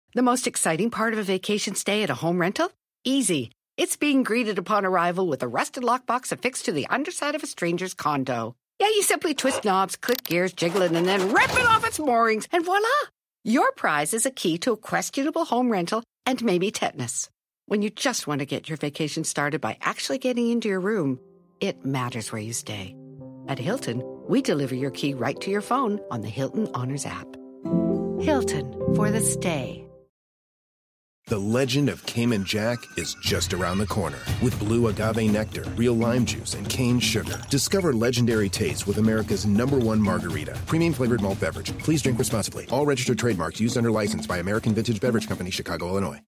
The most exciting part of a vacation stay at a home rental? Easy. It's being greeted upon arrival with a rusted lockbox affixed to the underside of a stranger's condo. Yeah, you simply twist knobs, click gears, jiggle it, and then rip it off its moorings, and voila! Your prize is a key to a questionable home rental and maybe tetanus. When you just want to get your vacation started by actually getting into your room, it matters where you stay. At Hilton, we deliver your key right to your phone on the Hilton Honors app. Hilton, for the stay. The legend of Cayman Jack is just around the corner. With blue agave nectar, real lime juice, and cane sugar. Discover legendary taste with America's #1 margarita. Premium flavored malt beverage. Please drink responsibly. All registered trademarks used under license by American Vintage Beverage Company, Chicago, Illinois.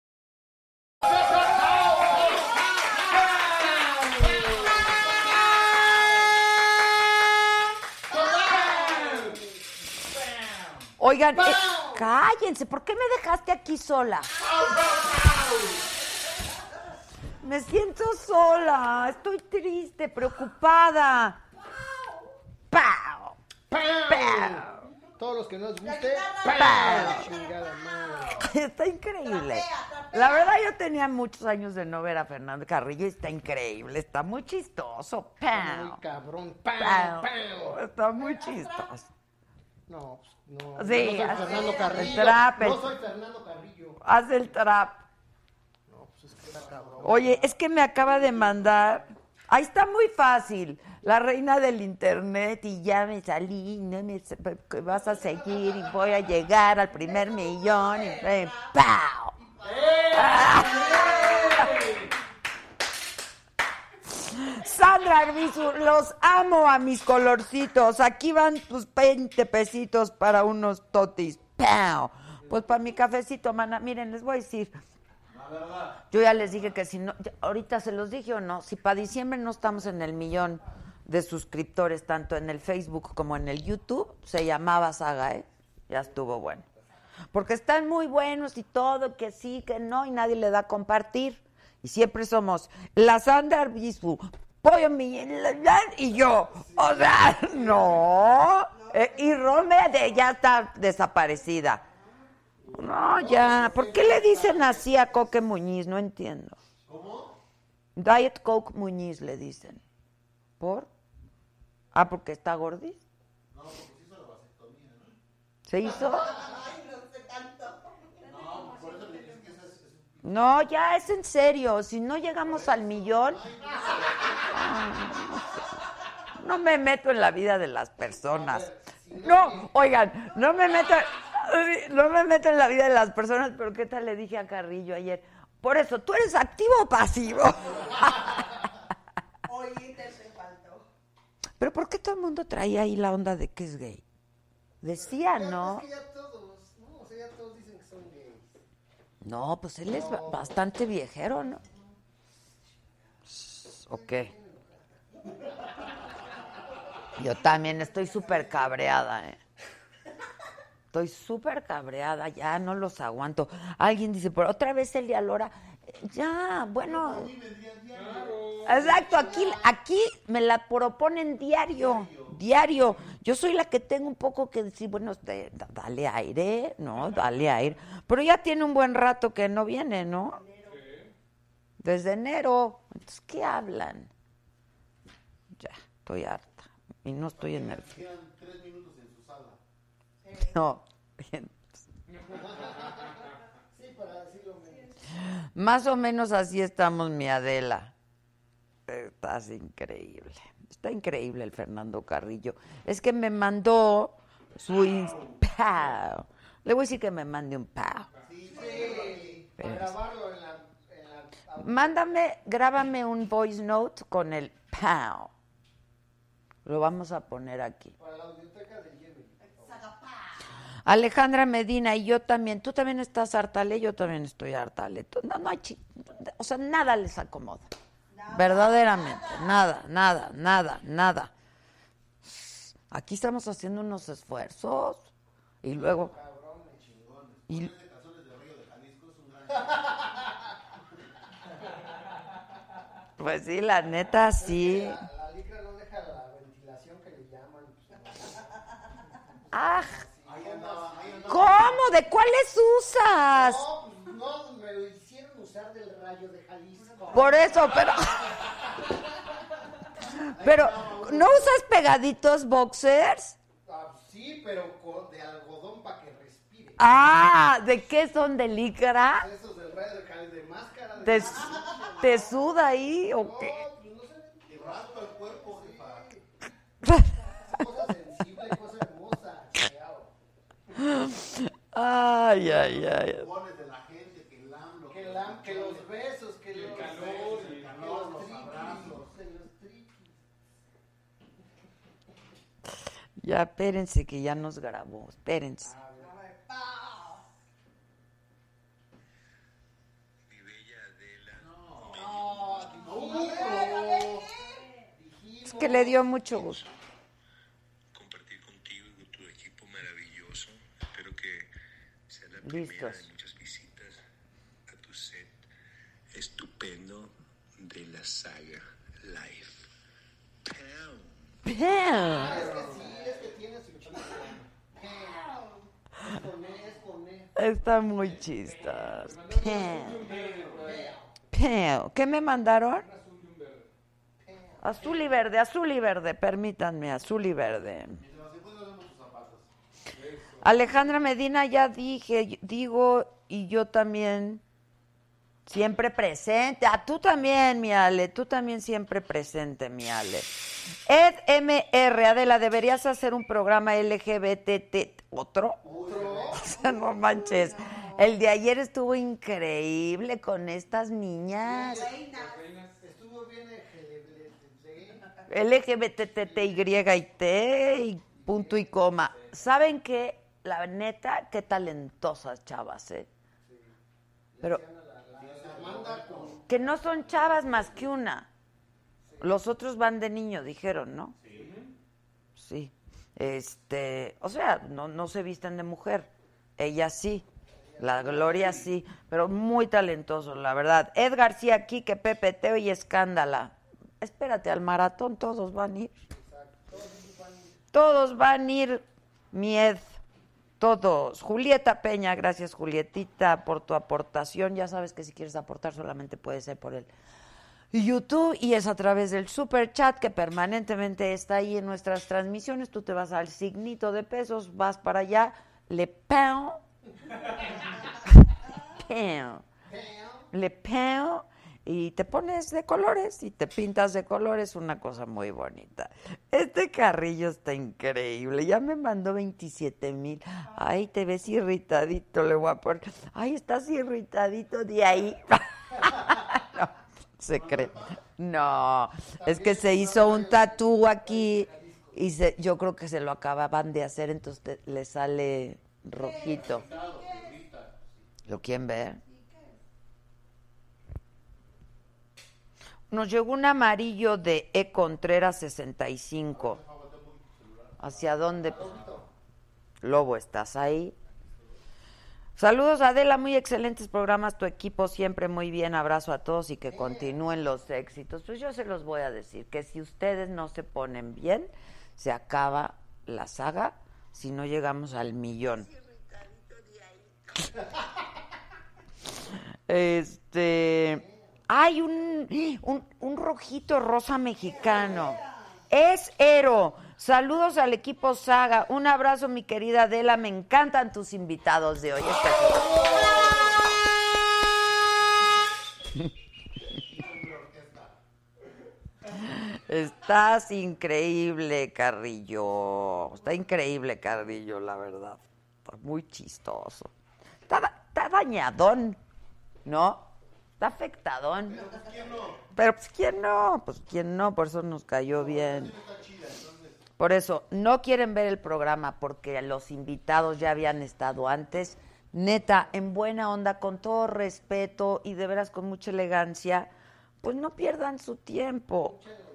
Oigan, cállense, ¿por qué me dejaste aquí sola? Me siento sola, estoy triste, preocupada. ¡Pau! ¡Pau! Todos los que nos guste, ¡pau! Chingada madre. Está increíble. La verdad, yo tenía muchos años de no ver a Fernando Carrillo y está increíble, está muy chistoso. ¡Pau! Muy cabrón, ¡Pau! ¡pau! Está muy chistoso. No, no, Sí, no soy Fernando Carrillo. el trap, No soy Fernando Carrillo. Haz el trap. No, pues es que está cabrón. Oye, es que me acaba de mandar. Ahí está muy fácil. La reina del internet y ya me salí, no me vas a seguir y voy a llegar al primer millón y ¡pau! Sandra Arbizu, los amo a mis colorcitos. Aquí van tus 20 pesitos para unos totis. ¡Pau! Pues para mi cafecito, mana. Miren, les voy a decir. Yo ya les dije que si no, ahorita se los dije o no, si para diciembre no estamos en el millón de suscriptores, tanto en el Facebook como en el YouTube, se llamaba Saga, ¿eh? Ya estuvo bueno. Porque están muy buenos y todo, que sí, que no, y nadie le da a compartir. Y siempre somos la Sandra Arbizu, Pollo Millán y yo. O sea, no. Y Rome ya está desaparecida. No, ya. ¿Por qué le dicen así a Coque Muñiz? No entiendo. ¿Cómo? Diet Coke Muñiz le dicen. ¿Por? Ah, porque está gordis. No, porque se hizo la vasectomía, ¿no? ¿Se hizo? Ay, no sé tanto. No, por eso le dije que esa es... No, ya es en serio. Si no llegamos al millón... No me meto en la vida de las personas. No, oigan, no me meto en la vida de las personas, pero ¿qué tal le dije a Carrillo ayer? Por eso, ¿tú eres activo o pasivo? Oye, te faltó. Pero ¿por qué todo el mundo traía ahí la onda de que es gay? Decía, ¿no? Es que ya todos, ¿no? O sea, ya todos dicen que son gays. No, pues él es bastante viejero, ¿no? ¿O qué? Yo también estoy súper cabreada, ¿eh? Estoy súper cabreada, ya no los aguanto. Alguien dice, pero otra vez Elia Lora. Ya, bueno. Exacto, aquí me la proponen diario. Yo soy la que tengo un poco que decir, bueno, dale aire, ¿no? Dale aire. Pero ya tiene un buen rato que no viene, ¿no? Desde enero. Entonces, ¿qué hablan? Ya, estoy harta. Y no estoy en el... Quedan 3 minutos en su sala. No, bien. Sí, para decirlo menos. Más o menos así estamos, mi Adela. Estás increíble. Está increíble el Fernando Carrillo. Es que me mandó su... ¡Pau! Le voy a decir que me mande un pau. Sí, para grabarlo en la... Grábame un voice note con el pau. Lo vamos a poner aquí. Para la biblioteca de Yemen. Alejandra Medina, y yo también. Tú también estás hartale, yo también estoy hartale. No hay o sea, nada les acomoda. Verdaderamente, nada. Aquí estamos haciendo unos esfuerzos y luego... Y... Pues sí, la neta, sí. La licra no deja la ventilación que le llaman. ¡Ah! Ahí andaba ¿Cómo? ¿De cuáles usas? No, pues no, me lo hicieron usar del Rayo de Jalisco. Por eso, pero... Pero, ¿no usas pegaditos boxers? Ah, sí, pero de algodón para que respire. Ah, ¿de qué son? ¿De licra? Esos del Rayo de Jalisco, de máscara. De ¿Te, te suda ahí o qué? No, pues no sé. Y raspa el cuerpo, jefa. Cosa sensible, cosa hermosa. Ay, ay, ay. Pones de la gente que el AMLO, Que los besos, que los calor, y el calor, los triquis, abrazos. que los triquis. Ya, espérense que ya nos grabó, espérense. Mi bella Adela, Es que le dio mucho gusto. compartir contigo y con tu equipo maravilloso. Espero que sea la primera Listos. de muchas visitas a tu set estupendo de la saga Life. Pound. Sí, es que tiene su chico. Es con él. Está muy chistas. ¿Qué me mandaron? Azul y verde, permítanme, azul y verde. Alejandra Medina, ya dije, digo, y yo también, siempre presente. Ah, tú también, mi Ale, tú también siempre presente, mi Ale. Ed MR, Adela, deberías hacer un programa LGBT. ¿Otro? O sea, no manches. El de ayer estuvo increíble con estas niñas. Estuvo bien LGBTTY y T y punto y coma. ¿Saben qué? La neta, qué talentosas chavas, ¿eh? Pero que no son chavas más que una. Los otros van de niño, dijeron, ¿no? Sí. O sea, no se visten de mujer. Ella sí. La Gloria sí, pero muy talentoso, la verdad. Ed García, Quique, Pepe, Teo y Escándala. Espérate, al maratón todos van a ir. Todos van a ir, mi Ed. Todos. Julieta Peña, gracias Julietita por tu aportación. Ya sabes que si quieres aportar solamente puede ser por el YouTube y es a través del super chat que permanentemente está ahí en nuestras transmisiones. Tú te vas al signito de pesos, vas para allá, le peo, le peo y te pones de colores y te pintas de colores, una cosa muy bonita. Este carrillo está increíble, ya me mandó 27,000. Ay, te ves irritadito, le voy a poner. Ay, estás irritadito de ahí. No, se cree. No, es que se hizo un tatú aquí y yo creo que se lo acababan de hacer, entonces le sale rojito. ¿Lo quieren ver? Nos llegó un amarillo de E. Contreras 65. ¿Hacia dónde? Lobo, ¿estás ahí? Saludos, Adela, muy excelentes programas, tu equipo siempre muy bien, abrazo a todos y que continúen los éxitos. Pues yo se los voy a decir, que si ustedes no se ponen bien, se acaba la saga si no llegamos al 1,000,000. Hay un rojito rosa mexicano. Es Ero. Saludos al equipo Saga. Un abrazo, mi querida Adela. Me encantan tus invitados de hoy. Estás increíble, Carrillo. Está increíble, Carrillo, la verdad. Está muy chistoso. Está dañadón, ¿no? Está afectadón. Pero pues ¿quién no? Pues ¿quién no? Por eso nos cayó bien. Por eso, no quieren ver el programa porque los invitados ya habían estado antes. Neta, en buena onda, con todo respeto y de veras con mucha elegancia, pues no pierdan su tiempo.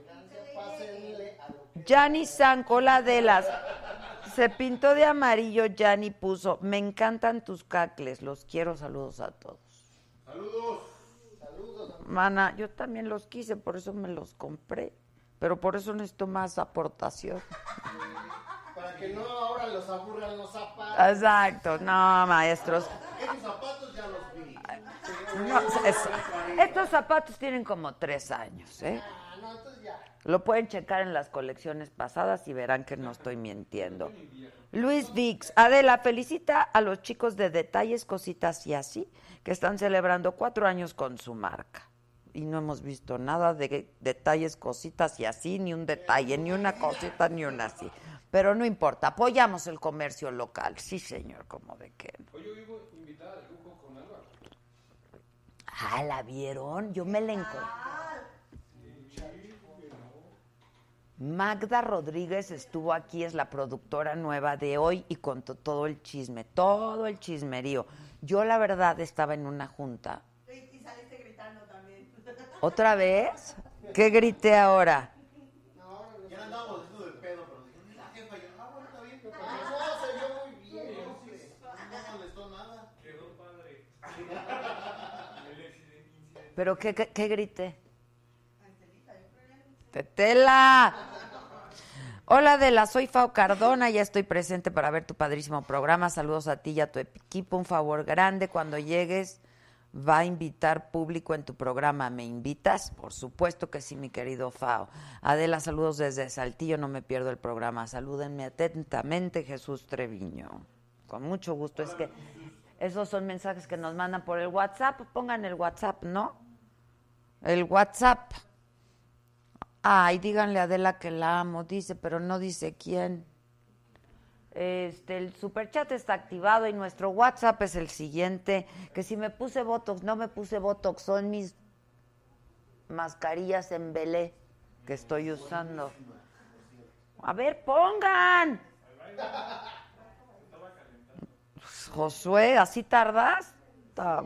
Yanni Sancola de las... Se pintó de amarillo, Yanni puso, me encantan tus cacles, los quiero, saludos a todos. Saludos. Mana, yo también los quise, por eso me los compré, pero por eso necesito más aportación. Para que no ahora los aburran los zapatos. Exacto, no, maestros. Esos zapatos ya los vi. No, estos zapatos tienen como 3 años, ¿eh? Ah, no, entonces ya. Lo pueden checar en las colecciones pasadas y verán que no estoy mintiendo. Luis Vix, Adela, felicita a los chicos de Detalles, Cositas y Así, que están celebrando 4 años con su marca. Y no hemos visto nada de Detalles, Cositas y Así, ni un detalle, ni una cosita, ni una así. Pero no importa, apoyamos el comercio local. Sí, señor, como de qué. Hoy yo vivo invitada de lujo con Álvaro. Ah, ¿la vieron? Yo me la encontré. Magda Rodríguez estuvo aquí, es la productora nueva de Hoy y contó todo el chisme, todo el chismerío. Yo la verdad estaba en una junta. Y saliste gritando también. ¿Otra vez? ¿Qué grité ahora? Ya andábamos diciendo del pedo, pero dije, la jefa, yo, bueno, está bien. No, se vio muy bien, hombre. No molestó nada. Quedó padre. ¿Pero qué grité? ¡Tetela! Hola Adela, soy Fao Cardona, ya estoy presente para ver tu padrísimo programa. Saludos a ti y a tu equipo. Un favor grande, cuando llegues va a invitar público en tu programa. ¿Me invitas? Por supuesto que sí, mi querido Fao. Adela, saludos desde Saltillo, no me pierdo el programa. Salúdenme atentamente, Jesús Treviño. Con mucho gusto. Es que esos son mensajes que nos mandan por el WhatsApp. Pongan el WhatsApp, ¿no? El WhatsApp. Ay, díganle a Adela que la amo, dice, pero no dice quién. El superchat está activado y nuestro WhatsApp es el siguiente, que si me puse Botox, no me puse Botox, son mis mascarillas en Belé que estoy usando. A ver, pongan. Josué, ¿así tardas? ¡Ta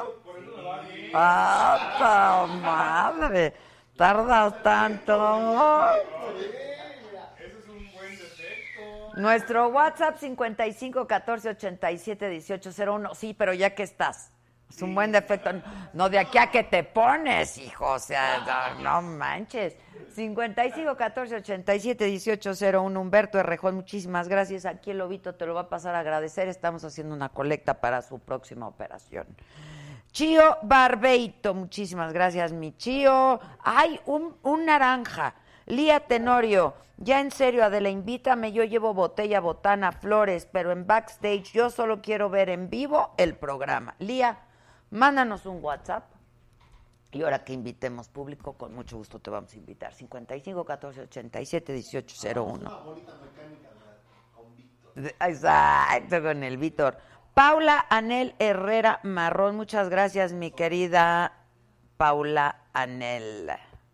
madre! ¿Tardas tanto? Eso es un buen defecto. Nuestro WhatsApp 55 14 87 18 01. Sí, pero ya que estás. Es un buen defecto. No de aquí a que te pones, hijo. O sea, no manches. 55 14 87 18 01. Humberto Errejón, muchísimas gracias. Aquí el Lobito te lo va a pasar a agradecer. Estamos haciendo una colecta para su próxima operación. Chío Barbeito, muchísimas gracias, mi Chío. ¡Ay, un naranja! Lía Tenorio, ya en serio, Adela, invítame, yo llevo botella, botana, flores, pero en backstage yo solo quiero ver en vivo el programa. Lía, mándanos un WhatsApp y ahora que invitemos público, con mucho gusto te vamos a invitar. 55 14 87 18 01. Una bonita mecánica con Víctor. Exacto, con el Víctor. Paula Anel Herrera Marrón, muchas gracias, mi querida Paula Anel.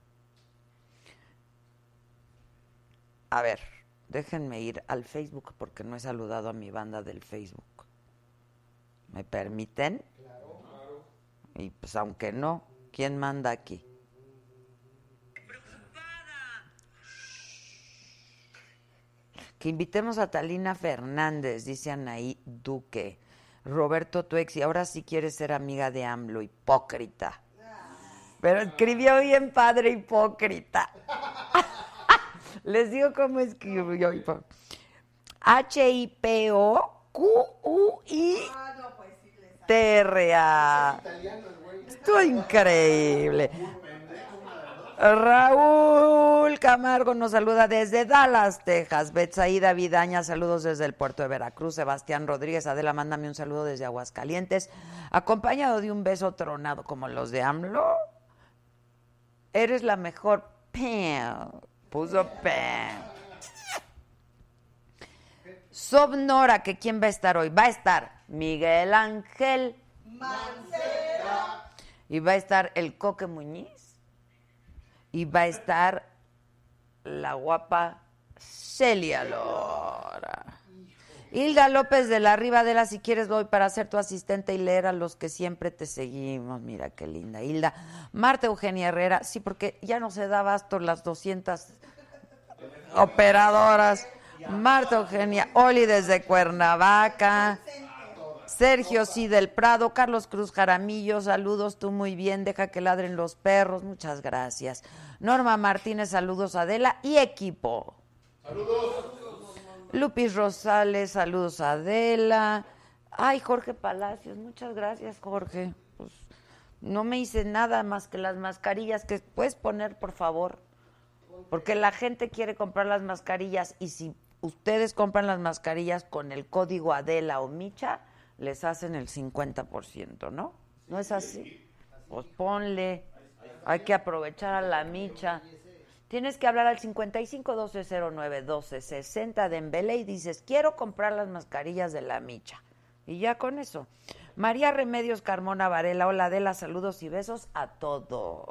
A ver, déjenme ir al Facebook porque no he saludado a mi banda del Facebook. ¿Me permiten? Claro. Y pues aunque no, ¿quién manda aquí? Que invitemos a Talina Fernández, dice Anaí Duque. Roberto Tuexi, ahora sí quieres ser amiga de AMLO, hipócrita. Pero escribió bien padre, hipócrita. Les digo cómo escribió. HIPOQUITRA. Esto increíble. Raúl Camargo nos saluda desde Dallas, Texas. Betsaída Vidaña, saludos desde el puerto de Veracruz. Sebastián Rodríguez, Adela, mándame un saludo desde Aguascalientes, acompañado de un beso tronado como los de AMLO. Eres la mejor. Pam. Puso pam. Sobnora, que quién va a estar hoy. Va a estar Miguel Ángel Mancera. Y va a estar el Coque Muñiz. Y va a estar la guapa Celia Lora. Hilda López de la Ribadela, si quieres voy para ser tu asistente y leer a los que siempre te seguimos. Mira qué linda, Hilda. Marta Eugenia Herrera, sí, porque ya no se da abasto las 200 operadoras. Marta Eugenia, Oli desde Cuernavaca. Sergio sí del Prado, Carlos Cruz Jaramillo, saludos, tú muy bien, deja que ladren los perros, muchas gracias. Norma Martínez, saludos Adela y equipo. Saludos. Lupis Rosales, saludos a Adela. Ay, Jorge Palacios, muchas gracias, Jorge. Pues no me hice nada más que las mascarillas que puedes poner, por favor. Porque la gente quiere comprar las mascarillas y si ustedes compran las mascarillas con el código Adela o Micha, les hacen el 50%, ¿no? ¿No es así? Pues ponle. Hay que aprovechar a la Micha. Tienes que hablar al 55-1209-1260 de Embele y dices, quiero comprar las mascarillas de la Micha. Y ya con eso. María Remedios Carmona Varela, hola Adela, saludos y besos a todos.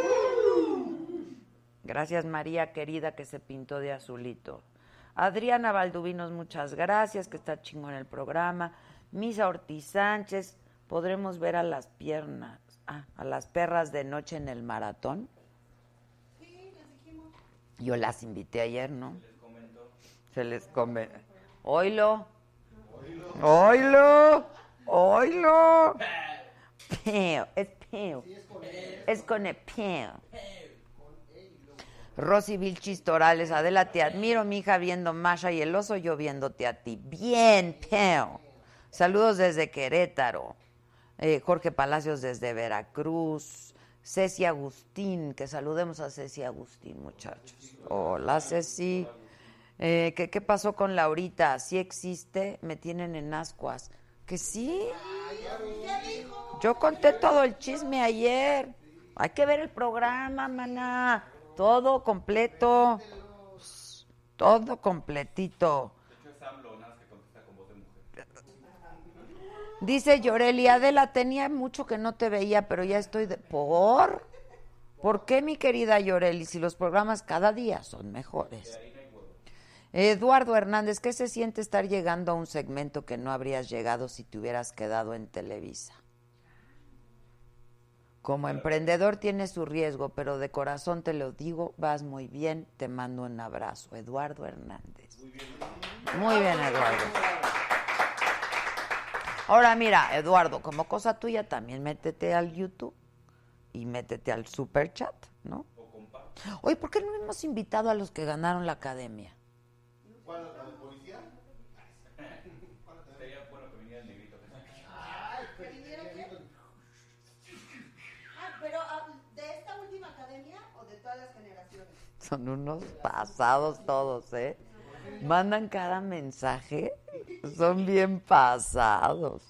Gracias María querida que se pintó de azulito. Adriana Valduvinos, muchas gracias, que está chingón el programa. Misa Ortiz Sánchez, podremos ver a las piernas, a las perras de noche en el maratón. Yo las invité ayer, ¿no? Se les comentó. Oilo. Peo, es peo. Es con el peo. Rosy Vilchis Torales, Adela, te admiro, mi hija viendo Masha y el oso, yo viéndote a ti. Bien, peo. Saludos desde Querétaro. Jorge Palacios desde Veracruz. Ceci Agustín, que saludemos a Ceci Agustín, muchachos. Hola, Ceci. ¿Qué pasó con Laurita? ¿Sí existe? Me tienen en ascuas. ¿Que sí? Yo conté todo el chisme ayer. Hay que ver el programa, maná. Todo completo. Todo completito. Dice Yoreli, Adela, tenía mucho que no te veía, pero ya estoy ¿Por? ¿Por qué, mi querida Yoreli? Si los programas cada día son mejores. Eduardo Hernández, ¿qué se siente estar llegando a un segmento que no habrías llegado si te hubieras quedado en Televisa? Como emprendedor tiene su riesgo, pero de corazón te lo digo, vas muy bien, te mando un abrazo. Eduardo Hernández. Muy bien, Eduardo. Ahora mira, Eduardo, como cosa tuya también métete al YouTube y métete al Super Chat, ¿no? Oye, ¿por qué no hemos invitado a los que ganaron la academia? ¿Cuál? ¿La de policía? Sería bueno que viniera el negrito. ¿Que vinieron qué? Pero ¿de esta última academia o de todas las generaciones? Son unos pasados todos, ¿eh? Mandan cada mensaje, son bien pasados.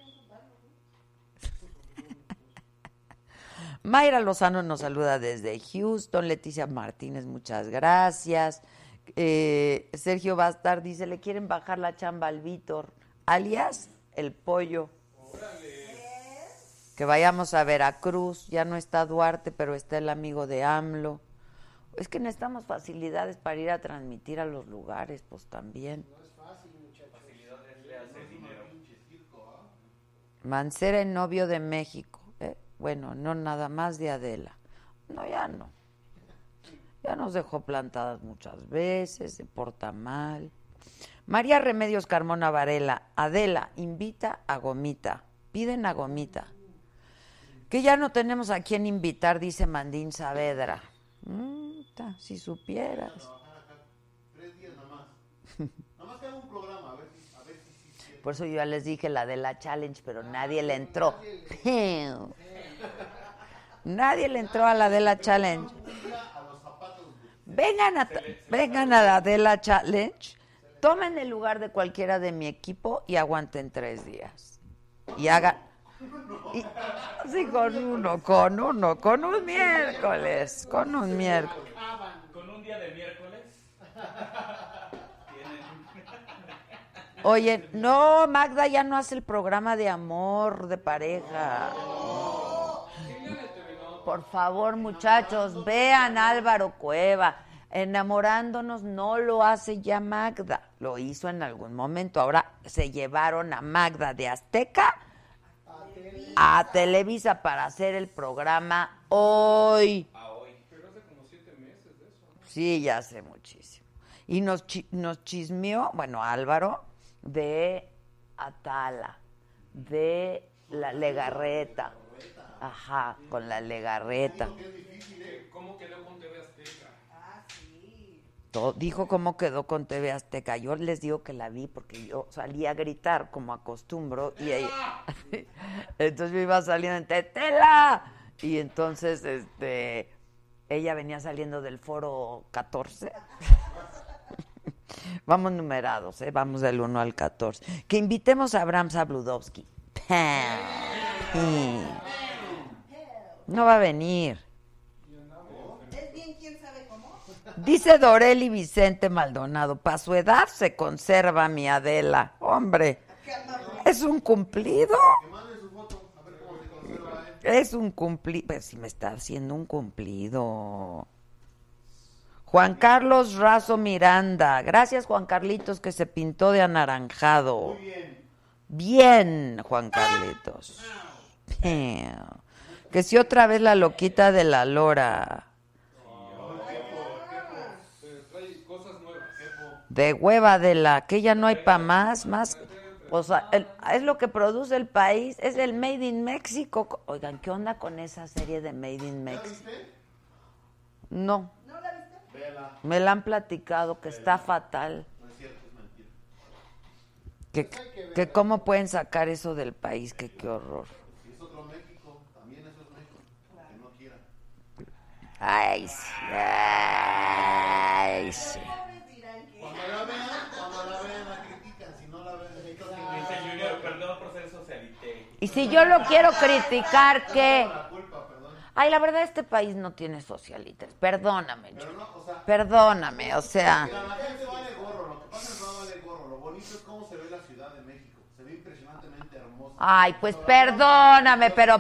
Mayra Lozano nos saluda desde Houston. Leticia Martínez, muchas gracias. Sergio Bastar dice, le quieren bajar la chamba al Víctor, alias el pollo. Que vayamos a Veracruz, ya no está Duarte, pero está el amigo de AMLO. Es que necesitamos facilidades para ir a transmitir a los lugares, pues también. No es fácil, muchachos. Facilidades le hace dinero. Mancera, el novio de México. Bueno, no nada más de Adela. No, ya no. Ya nos dejó plantadas muchas veces, se porta mal. María Remedios Carmona Varela. Adela, invita a Gomita. Piden a Gomita. Que ya no tenemos a quién invitar, dice Mandín Saavedra. Si supieras. 3 días nada más. Nada más que haga un programa, a ver si. Por eso yo ya les dije la de la challenge, pero nadie le entró. Nadie le entró a la de la challenge. Vengan a la de la challenge, tomen el lugar de cualquiera de mi equipo y aguanten 3 días. Y hagan... sí, con un miércoles. Con un día de miércoles. Oye, no, Magda ya no hace el programa de amor, de pareja. Por favor, muchachos, vean a Álvaro Cueva. Enamorándonos no lo hace ya Magda. Lo hizo en algún momento. Ahora se llevaron a Magda de Azteca a Televisa para hacer el programa hoy. Pero hace como 7 meses de eso, ¿no? Sí, ya hace muchísimo. Y nos chismeó, bueno, Álvaro, de Atala, de la Legarreta. Ajá, con la Legarreta. ¿Cómo quedó con TV Azteca? Ah, sí. gustó. Dijo cómo quedó con TV Azteca. Yo les digo que la vi porque yo salía a gritar como acostumbro y ella... Entonces yo iba saliendo en Tetela y entonces ella venía saliendo del foro 14. Vamos numerados, vamos del 1 al 14. Que invitemos a Abraham Zabludovsky. No va a venir. Es bien, quién sabe cómo. Dice Doreli Vicente Maldonado, para su edad se conserva mi Adela. Hombre, es un cumplido. Es un cumplido. Pues si me está haciendo un cumplido. Juan Carlos Razo Miranda. Gracias, Juan Carlitos, que se pintó de anaranjado. Muy bien. Bien, Juan Carlitos. Que si otra vez la loquita de la Lora. De hueva de la, que ya no hay pa' más. O sea, es lo que produce el país, es el Made in México. Oigan, ¿qué onda con esa serie de Made in México? No. ¿No la viste? Véala. Me la han platicado que está fatal. No es cierto, es mentira. Que cómo pueden sacar eso del país, que qué horror. Si es otro México, también eso es México. Que no quiera. Ay, sí. Ay, sí. Cuando la vean, la critican. Si no la ven, Dice Junior, perdón por ser socialité. Y si yo lo quiero criticar, ¿qué? la culpa, perdón. Ay, la verdad, este país no tiene socialitas. Perdóname, Pero no, o sea, perdóname, o sea. mira, la gente vale gorro. Lo que pasa es que no vale gorro. Lo bonito es cómo se ve la Ciudad de México. Se ve impresionantemente hermosa. Ay, pues perdóname, pero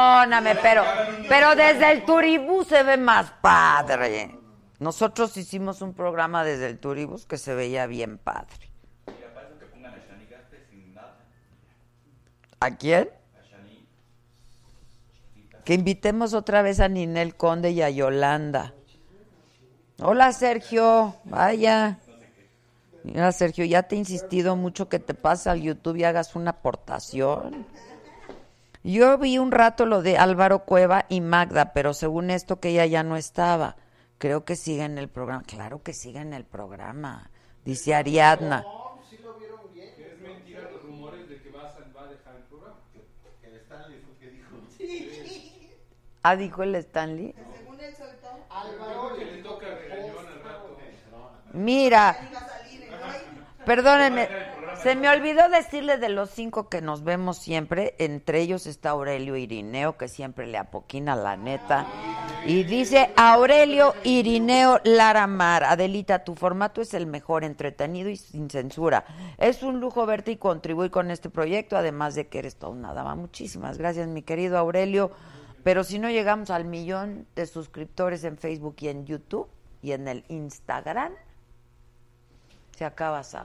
desde el Turibús se ve más padre. Nosotros hicimos un programa desde el Turibús que se veía bien padre. Mira, para eso que pongan a Shani Gaspe sin nada. ¿A quién? A Shani. Que invitemos otra vez a Ninel Conde y a Yolanda. Hola, Sergio. Vaya. Mira, Sergio, ya te he insistido mucho que te pases al YouTube y hagas una aportación. Yo vi un rato lo de Álvaro Cueva y Magda, pero según esto que ella ya no estaba. Creo que sigue en el programa. Claro que sigue en el programa. Dice Ariadna. No, sí lo vieron bien. Que es mentira los rumores de que va a dejar el programa. Que el Stanley fue que dijo. Ah, dijo el Stanley. Según él soltó, Álvaro que le toca regañón al rato. Mira, iba a salir en hoy. perdónenme, se me olvidó decirles de los 5 que nos vemos siempre. Entre ellos está Aurelio Irineo, que siempre le apoquina, la neta. Y dice Aurelio Irineo Laramar: Adelita, tu formato es el mejor, entretenido y sin censura. Es un lujo verte y contribuir con este proyecto, además de que eres toda una dama. Muchísimas gracias, mi querido Aurelio. Pero si no llegamos al 1,000,000 de suscriptores en Facebook y en YouTube y en el Instagram, se acaba Saga.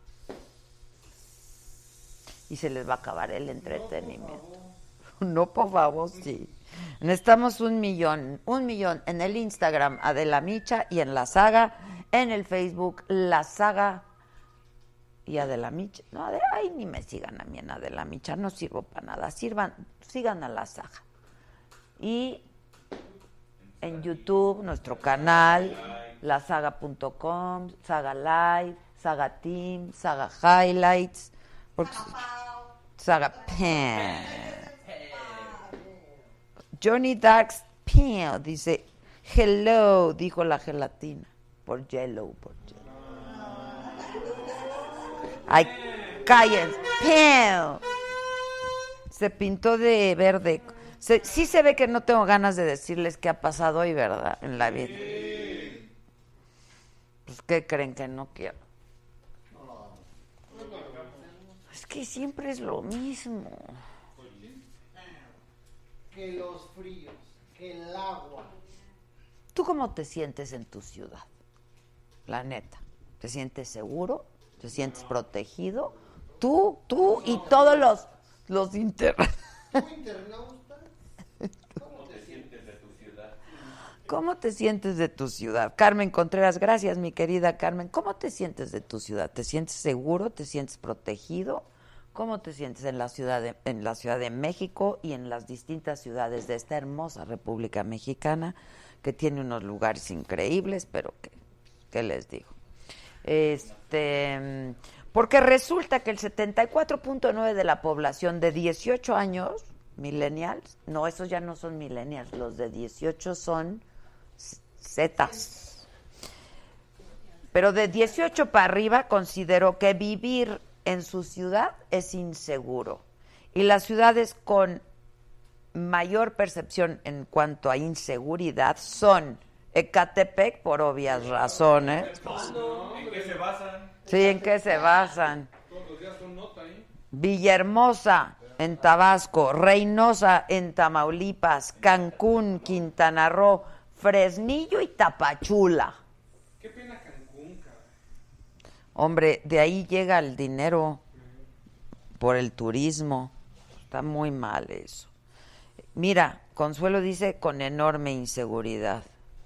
Y se les va a acabar el entretenimiento. No, por favor, sí. Necesitamos 1,000,000. 1,000,000 en el Instagram, Adela Micha, y en La Saga. En el Facebook, La Saga y Adela Micha. No, ay, ni me sigan a mí en Adela Micha. No sirvo para nada. Sigan a La Saga. Y en YouTube, nuestro canal, lasaga.com, Saga Live, Saga Team, Saga Highlights, Saga Pen. Johnny Dax Pio dice, hello, dijo la gelatina, por Yellow. Ay, cállense, Pio. Se pintó de verde. Sí se ve que no tengo ganas de decirles qué ha pasado hoy, ¿verdad? En la vida. Pues, ¿qué creen que no quiero? Es que siempre es lo mismo. Que los fríos, que el agua. ¿Tú cómo te sientes en tu ciudad? La neta. ¿Te sientes seguro? ¿Te sientes protegido? Tú y todos los internautas. ¿Cómo te sientes de tu ciudad? ¿Cómo te sientes de tu ciudad? Carmen Contreras, gracias, mi querida Carmen. ¿Cómo te sientes de tu ciudad? ¿Te sientes seguro? ¿Te sientes protegido? ¿Cómo te sientes en la Ciudad de México y en las distintas ciudades de esta hermosa República Mexicana, que tiene unos lugares increíbles, pero que ¿qué les digo? Porque resulta que el 74.9% de la población de 18 años, millennials, no, esos ya no son millennials, los de 18 son Zetas. Pero de 18 para arriba consideró que vivir en su ciudad es inseguro. Y las ciudades con mayor percepción en cuanto a inseguridad son Ecatepec, por obvias razones. ¿En qué se basan? Sí, ¿en qué se basan? Todos los días son nota ahí. Villahermosa, en Tabasco, Reynosa, en Tamaulipas, Cancún, Quintana Roo, Fresnillo y Tapachula. Qué pena Cancún, cara. Hombre, de ahí llega el dinero por el turismo. Está muy mal eso. Mira, Consuelo dice con enorme inseguridad.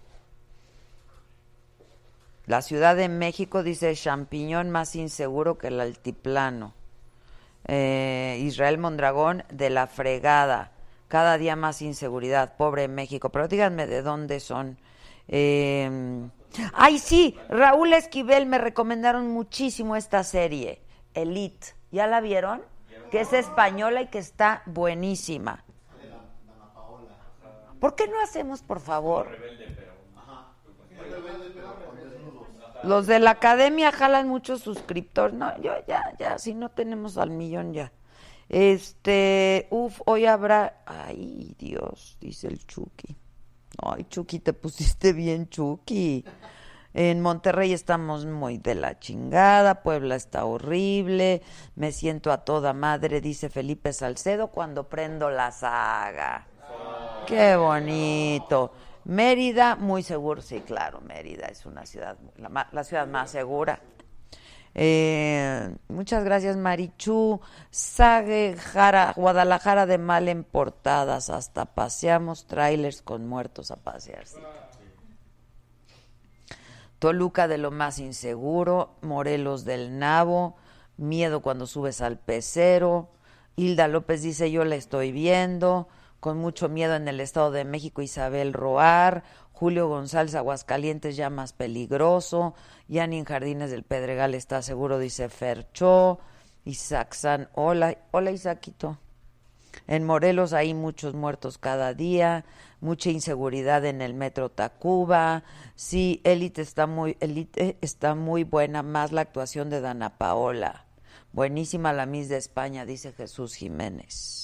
La Ciudad de México dice champiñón más inseguro que el altiplano. Israel Mondragón, de la fregada. Cada día más inseguridad. Pobre México. Pero díganme de dónde son. Ay, sí, Raúl Esquivel, me recomendaron muchísimo esta serie, Elite. ¿Ya la vieron? Que es española y que está buenísima. ¿Por qué no hacemos, por favor? Los de la academia jalan muchos suscriptores. No, yo ya, si no tenemos al millón ya. Hoy habrá... Ay, Dios, dice el Chucky. Ay, Chucky, te pusiste bien, Chucky. En Monterrey estamos muy de la chingada, Puebla está horrible, me siento a toda madre, dice Felipe Salcedo, cuando prendo la saga. ¡Qué bonito! Mérida, muy seguro, sí, claro, Mérida es una ciudad, la ciudad más segura. Muchas gracias, Marichu. Guadalajara de mal en portadas, hasta paseamos trailers con muertos a pasear. Sí. Toluca de lo más inseguro, Morelos del Nabo, miedo cuando subes al pecero. Hilda López dice, yo la estoy viendo, con mucho miedo en el Estado de México, Isabel Roar. Julio González, Aguascalientes, ya más peligroso. Yanin Jardines del Pedregal está seguro, dice Fercho. Isaac San, hola Isaquito. En Morelos hay muchos muertos cada día, mucha inseguridad en el metro Tacuba. Sí, Élite está muy buena, más la actuación de Dana Paola. Buenísima la Miss de España, dice Jesús Jiménez.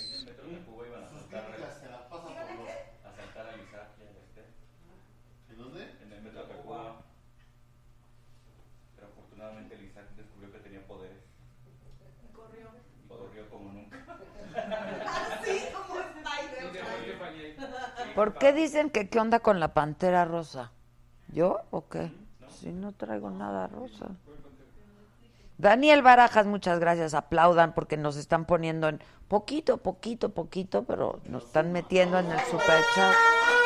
¿Por qué dicen que qué onda con la Pantera Rosa? ¿Yo o qué? Si no traigo nada rosa. Daniel Barajas, muchas gracias. Aplaudan porque nos están poniendo en poquito, pero nos están metiendo en el superchat.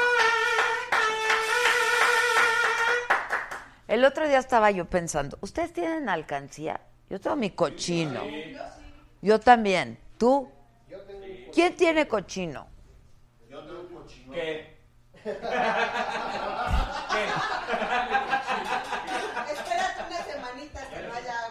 El otro día estaba yo pensando, ¿ustedes tienen alcancía? Yo tengo mi cochino. Yo también. ¿Tú? ¿Quién tiene cochino? ¿Qué? Espérate unas semanitas que no haya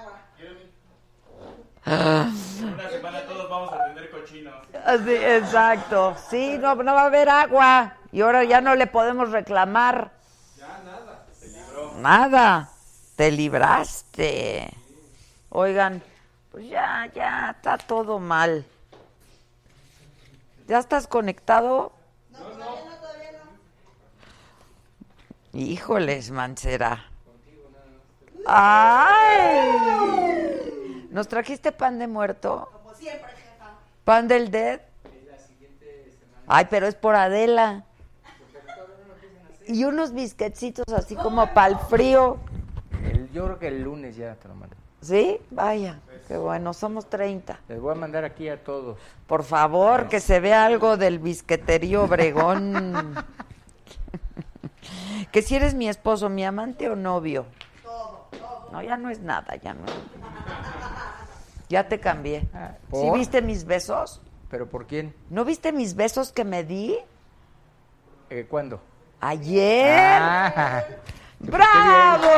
agua. En una semana todos vamos a tener cochinos. Sí, exacto. Sí, no va a haber agua. Y ahora ya no le podemos reclamar. Ya nada. Se libró. Nada. Te libraste. Oigan, pues ya está todo mal. ¿Ya estás conectado? No, todavía no. Híjoles, Mancera. ¡Ay! ¿Nos trajiste pan de muerto? Como siempre, jefa. ¿Pan del Dead? Ay, pero es por Adela. Y unos bisquecitos así como para el frío. Yo creo que el lunes ya te lo mando. ¿Sí? Vaya, qué bueno, somos 30. Les voy a mandar aquí a todos. Por favor, que se vea algo del bisqueterío Obregón. Que si eres mi esposo, mi amante o novio. Todo. No, ya no es nada, ya no. Ya te cambié. ¿por? ¿Sí viste mis besos? ¿Pero por quién? ¿No viste mis besos que me di? ¿Cuándo? Ayer. Ah, ¡Bravo!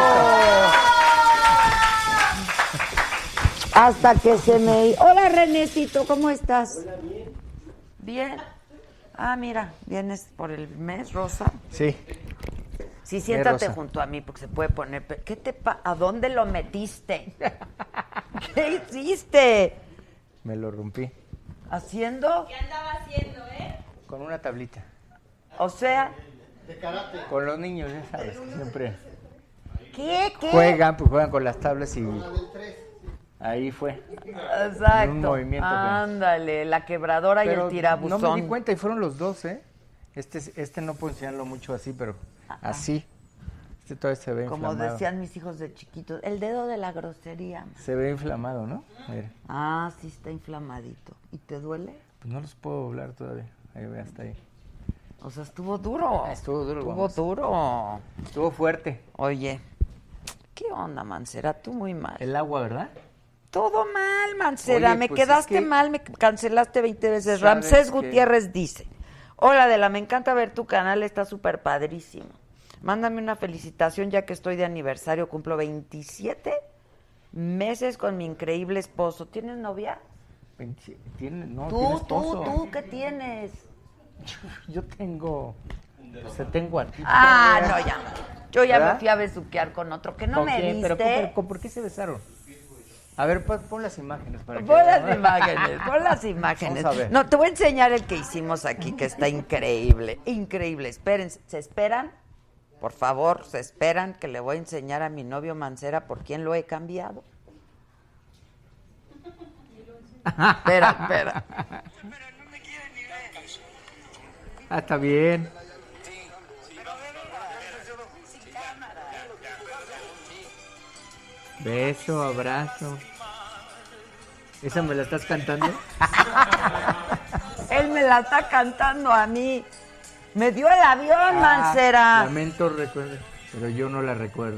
Hasta que se me... Hola, Renecito, ¿cómo estás? Hola, bien. ¿Bien? Ah, mira, ¿vienes por el mes, Rosa? Sí. Sí, siéntate junto a mí porque se puede poner... ¿A dónde lo metiste? ¿Qué hiciste? Me lo rompí. ¿Haciendo? ¿Qué andaba haciendo, Con una tablita. O sea... De karate. Con los niños, ya sabes, siempre ¿Qué? juegan con las tablas y ahí fue. Exacto. En un movimiento. Ándale, la quebradora Pero y el tirabuzón. no me di cuenta y fueron los dos, ¿eh? Este no puedo enseñarlo mucho así, pero así. Este todavía se ve Como inflamado. decían mis hijos de chiquitos, el dedo de la grosería. Se ve inflamado, ¿no? Mira. Ah, sí está inflamadito. ¿Y te duele? Pues no los puedo doblar todavía. Ahí ve, hasta ahí. O sea, estuvo duro. Estuvo duro. Estuvo vamos. duro. Estuvo fuerte. Oye, ¿qué onda, Mancera? Tú muy mal. El agua, ¿verdad? Todo mal, Mancera. Oye, me pues quedaste es que- mal, me cancelaste 20 veces. ¿Sabes Ramsés qué? Gutiérrez dice: Hola, Adela, me encanta ver tu canal, está súper padrísimo. Mándame una felicitación ya que estoy de aniversario, cumplo 27 meses con mi increíble esposo. ¿Tienes novia? No, Tú, tiene esposo. tú, ¿qué tienes? Yo tengo... O sea, tengo a ti. Ah, no, ya. Yo ya ¿Verdad? me fui a besuquear con otro que no ¿Con me quién? viste. Pero, ¿por qué se besaron? A ver, pon las imágenes para que... Pon las imágenes, pon las imágenes. Vamos a ver. No, te voy a enseñar el que hicimos aquí, que está increíble, increíble. Espérense, ¿se esperan? Por favor, ¿se esperan que le voy a enseñar a mi novio Mancera por quién lo he cambiado? Espera. Ah, está bien. Beso, abrazo. ¿Esa me la estás cantando? Él me la está cantando a mí. Me dio el avión, Mancera. Lamento recuerdo, pero yo no la recuerdo.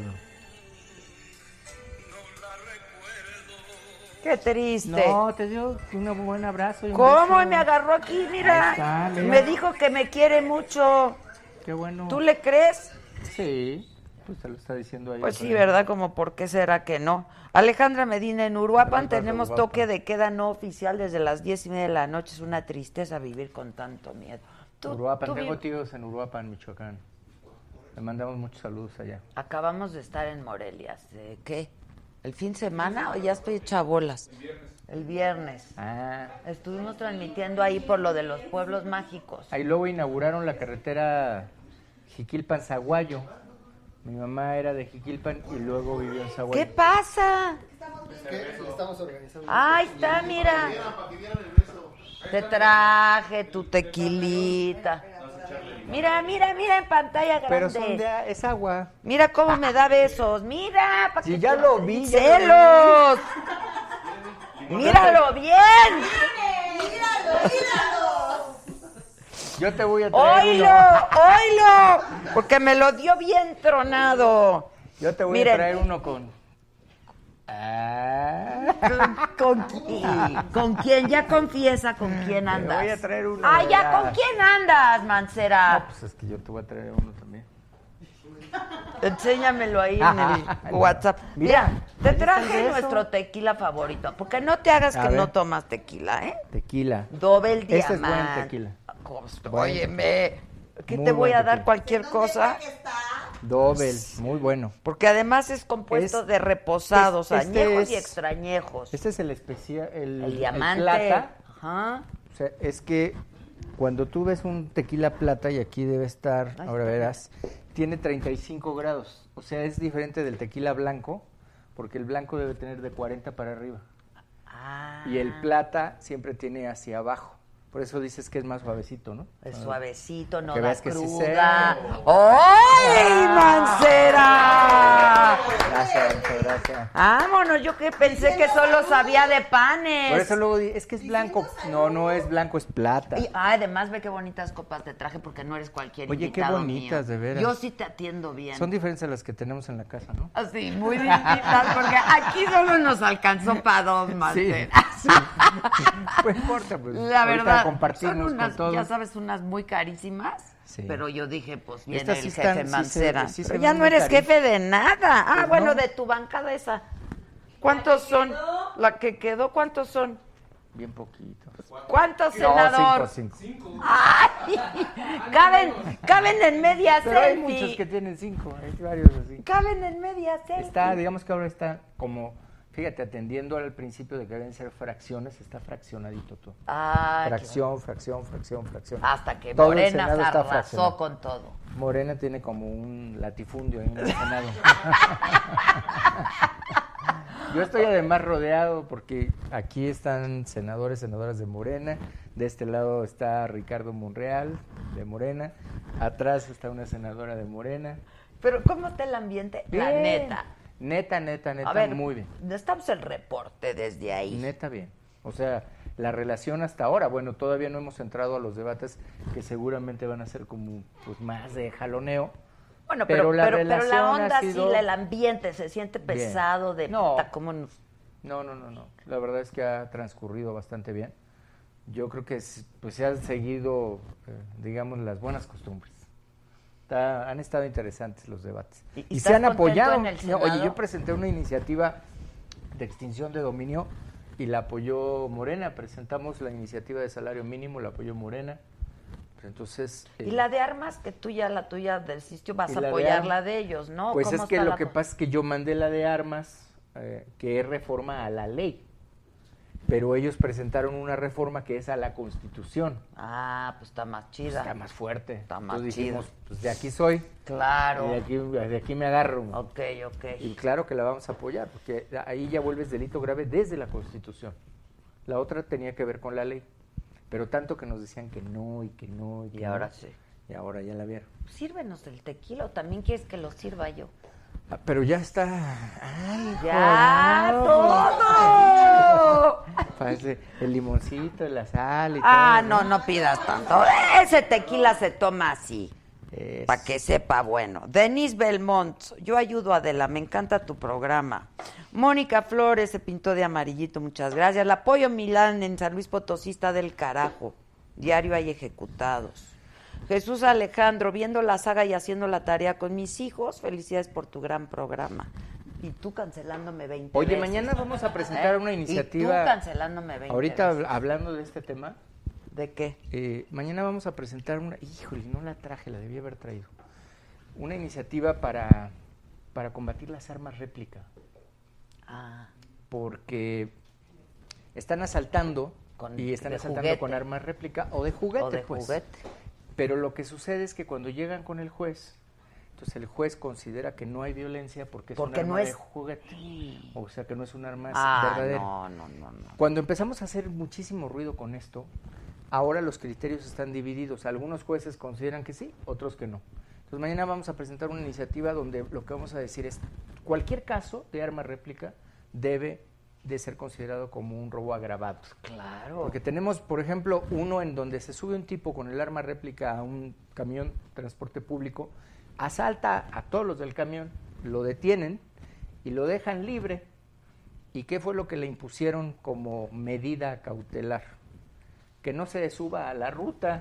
Qué triste. No, te dio un buen abrazo. Y un ¿Cómo? beso. Me agarró aquí, mira. Ahí está, mira. Me dijo que me quiere mucho. Qué bueno. ¿Tú le crees? Sí, pues te lo está diciendo ahí. Pues sí, ¿verdad? Como por qué será que no. Alejandra Medina, en Uruapan Ay, tenemos Uruapan. toque de queda no oficial desde las 10:30 de la noche. Es una tristeza vivir con tanto miedo. Uruapan, tú tengo vi- tíos en Uruapan, Michoacán. Le mandamos muchos saludos allá. Acabamos de estar en Morelia. ¿De qué? ¿El fin de semana o ya estoy hecha bolas? El viernes. Ah, Estuvimos transmitiendo ahí por lo de los pueblos mágicos. ahí luego inauguraron la carretera Jiquilpan-Zaguayo. Mi mamá era de Jiquilpan y luego vivió en Zaguayo. ¿Qué pasa? Le estamos organizando. Ahí está, mira. Te traje tu tequilita. Mira en pantalla grande. Pero es agua. Mira cómo me da besos. Mira. pa' Si que ya te- lo vi, ya ¡Celos! ¡Míralo bien! Yo te voy a traer ¡Oílo! uno. ¡Oílo! Porque me lo dio bien tronado. Yo te voy Miren. a traer uno con... Ah. ¿Con quién? Ya confiesa con quién andas. voy a traer uno, Ah, ya, ¿verdad? ¿con quién andas, Mancera? No, pues es que yo te voy a traer uno también. Enséñamelo ahí en el WhatsApp. Mira, te ahí está traje el beso. nuestro tequila favorito. Porque no te hagas A que ver. no tomas tequila, ¿eh? Tequila. Doble Ese es diamante. buen tequila. Óyeme, ¿qué Muy te voy buen a dar? tequila. Cualquier cosa. Dobel, muy bueno. Porque además es compuesto Es- de reposados, este añejos es- y extrañejos. Este es el especial, el diamante. plata. Ajá. O sea, es que cuando tú ves un tequila plata, y aquí debe estar, Ahí ahora está. verás, tiene 35 grados. O sea, es diferente del tequila blanco, porque el blanco debe tener de 40 para arriba. Ah, Y el plata siempre tiene hacia abajo. Por eso dices que es más suavecito, ¿no? es suavecito, no Que da veas que sí cruda. sé. ¡Ay, Mancera! Gracias, muchas gracias. Vámonos, yo que pensé que solo sabía de panes. Por eso luego es que es blanco. No, no es blanco, es plata. Y, además ve qué bonitas copas te traje porque no eres cualquier Oye, qué invitado bonitas, mío. de veras. Yo sí te atiendo bien. Son diferentes a las que tenemos en la casa, ¿no? Así, muy distintas porque aquí solo nos alcanzó para dos, Mancera. sí. Pues importa, pues. La ahorita verdad. compartirnos son unas, con todos. ya sabes, unas muy carísimas. Sí. Pero yo dije, pues viene Estas el sí jefe están- sí se- Mancera. sí se Pero ven ya no muy eres carísimas. jefe de nada. Ah, Pues bueno, no. de tu bancada esa. ¿Cuántos son? La que quedó, ¿cuántos son? Bien poquito. ¿Cuántos, senador? No, cinco. ¡Ay! Caben en media Pero hay selfie. muchos que tienen 5, hay varios así. Caben en media selfie. Está, digamos que ahora está como, fíjate, atendiendo al principio de que deben ser fracciones, está fraccionadito todo. Ah, Fracción. hasta que Todo el Morena Senado se está arrasó fraccionado. con todo. Morena tiene como un latifundio ahí en el Senado. Yo estoy además rodeado porque aquí están senadores, senadoras de Morena. De este lado está Ricardo Monreal, de Morena. Atrás está una senadora de Morena. Pero ¿cómo está el ambiente? La Bien. neta. Neta, A ver, muy bien. necesitamos el reporte desde ahí. Neta bien. O sea, la relación hasta ahora, bueno, todavía no hemos entrado a los debates que seguramente van a ser como pues más de jaloneo. Bueno, pero la pero relación la ha onda sido sí, el ambiente se siente bien. pesado de No. puta, ¿cómo nos... No. La verdad es que ha transcurrido bastante bien. Yo creo que pues se han seguido, digamos, las buenas costumbres. Han estado interesantes los debates. ¿Y se han estás contento apoyado. en el Senado? Oye, yo presenté una iniciativa de extinción de dominio y la apoyó Morena. Presentamos la iniciativa de salario mínimo, la apoyó Morena. Pues entonces... Y la de armas, que tú ya, la tuya del sitio, vas y a la de apoyar armas, la de ellos, ¿no? Pues ¿Cómo es que está lo la que cosa? pasa es que yo mandé la de armas, que es reforma a la ley. Pero ellos presentaron una reforma que es a la Constitución. Ah, pues está más chida. Está más fuerte. Está más Entonces dijimos, chida. pues de aquí soy. Claro. Y de aquí me agarro. Ok. Y claro que la vamos a apoyar, porque ahí ya vuelves delito grave desde la Constitución. La otra tenía que ver con la ley. Pero tanto que nos decían que no. Y ahora sí. Y ahora ya la vieron. Sírvenos el tequila, o también quieres que lo sirva yo. Ah, pero ya está. Ay, ¡Ya, joder, todo! Parece el limoncito, la sal y Ah, todo. no pidas tanto. Ese tequila se toma así, Es- para que sepa bueno. Denise Belmont, yo ayudo a Adela, me encanta tu programa. Mónica Flores se pintó de amarillito, muchas gracias. La Pollo Milán en San Luis Potosí está del carajo. Diario hay ejecutados. Jesús Alejandro, viendo la saga y haciendo la tarea con mis hijos, felicidades por tu gran programa. Y tú cancelándome 20 Oye, veces. mañana vamos a presentar una iniciativa. Y tú cancelándome 20 Ahorita veces. hablando de este tema, ¿De qué? mañana vamos a presentar una. Híjole, no la traje, la debí haber traído. Una iniciativa para combatir las armas réplica. Ah, Porque están asaltando y están de asaltando juguete. con armas réplica o de juguete. o de pues. juguete. Pero lo que sucede es que cuando llegan con el juez, entonces el juez considera que no hay violencia porque es Porque un no arma es- de juguete. O sea, que no es un arma Ah, verdadera. no. Cuando empezamos a hacer muchísimo ruido con esto, ahora los criterios están divididos. Algunos jueces consideran que sí, otros que no. Entonces mañana vamos a presentar una iniciativa donde lo que vamos a decir es cualquier caso de arma réplica debe de ser considerado como un robo agravado. Claro. Porque tenemos, por ejemplo, uno en donde se sube un tipo con el arma réplica a un camión transporte público, asalta a todos los del camión, lo detienen y lo dejan libre. ¿Y qué fue lo que le impusieron como medida cautelar? Que no se suba a la ruta.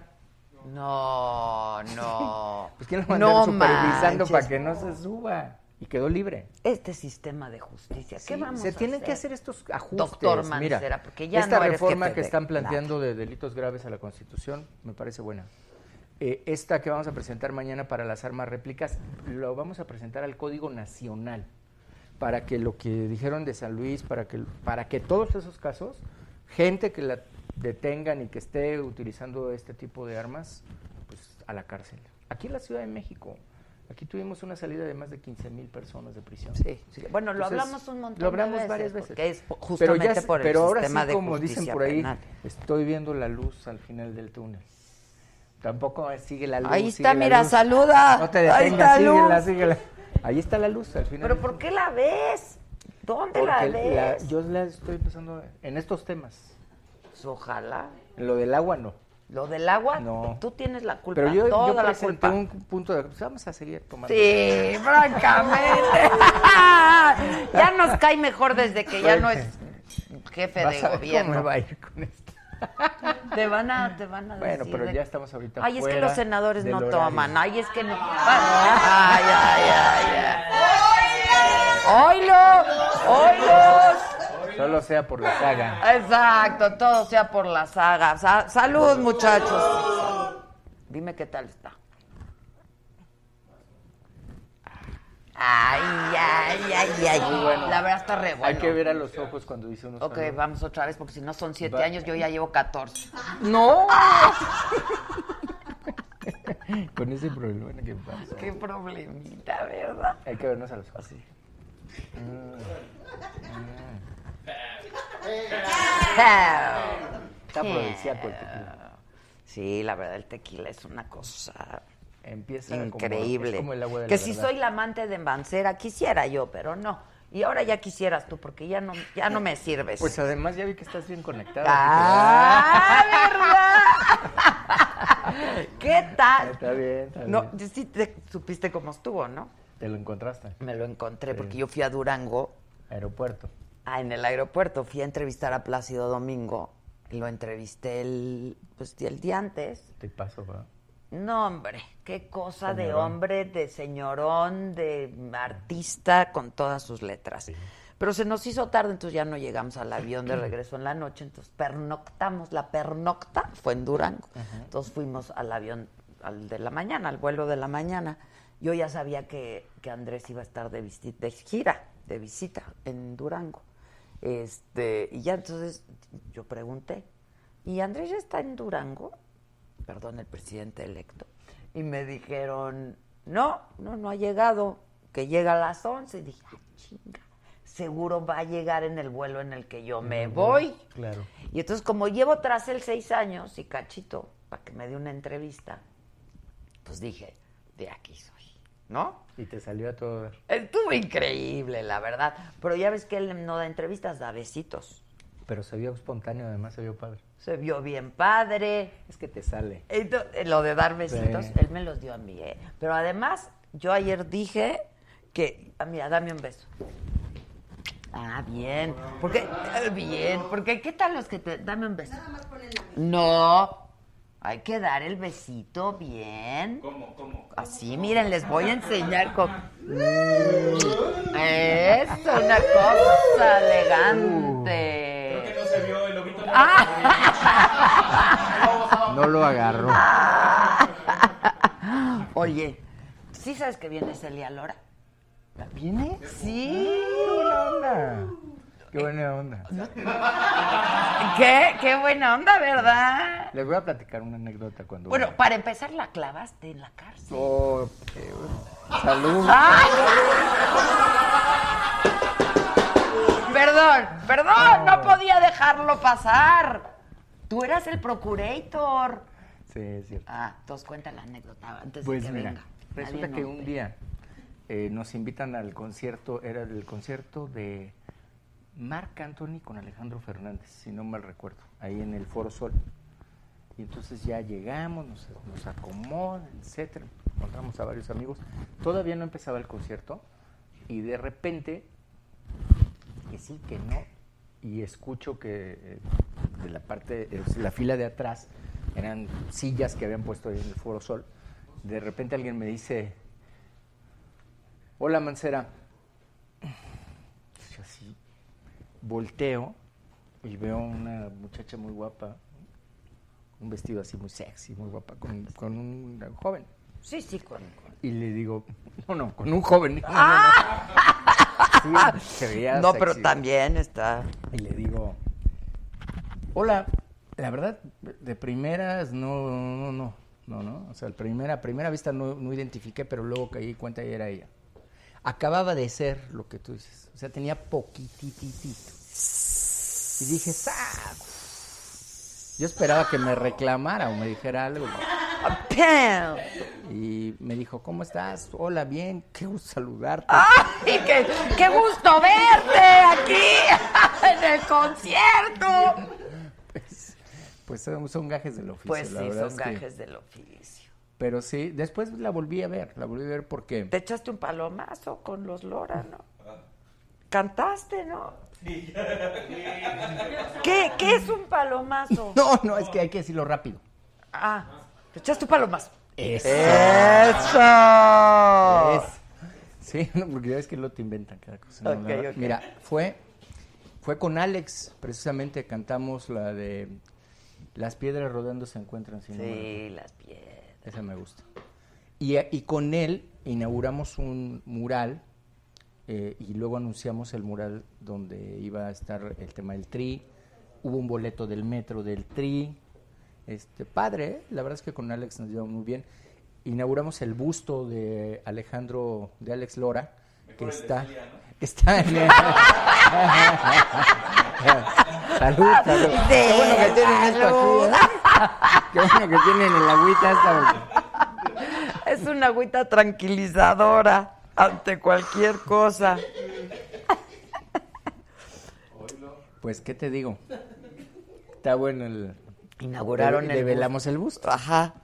No. Pues quién lo mandaron supervisando manches. para que no se suba. Y quedó libre. Este sistema de justicia, ¿qué Sí, vamos se a tienen hacer? que hacer estos ajustes. Doctor Mira, Mancera, porque ya esta no eres reforma jefe que de están planteando de delitos graves a la Constitución me parece buena. Esta que vamos a presentar mañana para las armas réplicas, lo vamos a presentar al Código Nacional, para que lo que dijeron de San Luis, para que todos esos casos, gente que la detengan y que esté utilizando este tipo de armas, pues a la cárcel. Aquí en la Ciudad de México, aquí tuvimos una salida de más de 15,000 personas de prisión. Sí. Bueno, lo Entonces, hablamos un montón lo hablamos de veces. varias veces. Porque es justamente por el pero ahora sistema sí, de como justicia dicen por ahí, penal. estoy viendo la luz al final del túnel. Tampoco sigue la luz. Ahí sigue está, la mira, luz. saluda. No te Ahí detengas, está síguela. luz. Ahí está la luz al final. ¿Pero del por qué la ves? ¿Dónde túnel. la Porque ves? yo la estoy empezando en estos temas. Pues ojalá. En lo del agua no. Lo del agua, No. tú tienes la culpa. Pero yo toda la presenté culpa. un punto de... Pues vamos a seguir tomando. Sí, francamente. Ya nos cae mejor desde que ya no es jefe de Vas a ver gobierno. cómo me va a ir con esto. Te van a Bueno, decir pero ya estamos ahorita Ay, es que fuera los senadores del no horario. toman. Ay, es que no. Ay. ¡Oilos! Solo sea por la saga. Exacto, todo sea por la saga. Salud, muchachos. Dime qué tal está. Ay. Muy bueno. La verdad está re bueno. Hay que ver a los ojos cuando dice uno. Ok, salud. vamos otra vez, porque si no son 7 años, yo ya llevo 14. ¡No! Con ese problema que pasa. Qué problemita, ¿verdad? Hay que vernos a los ojos. Está afrodisíaco el tequila. Sí, la verdad, el tequila es una cosa Empieza increíble. Es como el agua de que la si verdad. soy la amante de Mancera, quisiera yo, pero no. Y ahora ya quisieras tú, porque ya no me sirves. Pues además ya vi que estás bien conectada. ¿Verdad? ¿Qué tal? Está bien. No, sí te supiste cómo estuvo, ¿no? ¿Te lo encontraste? Me lo encontré Sí. porque yo fui a Durango. Aeropuerto. En el aeropuerto fui a entrevistar a Plácido Domingo. Lo entrevisté el día antes. Te paso, ¿verdad? No, hombre, qué cosa de Señorón. hombre, de señorón, de artista con todas sus letras. Sí. Pero se nos hizo tarde, entonces ya no llegamos al avión de regreso en la noche, entonces pernoctamos. La pernocta fue en Durango. Entonces fuimos al avión, al de la mañana, al vuelo de la mañana. Yo ya sabía que Andrés iba a estar de gira, de visita en Durango. Y ya entonces yo pregunté, ¿y Andrés ya está en Durango? Perdón, el presidente electo. Y me dijeron, no ha llegado, que llega a las 11. Y dije, chinga, seguro va a llegar en el vuelo en el que yo me voy. Claro. Y entonces, como llevo tras él 6 años y cachito, para que me dé una entrevista, pues dije, de aquí soy, ¿no? Y te salió a todo dar. Estuvo increíble, la verdad. Pero ya ves que él no da entrevistas, da besitos. Pero se vio espontáneo, además se vio padre. Se vio bien padre. Es que te sale. Entonces, lo de dar besitos, Sí. él me los dio a mí, ¿eh? Pero además, yo ayer dije que, mira, dame un beso. Bien. Porque, ¿qué tal los que te... Dame un beso. No, hay que dar el besito bien. ¿Cómo? Así, miren, les voy a enseñar cómo... Es una cosa elegante. Creo que no se vio el lobito. No lo agarró. Oye, ¿sí sabes que viene Celia Lora? ¿Viene? Sí. Qué buena onda. Qué buena onda, ¿verdad? Les voy a platicar una anécdota cuando... Bueno, para empezar, la clavaste en la cárcel. Oh, salud. ¡Ay! Perdón, no podía dejarlo pasar. Tú eras el procurator. Sí, es cierto. Entonces cuenta la anécdota antes Pues de que mira, venga. resulta Nadie que nos un ve. día nos invitan al concierto, era el concierto de Marc Anthony con Alejandro Fernández, si no mal recuerdo, ahí en el Foro Sol. Y entonces ya llegamos, nos acomodan, etcétera, encontramos a varios amigos. Todavía no empezaba el concierto y de repente, que sí, que no, y escucho que de la parte, la fila de atrás, eran sillas que habían puesto ahí en el Foro Sol. De repente alguien me dice, hola Mancera. Yo así volteo y veo una muchacha muy guapa, un vestido así muy sexy, muy guapa, con un joven. Sí, con... Y le digo, no, con un joven. No. Sí, se veía No, sexy. pero también está... Y le digo, hola, la verdad, de primeras no. O sea, a primera vista no identifiqué, pero luego caí en cuenta y era ella. Acababa de ser lo que tú dices. O sea, tenía poquititito. Y dije, ¡sac! Yo esperaba que me reclamara o me dijera algo. ¡Pam! Y me dijo, ¿cómo estás? Hola, bien, qué gusto saludarte. ¡Ay, qué gusto verte aquí en el concierto! Pues son gajes del oficio. Pues la sí, verdad son es que... gajes del oficio. Pero sí, después la volví a ver porque... ¿Te echaste un palomazo con los Lora, no? cantaste, ¿no? ¿Qué es un palomazo? No, es que hay que decirlo rápido. Ah, te echaste un palomazo. ¡Eso! Sí, no, porque ya ves que lo te inventan cada cosa. ¿No? Okay. Mira, fue con Alex, precisamente cantamos la de Las piedras rodando se encuentran. Sí, las piedras. Esa me gusta. Y con él inauguramos un mural y luego anunciamos el mural donde iba a estar el tema del Tri. Hubo un boleto del metro del Tri. Padre, ¿eh? La verdad es que con Alex nos llevamos muy bien. Inauguramos el busto de Alex Lora, que está en el... Salud. Qué bueno que tienen esto aquí, ¿eh? Qué bueno que tienen el agüita esta. Es una agüita tranquilizadora ante cualquier cosa. Pues, ¿qué te digo? Está bueno el... Inauguraron el develamos el busto. Ajá.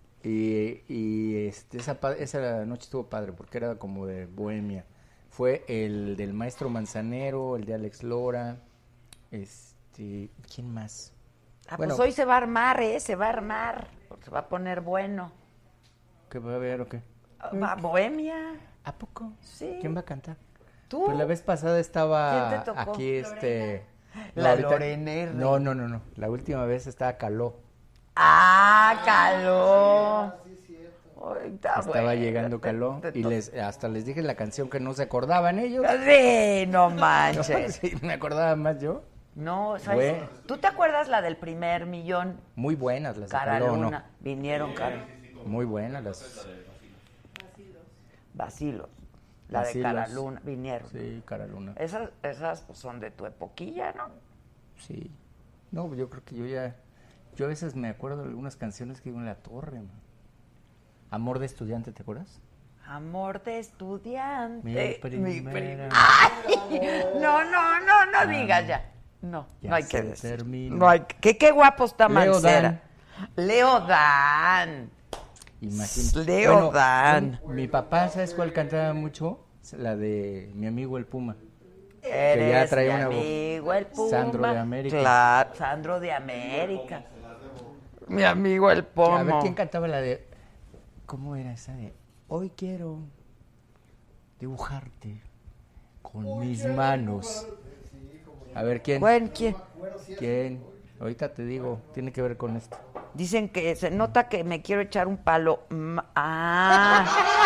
Y esa noche estuvo padre porque era como de bohemia. Fue el del maestro Manzanero, el de Alex Lora, ¿quién más? Bueno, pues hoy se va a armar, se va a armar, se va a poner bueno. ¿Qué va a haber o qué? Va Bohemia. ¿A poco? Sí. ¿Quién va a cantar? ¿Tú? Pues la vez pasada estaba ¿Quién te tocó? aquí Lorena. No. La última vez estaba Caló. Ah, Caló. Estaba llegando Caló y hasta les dije la canción que no se acordaban ellos. Sí, no manches. Sí, me acordaba más yo. No, ¿sabes? ¿Tú te acuerdas la del primer millón? Muy buenas las de Cara Caló, Luna. ¿no? Vinieron Cara. Muy buenas las. Vacilos. La de Cara Luna, vinieron. Sí, Cara Luna. Esas pues, son de tu epoquilla, ¿no? Sí. No, yo creo que yo a veces me acuerdo de algunas canciones que digo en la torre, man. Amor de estudiante, ¿te acuerdas? Amor de estudiante. Mi primera. Ay, no digas ya. No hay que decir. No hay que. Qué guapo está Mancera. Leo Dan. Imagínate. Leo Dan. Mi papá, ¿sabes cuál cantaba mucho? La de Mi amigo el Puma. Eres que ya trae mi una amigo el Puma. Sandro de América. Claro, Sandro de América. Mi amigo el Puma. A ver, ¿quién cantaba la de... ¿Cómo era esa de... Hoy quiero dibujarte con mis manos? A ver, ¿quién? ¿Quién? Ahorita te digo, tiene que ver con esto. Dicen que se nota que me quiero echar un palo. Ya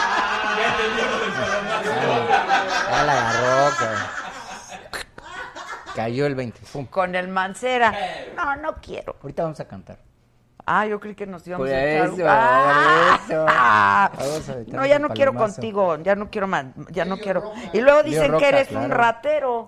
la agarró, cayó el 20. Pum. Con el Mancera. No quiero. Ahorita vamos a cantar. Yo creí que nos íbamos Pues a echar eso. No, ya no quiero contigo, ya no quiero más, ya no quiero. Y luego dicen que eres un ratero.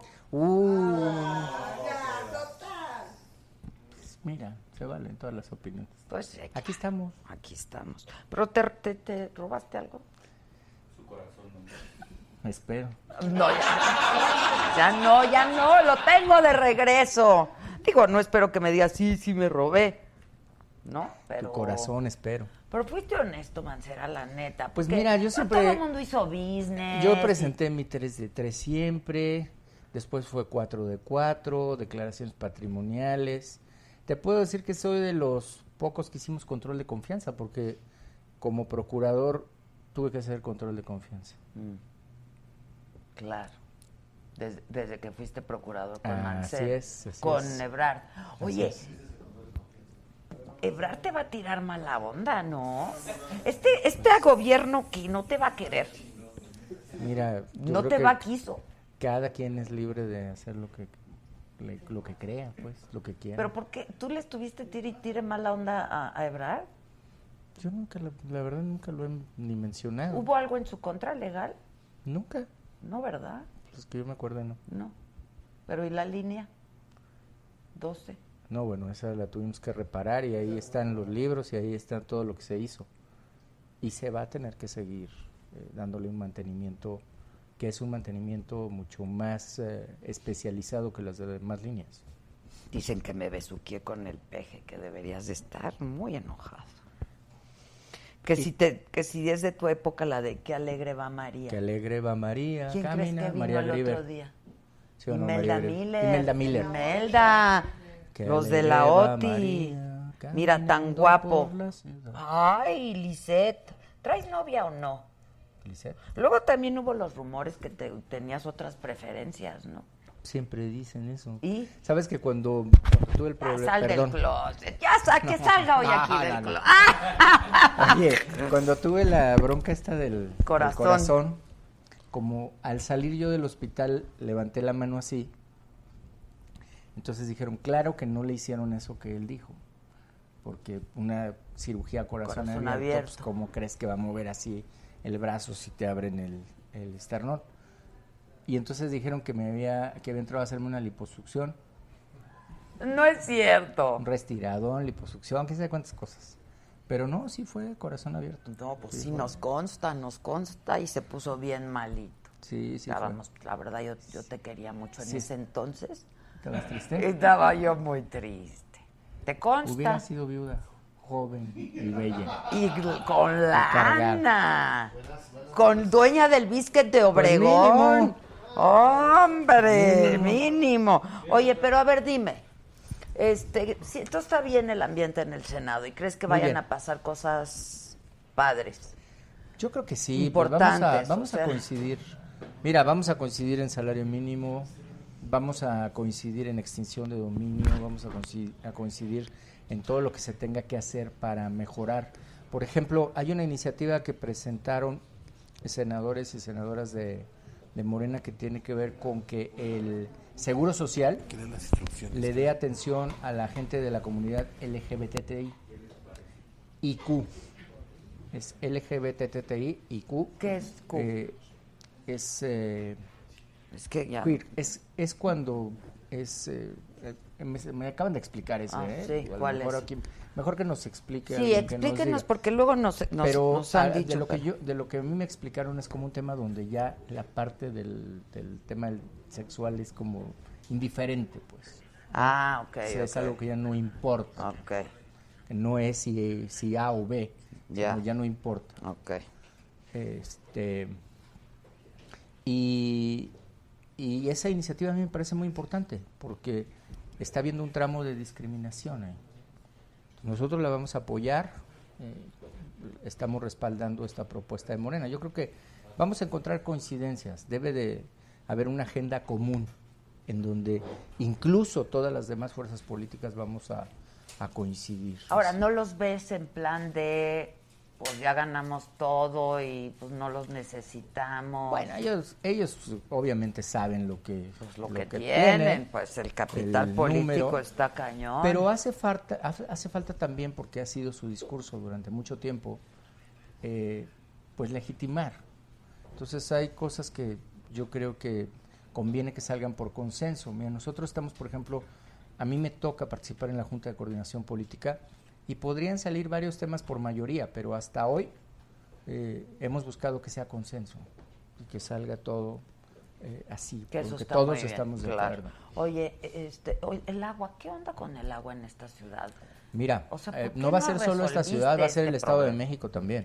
Pues mira, se valen todas las opiniones. Pues aquí estamos. Pero ¿te robaste algo? Su corazón no. Espero. No, ya no, lo tengo de regreso. Digo, no espero que me digas, sí, me robé. No, pero... Tu corazón, espero. Pero fuiste honesto, Mancera, la neta. Pues mira, yo siempre... Todo el mundo hizo business. Yo presenté mi 3 de 3 siempre, después fue 4 de 4, declaraciones patrimoniales. Te puedo decir que soy de los pocos que hicimos control de confianza, porque como procurador tuve que hacer control de confianza. Claro. Desde que fuiste procurador con Mancera. Así es. Con Ebrard. Oye... Ebrard te va a tirar mala onda, ¿no? Este gobierno que no te va a querer. Mira, no te va a quiso. Cada quien es libre de hacer lo que crea, pues, lo que quiera. ¿Pero por qué? ¿Tú le estuviste tire mala onda a Ebrard? Yo nunca, la verdad, nunca lo he ni mencionado. ¿Hubo algo en su contra legal? Nunca. No, ¿verdad? Pues que yo me acuerdo, no. No. ¿Pero y la línea? 12. No, bueno, esa la tuvimos que reparar y ahí están los libros y ahí está todo lo que se hizo. Y se va a tener que seguir dándole un mantenimiento, que es un mantenimiento mucho más especializado que las demás líneas. Dicen que me besuqué con el peje, que deberías de estar muy enojado. Que si es de tu época la de Qué alegre va María. Qué alegre va María. ¿Quién camina, crees que vino María el Grieber. otro día? ¿Sí o no, Imelda María? Miller. Imelda Miller. Imelda. Que Los de alegre la va OTI. María, Mira, tan caminando guapo. por la ciudad. Ay, Lisette. ¿Traes novia o no? Lisette, Luego también hubo los rumores que tenías otras preferencias, ¿no? siempre dicen eso. ¿Y? ¿Sabes que cuando tuve el Ya problema... sal Perdón. del closet. Que salga hoy aquí del no. closet. Oye, cuando tuve la bronca esta del Corazón. del corazón, como al salir yo del hospital levanté la mano así, entonces dijeron, claro que no le hicieron eso que él dijo, porque una cirugía corazón abierto, pues, ¿cómo crees que va a mover así el brazo si te abren el esternón? Y entonces dijeron que había entrado a hacerme una liposucción, No es cierto. un restiradón, liposucción, qué sé cuántas cosas. Pero no, sí fue corazón abierto. No, pues sí, fue. nos consta y se puso bien malito. Sí, sí. Estábamos, la verdad, yo te quería mucho en Sí. ese entonces. ¿Estabas triste? Estaba yo muy triste. ¿Te consta? Hubiera sido viuda, joven y bella. Y con cargar. lana. Con dueña del biscuit de Obregón. mínimo. Hombre, mínimo. Oye, pero a ver, dime. Si esto está bien el ambiente en el Senado y crees que Muy vayan bien. a pasar cosas padres. Yo creo que sí. Importantes, Vamos o sea. a coincidir. Mira, vamos a coincidir en salario mínimo, vamos a coincidir en extinción de dominio, vamos a coincidir en todo lo que se tenga que hacer para mejorar. Por ejemplo, hay una iniciativa que presentaron senadores y senadoras de Morena que tiene que ver con que el Seguro Social le dé atención a la gente de la comunidad LGBTI IQ. Es LGBTI IQ. ¿Qué es Q? Es que ya. queer. Es cuando es me acaban de explicar eso, Sí, A lo ¿cuál mejor es? aquí, mejor que nos explique. Sí, alguien que nos explíquenos diga. porque luego nos han dicho. De lo que a mí me explicaron es como un tema donde ya la parte del tema sexual es como indiferente, pues. Ah, ok. O sea, es algo que ya no importa. Ok. Que no es si A o B. Ya. Ya no importa. Ok. Y esa iniciativa a mí me parece muy importante porque está habiendo un tramo de discriminación ahí. Nosotros la vamos a apoyar, estamos respaldando esta propuesta de Morena. Yo creo que vamos a encontrar coincidencias, debe de haber una agenda común en donde incluso todas las demás fuerzas políticas vamos a coincidir. Ahora, ¿no los ves en plan de, pues ya ganamos todo y pues no los necesitamos? Bueno, ellos obviamente saben lo que tienen, pues el capital el político número, está cañón. pero hace falta también, porque ha sido su discurso durante mucho tiempo, pues legitimar. Entonces hay cosas que yo creo que conviene que salgan por consenso. Mira, nosotros estamos, por ejemplo, a mí me toca participar en la Junta de Coordinación Política y podrían salir varios temas por mayoría, pero hasta hoy hemos buscado que sea consenso y que salga todo así, que porque está todos muy bien, estamos de claro. acuerdo. Oye, el agua, ¿qué onda con el agua en esta ciudad? Mira, O sea, ¿por qué no va a ser solo esta resolviste ciudad, va a ser el este Estado de problema? México también.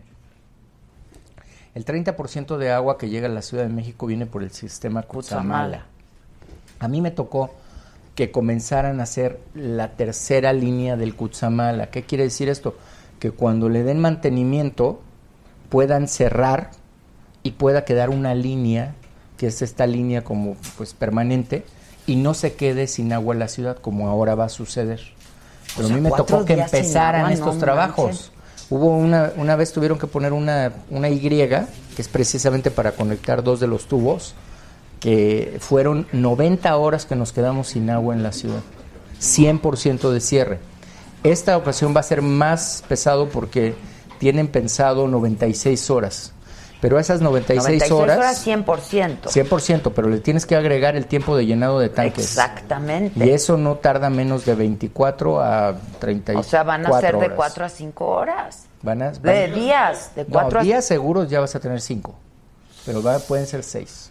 El 30% de agua que llega a la Ciudad de México viene por el sistema Cutzamala. A mí me tocó que comenzaran a hacer la tercera línea del Cutzamala. ¿Qué quiere decir esto? Que cuando le den mantenimiento puedan cerrar y pueda quedar una línea, que es esta línea como pues permanente, y no se quede sin agua en la ciudad como ahora va a suceder. Pero a mí me tocó que empezaran estos trabajos. Hubo una vez tuvieron que poner una Y, que es precisamente para conectar dos de los tubos, que fueron 90 horas que nos quedamos sin agua en la ciudad. 100% de cierre. Esta ocasión va a ser más pesado porque tienen pensado 96 horas. Pero esas 96 horas 100%. 100%, pero le tienes que agregar el tiempo de llenado de tanques. Exactamente. Y eso no tarda menos de 24 a 34 O sea, van a ser de horas. 4 a 5 horas. De días, de 4 no, días seguros ya vas a tener 5, pero pueden ser 6.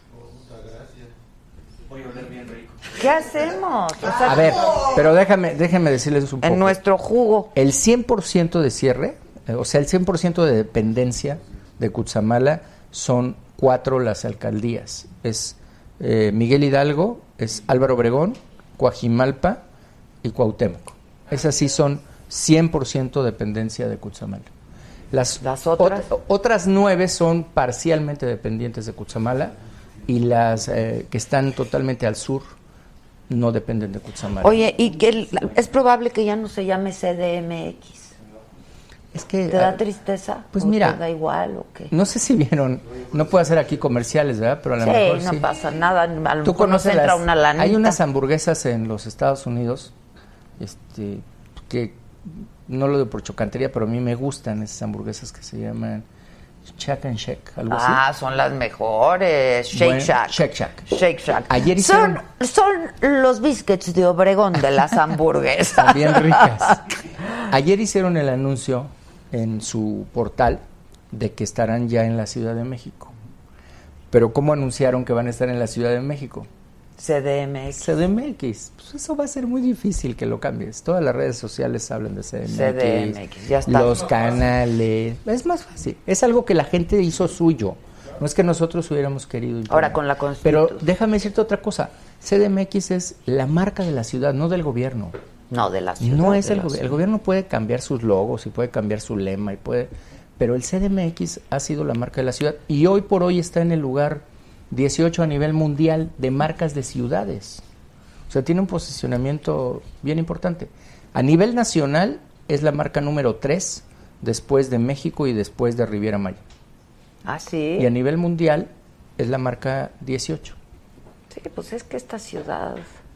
¿Qué hacemos? O sea, A ver, pero déjenme decirles un poco. en nuestro jugo. El 100% de cierre, o sea, el 100% de dependencia de Cutzamala son 4 las alcaldías. Es Miguel Hidalgo, es Álvaro Obregón, Coajimalpa y Cuauhtémoc. Esas sí son 100% dependencia de Cutzamala. Las otras 9 son parcialmente dependientes de Cutzamala y las que están totalmente al sur no dependen de Cutzamala. Oye, y que es probable que ya no se llame CDMX. Es que, ¿te da tristeza? Pues ¿O mira, te da igual o qué? No sé si vieron, no puedo hacer aquí comerciales, ¿verdad? Pero a lo mejor no sí. pasa nada, a lo Tú mejor nos conoces entra una lanita. Hay unas hamburguesas en los Estados Unidos, que no lo digo por chocantería, pero a mí me gustan esas hamburguesas que se llaman Shack and Shake, algo así. Son las mejores. Shake Shack. Shake Shack. Ayer son los biscuits de Obregón de las hamburguesas. Bien ricas. Ayer hicieron el anuncio en su portal de que estarán ya en la Ciudad de México. Pero ¿cómo anunciaron que van a estar en la Ciudad de México? CDMX. Pues eso va a ser muy difícil que lo cambies. Todas las redes sociales hablan de CDMX, ya está. Los canales. Es más fácil. Es algo que la gente hizo suyo. No es que nosotros hubiéramos querido imponer. Ahora con la Constitución. Pero déjame decirte otra cosa. CDMX es la marca de la ciudad, no del gobierno. No, de la ciudad. No es el gobierno. El gobierno puede cambiar sus logos y puede cambiar su lema y puede, pero el CDMX ha sido la marca de la ciudad y hoy por hoy está en el lugar 18 a nivel mundial de marcas de ciudades. O sea, tiene un posicionamiento bien importante. A nivel nacional es la marca número 3 después de México y después de Riviera Maya. Ah, sí. Y a nivel mundial es la marca 18. Sí, pues es que esta ciudad...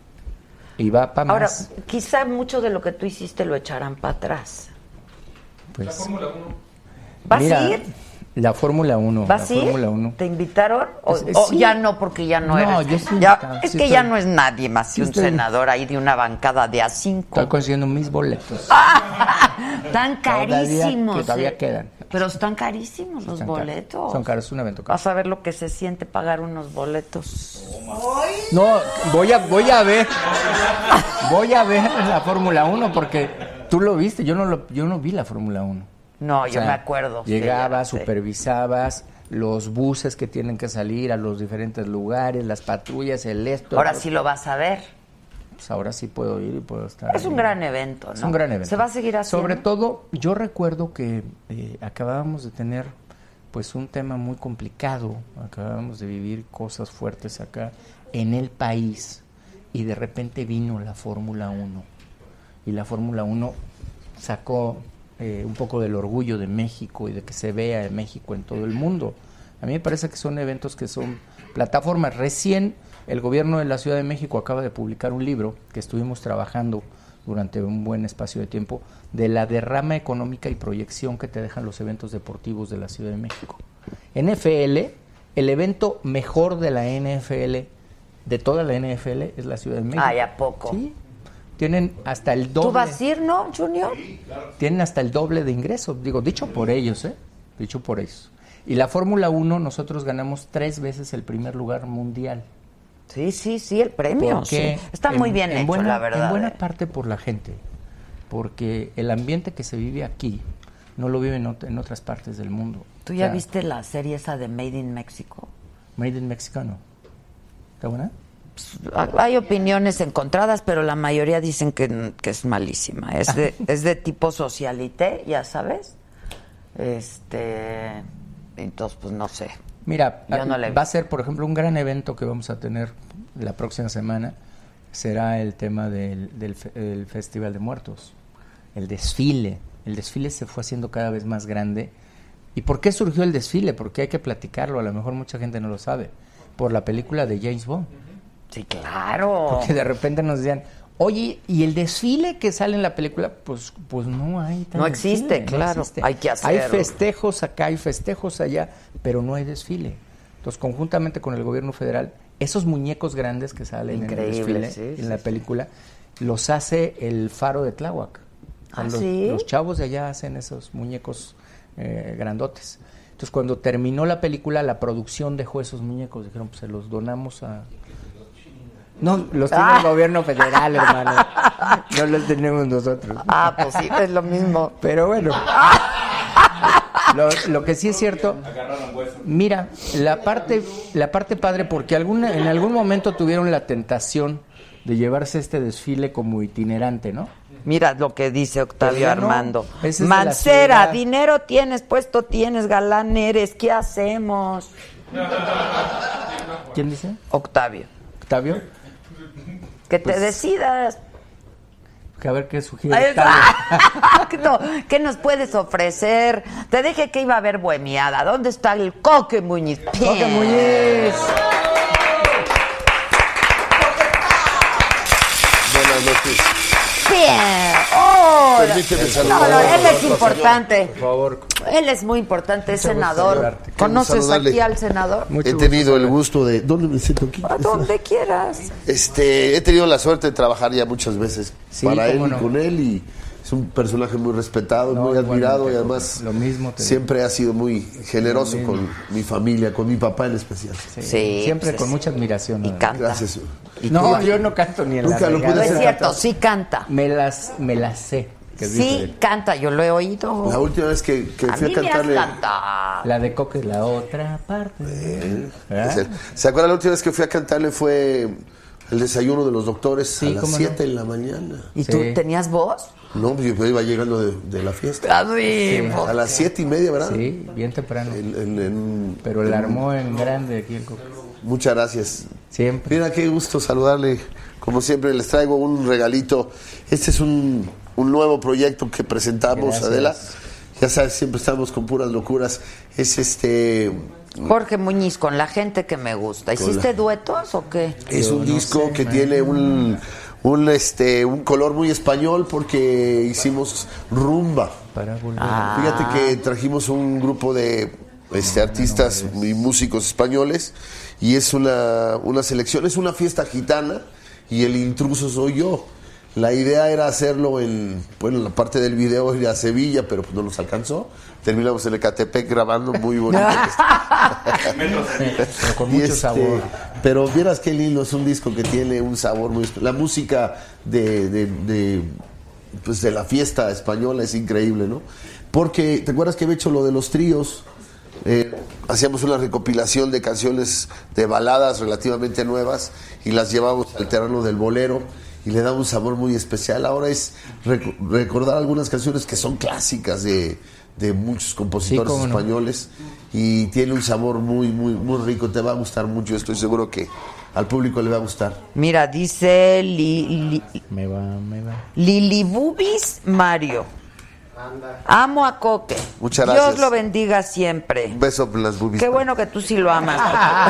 Y va para más. Ahora, quizá mucho de lo que tú hiciste lo echarán para atrás. Pues, la Fórmula 1. ¿Vas a ir? La Fórmula 1. ¿Vas a ir? Fórmula 1. ¿Te invitaron? ¿O Sí. ya no, porque ya no eres? Yo sí. Es que ya no es nadie más que un senador ahí de una bancada de A5. Estoy consiguiendo mis boletos. Están carísimos. Todavía quedan. Pero están carísimos los boletos. Son caros, es un evento caro. Vas a ver lo que se siente pagar unos boletos. No, voy a ver. Voy a ver la Fórmula 1 porque tú lo viste, yo no vi la Fórmula 1. No, yo me acuerdo. Llegabas, supervisabas los buses que tienen que salir a los diferentes lugares, las patrullas, Ahora sí lo vas a ver. Pues ahora sí puedo ir y puedo estar. Es un gran evento, ¿no? Es un gran evento. Se va a seguir haciendo. Sobre todo, yo recuerdo que acabábamos de tener pues un tema muy complicado, acabábamos de vivir cosas fuertes acá en el país y de repente vino la Fórmula 1 y la Fórmula 1 sacó un poco del orgullo de México y de que se vea en México en todo el mundo. A mí me parece que son eventos que son plataformas. Recién el gobierno de la Ciudad de México acaba de publicar un libro que estuvimos trabajando durante un buen espacio de tiempo de la derrama económica y proyección que te dejan los eventos deportivos de la Ciudad de México. NFL, el evento mejor de la NFL, de toda la NFL, es la Ciudad de México. Ay, ¿a poco? Sí. Tienen hasta el doble. ¿Tú vas a ir, no, Junior? Tienen hasta el doble de ingresos. Digo, dicho por ellos, Dicho por ellos. Y la Fórmula 1, nosotros ganamos 3 veces el primer lugar mundial. Sí, el premio. Sí. Está muy bien hecho, la verdad. En buena parte por la gente. Porque el ambiente que se vive aquí no lo viven en otras partes del mundo. ¿Tú ya viste la serie esa de Made in Mexico? Made in Mexicano. ¿Está buena? Hay opiniones encontradas, pero la mayoría dicen que es malísima. Es de tipo socialité, ya sabes. Entonces, pues no sé. Mira, va a ser, por ejemplo, un gran evento que vamos a tener la próxima semana. Será el tema del Festival de Muertos. El desfile. El desfile se fue haciendo cada vez más grande. ¿Y por qué surgió el desfile? Porque hay que platicarlo. A lo mejor mucha gente no lo sabe. Por la película de James Bond. Sí, claro. Porque de repente nos decían, oye, ¿y el desfile que sale en la película? Pues no hay. No existe, desfile, claro. No existe. Hay que hacerlo. Hay festejos acá, hay festejos allá, pero no hay desfile. Entonces, conjuntamente con el gobierno federal, esos muñecos grandes que salen en el desfile, en la película, los hace el Faro de Tláhuac. Los chavos de allá hacen esos muñecos grandotes. Entonces, cuando terminó la película, la producción dejó esos muñecos. Dijeron, pues se los donamos a... No, los tiene el gobierno federal, hermano. No los tenemos nosotros. Pues sí, es lo mismo. Pero bueno. Lo que sí es cierto, mira, la parte padre, porque en algún momento tuvieron la tentación de llevarse este desfile como itinerante, ¿no? Mira lo que dice Octavio Pero ya no, Armando. ese es de la Mancera, ciudad. dinero tienes, puesto tienes, galán eres, ¿qué hacemos? ¿Quién dice? Octavio. ¿Octavio? Que te decidas. Que a ver qué sugiere. Ay, Octavio. no, ¿qué nos puedes ofrecer? Te dije que iba a haber bohemiada. ¿Dónde está el Coque Muñiz? Coque Muñiz. Buenas noches. Bien. Oh, Permíteme no, saludar. él es importante. Por favor. Él es muy importante, es Mucho gusto senador. saludarte. ¿Conoces saludarle. aquí al senador? Mucho He gusto tenido el saber. gusto de... ¿Dónde me siento aquí? A donde quieras. He tenido la suerte de trabajar ya muchas veces Sí, para él cómo y no. con él, y es un personaje muy respetado, No, muy admirado, igualmente, y además lo mismo te siempre ha sido muy generoso Lo con mi familia, con mi papá en especial. Sí, Siempre pues, con mucha admiración. Y además. canta. Gracias. No, yo no canto ni en Nunca la lo pude No regada. es hacer cierto, cantar. sí canta. Me las sé. Que es Sí diferente. canta, yo lo he oído. La última vez que A fui mí a cantarle... me has cantado. La de Coque, la otra parte. ¿Verdad? ¿Se acuerda la última vez que fui a cantarle fue el desayuno de los doctores Sí, a las cómo no. 7 de la mañana? ¿Y Sí. tú tenías voz? No, yo iba llegando de la fiesta. Así. A las 7:30, ¿verdad? Sí, bien temprano. En- Pero la armó en grande aquí el Coque. Muchas gracias. Siempre. Mira, qué gusto saludarle. Como siempre, les traigo un regalito. Este es un nuevo proyecto que presentamos, Gracias. Adela. Ya sabes, siempre estamos con puras locuras. Es Jorge Muñiz, con la gente que me gusta. ¿Hiciste duetos o qué? es Yo un no disco sé, que man. tiene un color muy español porque hicimos rumba. Para volver. Fíjate que trajimos un grupo de artistas y músicos españoles, y es una selección, es una fiesta gitana, y el intruso soy yo. La idea era hacerlo en la parte del video ir a Sevilla, pero pues no nos alcanzó. Terminamos en Ecatepec grabando, muy bonito. Pero con Y mucho sabor. Pero vieras qué lindo, es un disco que tiene un sabor muy... La música de la fiesta española es increíble, ¿no? Porque, ¿te acuerdas que había hecho lo de los tríos? Hacíamos una recopilación de canciones de baladas relativamente nuevas y las llevamos al terreno del bolero y le da un sabor muy especial. Ahora es recordar algunas canciones que son clásicas de muchos compositores Sí, cómo no. españoles, y tiene un sabor muy, muy, muy rico. Te va a gustar mucho, estoy seguro que al público le va a gustar. Mira, dice Me va. Lilibubis Mario. Amo a Coque. Muchas gracias. Dios lo bendiga siempre. Un beso en las boobies. Qué bueno que tú sí lo amas.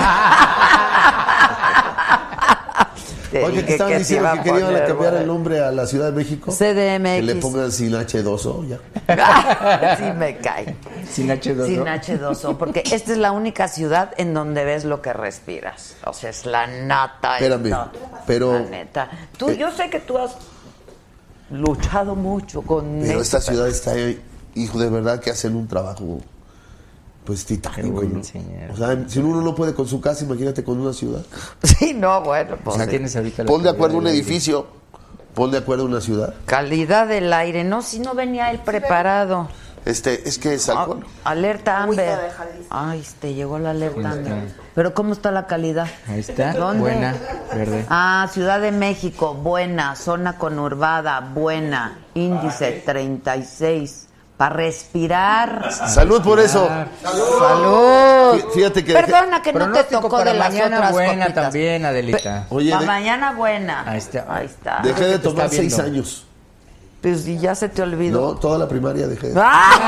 Te Oye, dije que estaban se diciendo iba a que querían poner cambiar bueno. el nombre a la Ciudad de México. CDMX. Que le pongan sin H2O ya. Sí me cae. Sin H2O. Sin H2O, porque esta es la única ciudad en donde ves lo que respiras. O sea, es la nata. Espérame, esto. pero- La neta. Yo sé que tú has luchado mucho con Pero esto, esta ciudad está, hijo, de verdad que hacen un trabajo pues titánico, Qué buen ¿no? señor. O sea, si uno no puede con su casa, imagínate con una ciudad. Sí, no, bueno, pues. O sea, tienes ahorita la Pon de acuerdo un calidad del aire. edificio, pon de acuerdo una ciudad. Calidad del aire. No, si no venía él preparado. Es que es alcohol. Alerta Amber. Ay, te llegó la alerta Amber. Pero ¿cómo está la calidad? Ahí está. ¿Dónde? Buena, verde. Ah, Ciudad de México, buena. Zona conurbada, buena. Índice 36. Para respirar. Salud por eso. Salud. Fíjate que Perdona que no te Pronóstico tocó para de las mañana otras buena copitas. también, Adelita. Oye, Para mañana buena. Ahí está. Ahí está. dejé de te está tomar 6 viendo. años. Pues y ya se te olvidó. No, toda la primaria dejé de...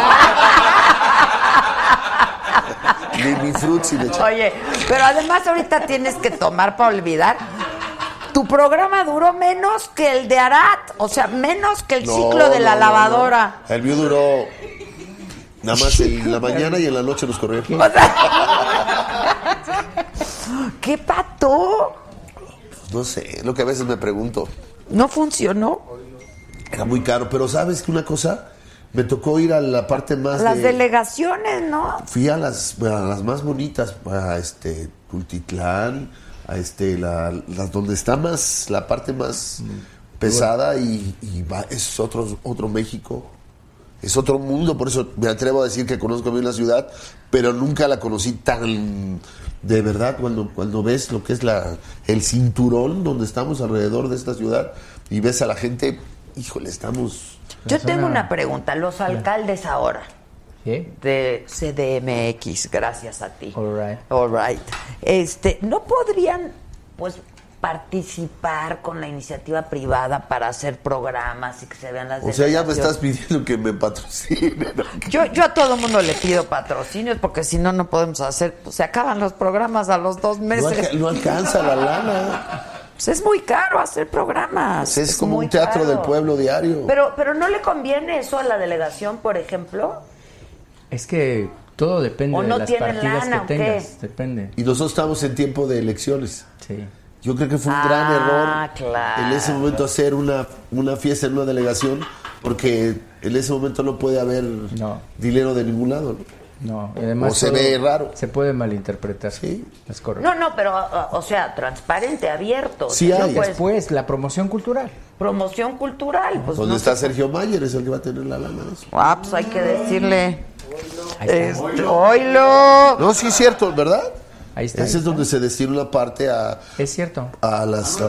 ¡Ah! Ni fruits y leche. Oye, pero además ahorita tienes que tomar para olvidar. Tu programa duró menos que el de Arat, o sea, menos que el No, ciclo de la no, lavadora. no. El mío duró nada más en la mañana y en la noche nos corrieron. O sea, ¿qué pató? No sé, lo que a veces me pregunto. ¿No funcionó? Era muy caro, pero ¿sabes que una cosa? Me tocó ir a la parte más Las de... delegaciones, ¿no? Fui a las más bonitas, a Tultitlán, a donde está más, la parte más pesada, y es otro México. Es otro mundo, por eso me atrevo a decir que conozco bien la ciudad, pero nunca la conocí tan de verdad cuando ves lo que es el cinturón donde estamos alrededor de esta ciudad y ves a la gente, híjole, estamos... Yo tengo una pregunta, los alcaldes ahora de CDMX, gracias a ti. All right. ¿No podrían, pues, participar con la iniciativa privada para hacer programas y que se vean las O sea, ya me estás pidiendo que me patrocine, ¿no? Yo a todo mundo le pido patrocinios porque si no podemos hacer, pues, se acaban los programas a los 2 meses. No alcanza la lana. Pues es muy caro hacer programas. Es como un teatro del pueblo diario. Pero ¿no le conviene eso a la delegación, por ejemplo? Es que todo depende ¿O no de las tienen partidas lana, que o qué? tengas. Depende. Y nosotros estamos en tiempo de elecciones. Sí. Yo creo que fue un gran error claro. en ese momento hacer una fiesta en una delegación, porque en ese momento no puede haber dinero de ningún lado, ¿no? Además o se ve raro. Se puede malinterpretar. Sí. Es correcto. No, pero, o sea, transparente, abierto. Sí hay. Después, la promoción cultural. Promoción cultural. Pues ¿Dónde está Sergio Mayer? Es el que va a tener la lana de eso. Pues hay que decirle. Oilo. No, sí es cierto, ¿verdad? Ahí está. Ese es donde se destina una parte a... Es cierto. A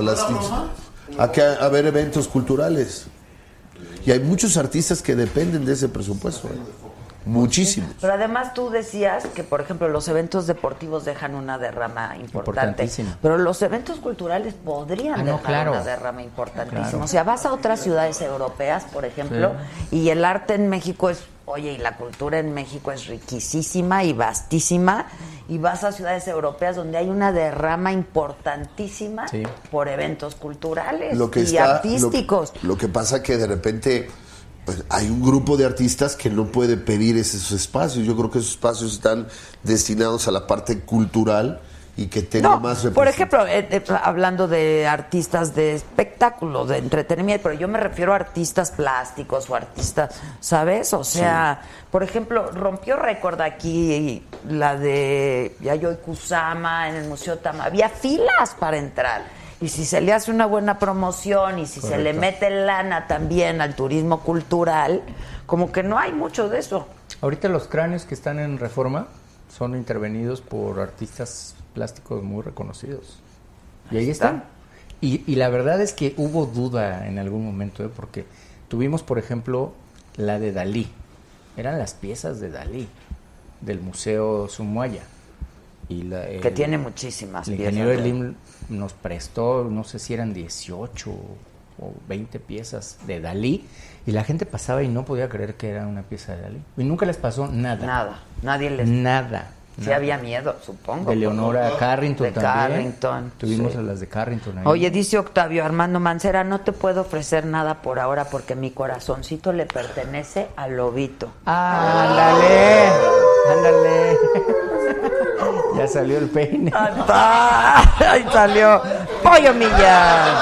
ver eventos culturales. Y hay muchos artistas que dependen de ese presupuesto. Muchísimos. Pero además tú decías que, por ejemplo, los eventos deportivos dejan una derrama importante. Pero los eventos culturales podrían dejar una derrama importantísima. Claro. O sea, vas a otras ciudades europeas, por ejemplo, y el arte en México es... Oye, y la cultura en México es riquísima y vastísima, y vas a ciudades europeas donde hay una derrama importantísima por eventos culturales y artísticos. Lo que pasa que de repente pues, hay un grupo de artistas que no puede pedir esos espacios. Yo creo que esos espacios están destinados a la parte cultural y que tenga más representación. Por ejemplo, hablando de artistas de espectáculo, de entretenimiento, pero yo me refiero a artistas plásticos o artistas, ¿sabes? O sea, por ejemplo, rompió récord aquí la de Yayoi Kusama en el Museo Tama. Había filas para entrar. Y si se le hace una buena promoción y si se le mete lana también al turismo cultural, como que no hay mucho de eso. Ahorita los cráneos que están en Reforma son intervenidos por artistas plásticos muy reconocidos. Y ahí están. Y la verdad es que hubo duda en algún momento, porque tuvimos, por ejemplo, la de Dalí. Eran las piezas de Dalí, del Museo Sumuaya. Que tiene muchísimas piezas. El ingeniero Elim nos prestó, no sé si eran 18 o 20 piezas de Dalí, y la gente pasaba y no podía creer que era una pieza de Dalí. Y nunca les pasó nada. Nada. Nadie les... Nada. Sí había miedo, supongo. De Leonora Carrington también. Carrington. Tuvimos a las de Carrington ahí. Oye, dice Octavio Armando Mancera, no te puedo ofrecer nada por ahora porque mi corazoncito le pertenece al lobito. ¡Ándale! ¡Ándale! Ya salió el peine. Ahí salió. Pollo Millán.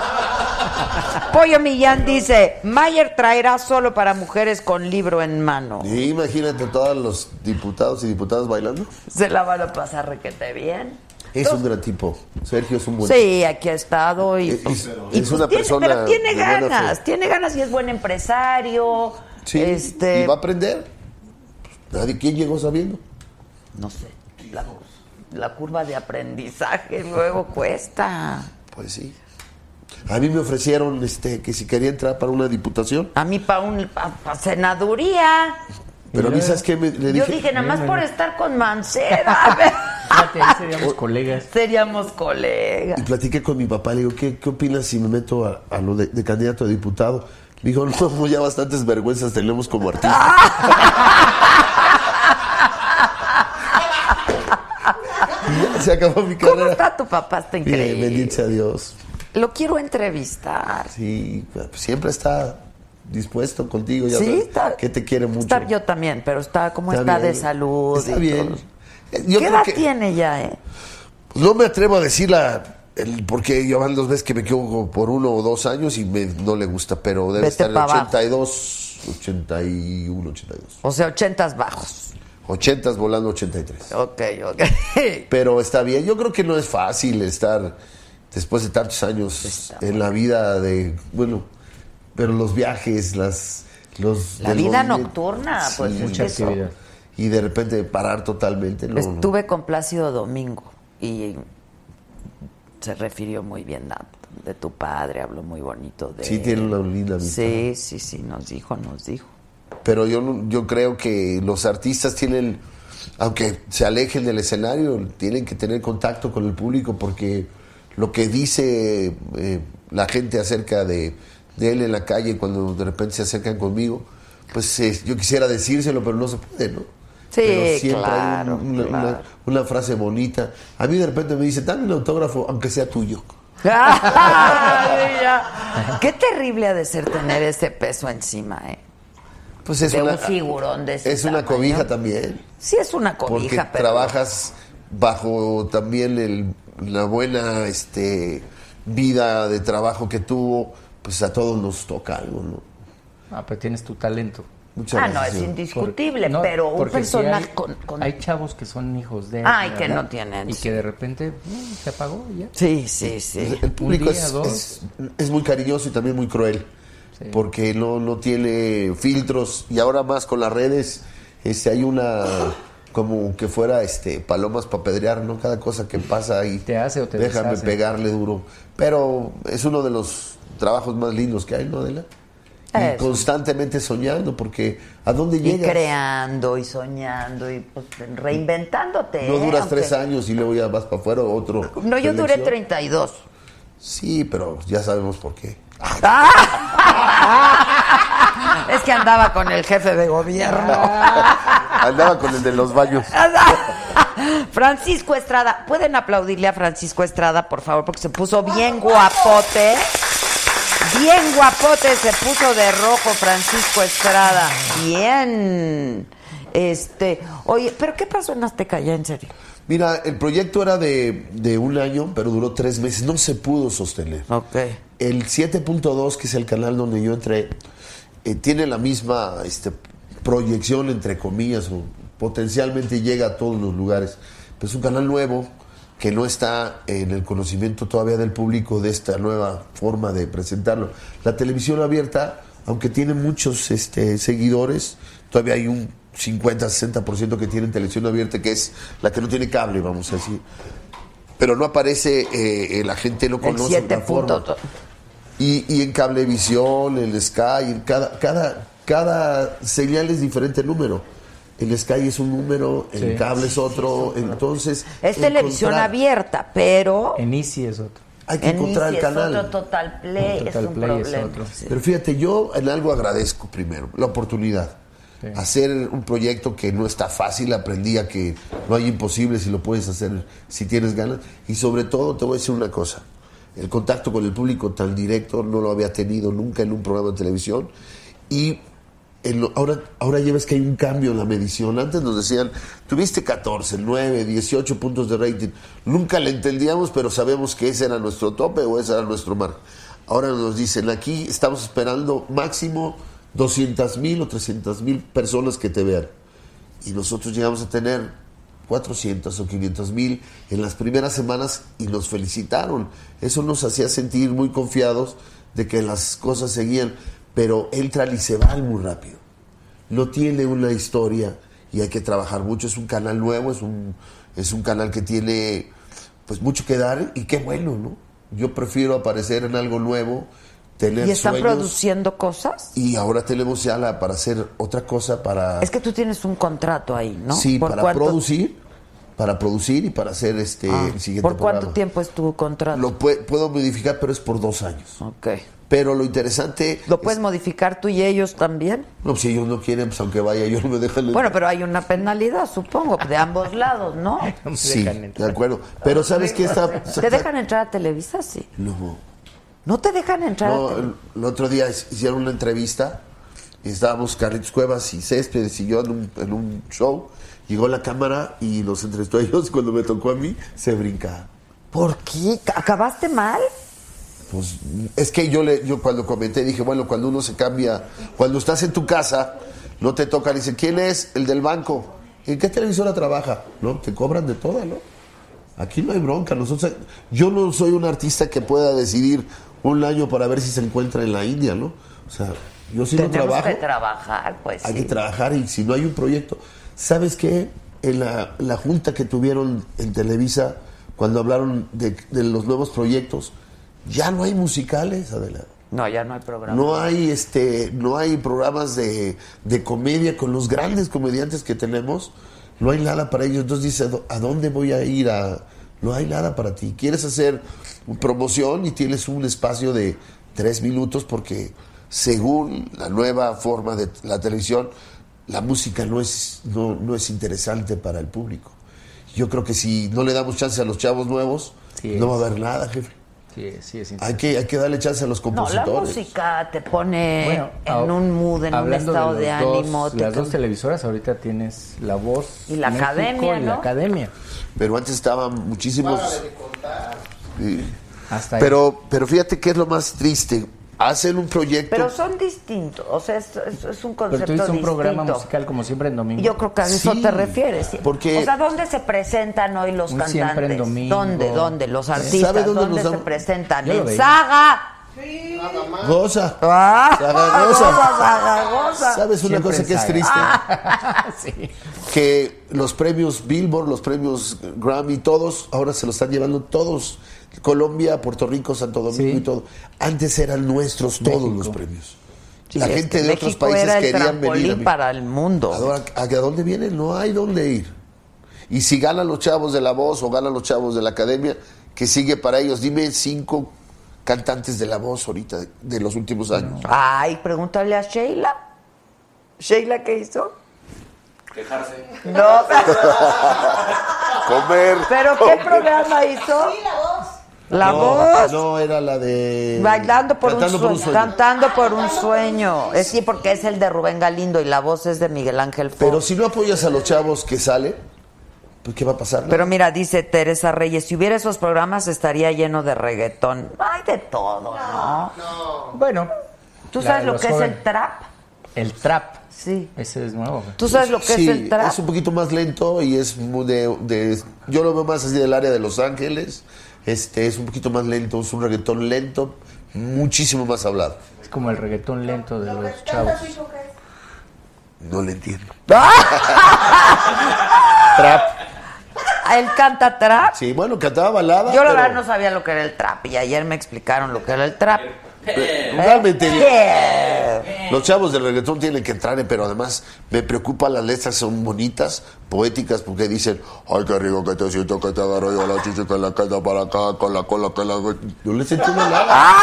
Pollo Millán dice, Mayer traerá solo para mujeres con libro en mano. Y imagínate todos los diputados y diputadas bailando. Se la van a pasar requete bien. Es un gran tipo. Sergio es un buen tipo. Aquí ha estado y es una persona. Pero tiene ganas y es buen empresario. Sí, y va a aprender. ¿Quién llegó sabiendo? No sé. La curva de aprendizaje luego cuesta. Pues sí. A mí me ofrecieron que si quería entrar para una diputación. A mí para senaduría. Pero a mí, ¿sabes qué? Yo dije, nada más por estar con Mancera. Fíjate, ahí seríamos colegas. Seríamos colegas. Y platiqué con mi papá, le digo, ¿qué opinas si me meto a lo de candidato a diputado? Me dijo, no, ya bastantes vergüenzas tenemos como artistas. Se acabó mi carrera. ¿Cómo está tu papá? Está increíble. Bien, bendito sea Dios. Lo quiero entrevistar. Sí, siempre está dispuesto contigo. Ya sí, sabes, que te quiere mucho. Yo también, pero ¿cómo está de salud? Está bien. ¿Qué edad tiene ya, Pues no me atrevo a decir porque yo van 2 veces que me quedo por 1 o 2 años y no le gusta, pero debe estar en 82, 81, 82. O sea, 80 bajos. 80 volando 83. Ok. Pero está bien. Yo creo que no es fácil estar después de tantos años en la vida pero los viajes, La vida nocturna, sí, pues mucha es que actividad. Y de repente parar totalmente. No, estuve con Plácido Domingo y se refirió muy bien de tu padre, habló muy bonito de Sí, tiene una linda amistad. Sí, nos dijo. Pero yo creo que los artistas tienen, aunque se alejen del escenario, tienen que tener contacto con el público, porque lo que dice la gente acerca de él en la calle cuando de repente se acercan conmigo, pues yo quisiera decírselo, pero no se puede, ¿no? Sí, Pero siempre claro, hay una frase bonita. A mí de repente me dice, dame un autógrafo, aunque sea tuyo. Qué terrible ha de ser tener ese peso encima, Pues es de un figurón de ese Es una tamaño. cobija también. Sí, es una cobija, Porque pero trabajas bajo también la buena vida de trabajo que tuvo, pues a todos nos toca algo, ¿no? Pero tienes tu talento. Muchas no, gracias. es indiscutible, No, pero un porque sí personaje hay chavos que son hijos de... Ay, que ¿verdad? no tienen. Y que de repente se apagó y ya. Sí. El público Un día, dos. es muy cariñoso y también muy cruel, Sí. porque no tiene filtros, y ahora más con las redes hay una como que fuera palomas para pedrear, ¿no? Cada cosa que pasa ahí Te hace o te déjame deshace. pegarle duro, pero es uno de los trabajos más lindos que hay, ¿no, Adela? Y Eso. constantemente soñando, porque ¿a dónde Y llegas? creando y soñando y pues, reinventándote. No duras aunque- 3 años y luego ya vas para afuera otro. No, yo duré selección. 32. Sí, pero ya sabemos por qué. Es que andaba con el jefe de gobierno. Andaba con el de los baños. Francisco Estrada, ¿pueden aplaudirle a Francisco Estrada, por favor? Porque se puso bien guapote. Bien guapote, se puso de rojo Francisco Estrada. Bien. Oye, ¿pero qué pasó en Azteca ya, en serio? Mira, el proyecto era de 1 año, pero duró 3 meses. No se pudo sostener. Ok. El 7.2, que es el canal donde yo entré, tiene la misma proyección, entre comillas, o potencialmente llega a todos los lugares. Pero es un canal nuevo que no está en el conocimiento todavía del público de esta nueva forma de presentarlo. La televisión abierta, aunque tiene muchos seguidores, todavía hay un 50-60% que tienen televisión abierta, que es la que no tiene cable, vamos a decir. Pero no aparece, la gente no conoce El la 7 forma. punto. Y en Cablevisión, el Sky, cada señal es diferente número. El Sky es un número, el Sí. cable es otro, entonces... Es televisión abierta, pero En Easy es otro. Hay que encontrar el es canal. otro Total Play, Total es un Play es problema. otro. Sí. Pero fíjate, yo en algo agradezco primero, la oportunidad. Sí. Hacer un proyecto que no está fácil, aprendí a que no hay imposible si lo puedes hacer, si tienes ganas. Y sobre todo, te voy a decir una cosa, el contacto con el público tan directo no lo había tenido nunca en un programa de televisión. Y ahora ya ves que hay un cambio en la medición. Antes nos decían, tuviste 14, 9, 18 puntos de rating. Nunca le entendíamos, pero sabemos que ese era nuestro tope o ese era nuestro margen. Ahora nos dicen, aquí estamos esperando máximo 200,000 o 300,000 personas que te vean. Y nosotros llegamos a tener 400 o 500,000 en las primeras semanas y nos felicitaron. Eso nos hacía sentir muy confiados de que las cosas seguían. Pero entra y se va muy rápido. No tiene una historia y hay que trabajar mucho. Es un canal nuevo, es un canal que tiene pues mucho que dar, y qué bueno, ¿no? Yo prefiero aparecer en algo nuevo, tener ¿Y están sueños, produciendo cosas? y ahora tenemos ya para hacer otra cosa, para... Es que tú tienes un contrato ahí, ¿no? Sí, ¿Por para cuánto- producir y para hacer el siguiente ¿Por cuánto programa. tiempo es tu contrato? Lo puedo modificar, pero es por 2 años. Ok. Pero lo interesante... ¿Lo puedes modificar tú y ellos también? No, si ellos no quieren, pues aunque vaya yo no me dejan... Bueno, pero hay una penalidad, supongo, de ambos lados, ¿no? No me Sí, dejan entrar. de acuerdo. Pero ¿sabes qué está...? ¿Te dejan entrar a Televisa? Sí. No. ¿No te dejan entrar a No, Televisa? el otro día hicieron una entrevista y estábamos Carlitos Cuevas y Céspedes y yo en un show. Llegó la cámara y los entrevistó a ellos. Cuando me tocó a mí, se brinca. ¿Por qué? ¿Acabaste mal? Pues es que yo cuando comenté dije, bueno, cuando uno se cambia, cuando estás en tu casa, no te tocan y dicen, ¿quién es? El del banco. ¿En qué televisora trabaja? No, te cobran de toda, ¿no? Aquí no hay bronca. Yo no soy un artista que pueda decidir un año para ver si se encuentra en la India, ¿no? O sea, yo sí no trabajo. Tenemos que trabajar, pues. Hay sí. que trabajar y si no hay un proyecto. ¿Sabes qué? En la junta que tuvieron en Televisa, cuando hablaron de los nuevos proyectos, ya no hay musicales, Adela. No, ya no hay programa. No hay programas de comedia con los grandes comediantes que tenemos. No hay nada para ellos. Entonces dice, ¿a dónde voy a ir? No hay nada para ti. Quieres hacer promoción y tienes un espacio de 3 minutos porque según la nueva forma de la televisión, la música no es interesante para el público. Yo creo que si no le damos chance a los chavos nuevos, no va a haber nada, jefe. Sí, es hay que darle chance a los compositores. No, la música te pone en un mood, en un estado de ánimo. Las dos televisoras, ahorita tienes La Voz y la México Academia, y ¿no? la Academia. Pero antes estaban muchísimos. Sí. Hasta pero fíjate que es lo más triste. Hacen un proyecto. Pero son distintos, o sea, es un concepto Pero tú dices un distinto. programa musical como siempre en domingo. Yo creo que a eso te refieres. Porque o sea, ¿dónde se presentan hoy los cantantes? Siempre en domingo. ¿Dónde? Los artistas, ¿Sabe ¿dónde se presentan? Yo lo En veía. Saga. Sí. Goza. Goza. ¿Sabes una Siempre cosa en que es Saga. triste? Sí. Que los premios Billboard, los premios Grammy, todos, ahora se los están llevando todos. Colombia, Puerto Rico, Santo Domingo y todo. Antes eran nuestros todos los premios. Sí, la gente de otros países era el querían venir. trampolín para el mundo. Ahora, ¿a dónde vienen? No hay dónde ir. Y si ganan los chavos de La Voz o ganan los chavos de la Academia, ¿qué sigue para ellos? Dime 5 cantantes de La Voz ahorita, de los últimos años. Ay, pregúntale a Sheila. ¿Sheila qué hizo? Quejarse. No. Comer. ¿Pero qué programa hizo? Sí, la voz. La Voz. No, era la de... Bailando por Cantando un sueño. Cantando por un sueño. Sí, porque es el de Rubén Galindo y La Voz es de Miguel Ángel Fox. Pero si no apoyas a los chavos que salen, pues ¿qué va a pasar? Pero mira, dice Teresa Reyes, si hubiera esos programas estaría lleno de reggaetón. Hay de todo, ¿no? Bueno. ¿Tú sabes lo que es el trap? El trap. Sí. Ese es nuevo. ¿Tú sabes lo que es el trap? Es un poquito más lento y es yo lo veo más así del área de Los Ángeles. Es un poquito más lento, es un reggaetón lento, muchísimo más hablado. Es como el reggaetón lento de los chavos. No le entiendo. ¡Ah! Trap. ¿Él canta trap? Sí, bueno, cantaba balada. Yo la pero verdad no sabía lo que era el trap y ayer me explicaron lo que era el trap. Realmente los chavos del reggaetón tienen que entrar, pero además me preocupa, las letras son bonitas, poéticas, porque dicen, ay, qué rico que te siento, que te agarro yo la chicha, que la queda para acá, con la cola, que la... No les entiendo nada.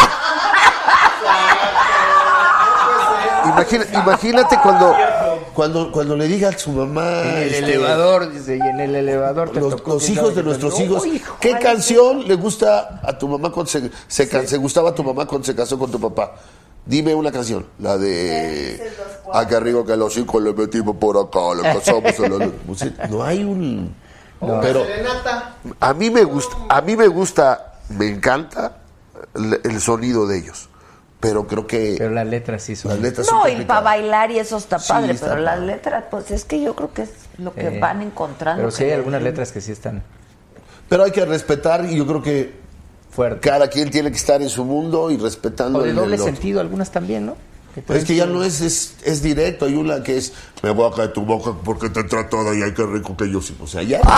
Imagínate cuando le diga a su mamá... En el elevador, dice, y en el elevador... Los hijos de nuestros hijos, ¿qué canción le gusta a tu mamá cuando se gustaba a tu mamá cuando se casó con tu papá? Dime una canción, la de... Ah, qué rico que los hijos le metimos por acá, le casamos. No hay un... No. Pero a mí me gusta, me encanta el sonido de ellos. Pero creo que... Pero las letras sí son... No, y para bailar y eso está padre, está pero las padre. letras, pues es que yo creo que es lo que van encontrando. Pero sí hay algunas letras que sí están... Pero hay que respetar y yo creo que fuerte. Cada quien tiene que estar en su mundo y respetando o de el doble del otro. sentido, algunas también, ¿no? Es que ya no es directo. Hay una que es, me voy a caer tu boca porque te trato de y ay, qué rico que yo sí. O sea, ya.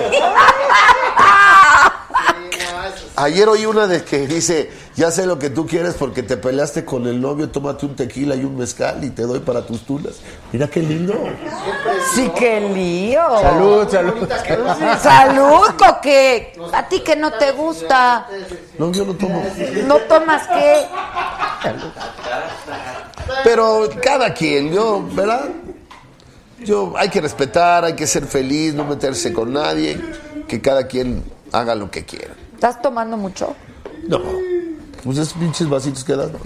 Ayer oí una de que dice, ya sé lo que tú quieres porque te peleaste con el novio, tómate un tequila y un mezcal y te doy para tus tunas. Mira qué lindo. Sí, qué lío. Salud, salud. Salud, Coque. A ti que no te gusta. No, yo no tomo. ¿No tomas qué? Pero cada quien, ¿verdad? Hay que respetar, hay que ser feliz, no meterse con nadie, que cada quien haga lo que quiera. ¿Estás tomando mucho? No, pues esos pinches vasitos que das.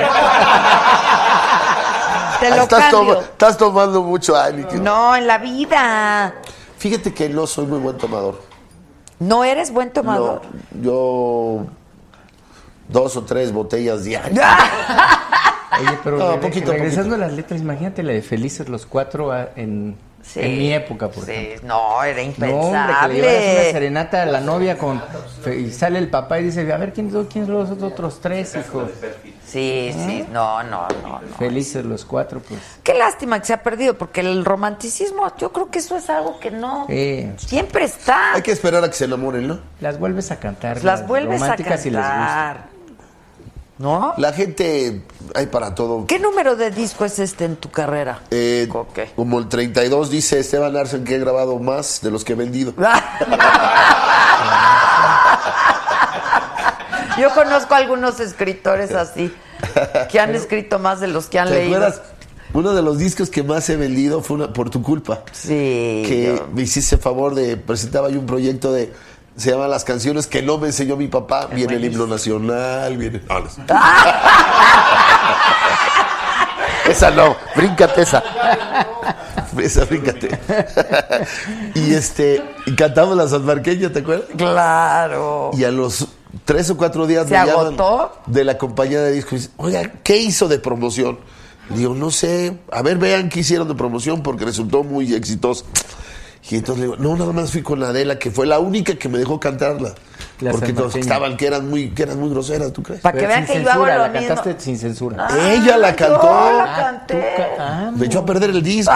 Te lo cambio. Estás tomando mucho, Ani. No, en la vida. Fíjate que no soy muy buen tomador. ¿No eres buen tomador? No, yo 2 o 3 botellas diarias. Oye, pero No, poquito, regresando a las letras, imagínate la de Felices los Cuatro Sí. En mi época, por Sí, ejemplo. no, era No, impensable. hombre, que le llevaras una serenata a la novia y sale el papá y dice, a ver, ¿quién son los otros tres, hijos? Sí, sí, no. Felices los cuatro, pues. Qué lástima que se ha perdido, porque el romanticismo, yo creo que eso es algo que no siempre está. Hay que esperar a que se enamoren, ¿no? Las vuelves a cantar. Las vuelves a románticas cantar. y les gusta. ¿No? La gente hay para todo. ¿Qué número de disco es este en tu carrera? Como el 32 dice Esteban Arce, que he grabado más de los que he vendido. Yo conozco algunos escritores así, que han escrito más de los que han ¿Te leído. acuerdas? Uno de los discos que más he vendido fue por tu culpa. Sí. Que me hiciste favor de... Presentaba yo un proyecto de... Se llama Las canciones que no me enseñó mi papá. Viene el himno nacional, viene... No, no. Esa no, bríncate esa. Esa, bríncate. y cantamos la sanmarqueña, ¿te acuerdas? Claro. Y a los 3 o 4 días ¿Se agotó? De la compañía de discos y dicen, oiga, ¿qué hizo de promoción? Y digo, no sé, a ver, vean qué hicieron de promoción porque resultó muy exitoso. Y entonces le digo, no, nada más fui con la Adela, que fue la única que me dejó cantarla. Porque todos estaban que eran muy groseras, ¿tú crees? Para que vean que yo hago lo la mismo. cantaste sin censura. Ella la cantó. Yo la canté. Me echó a perder el disco.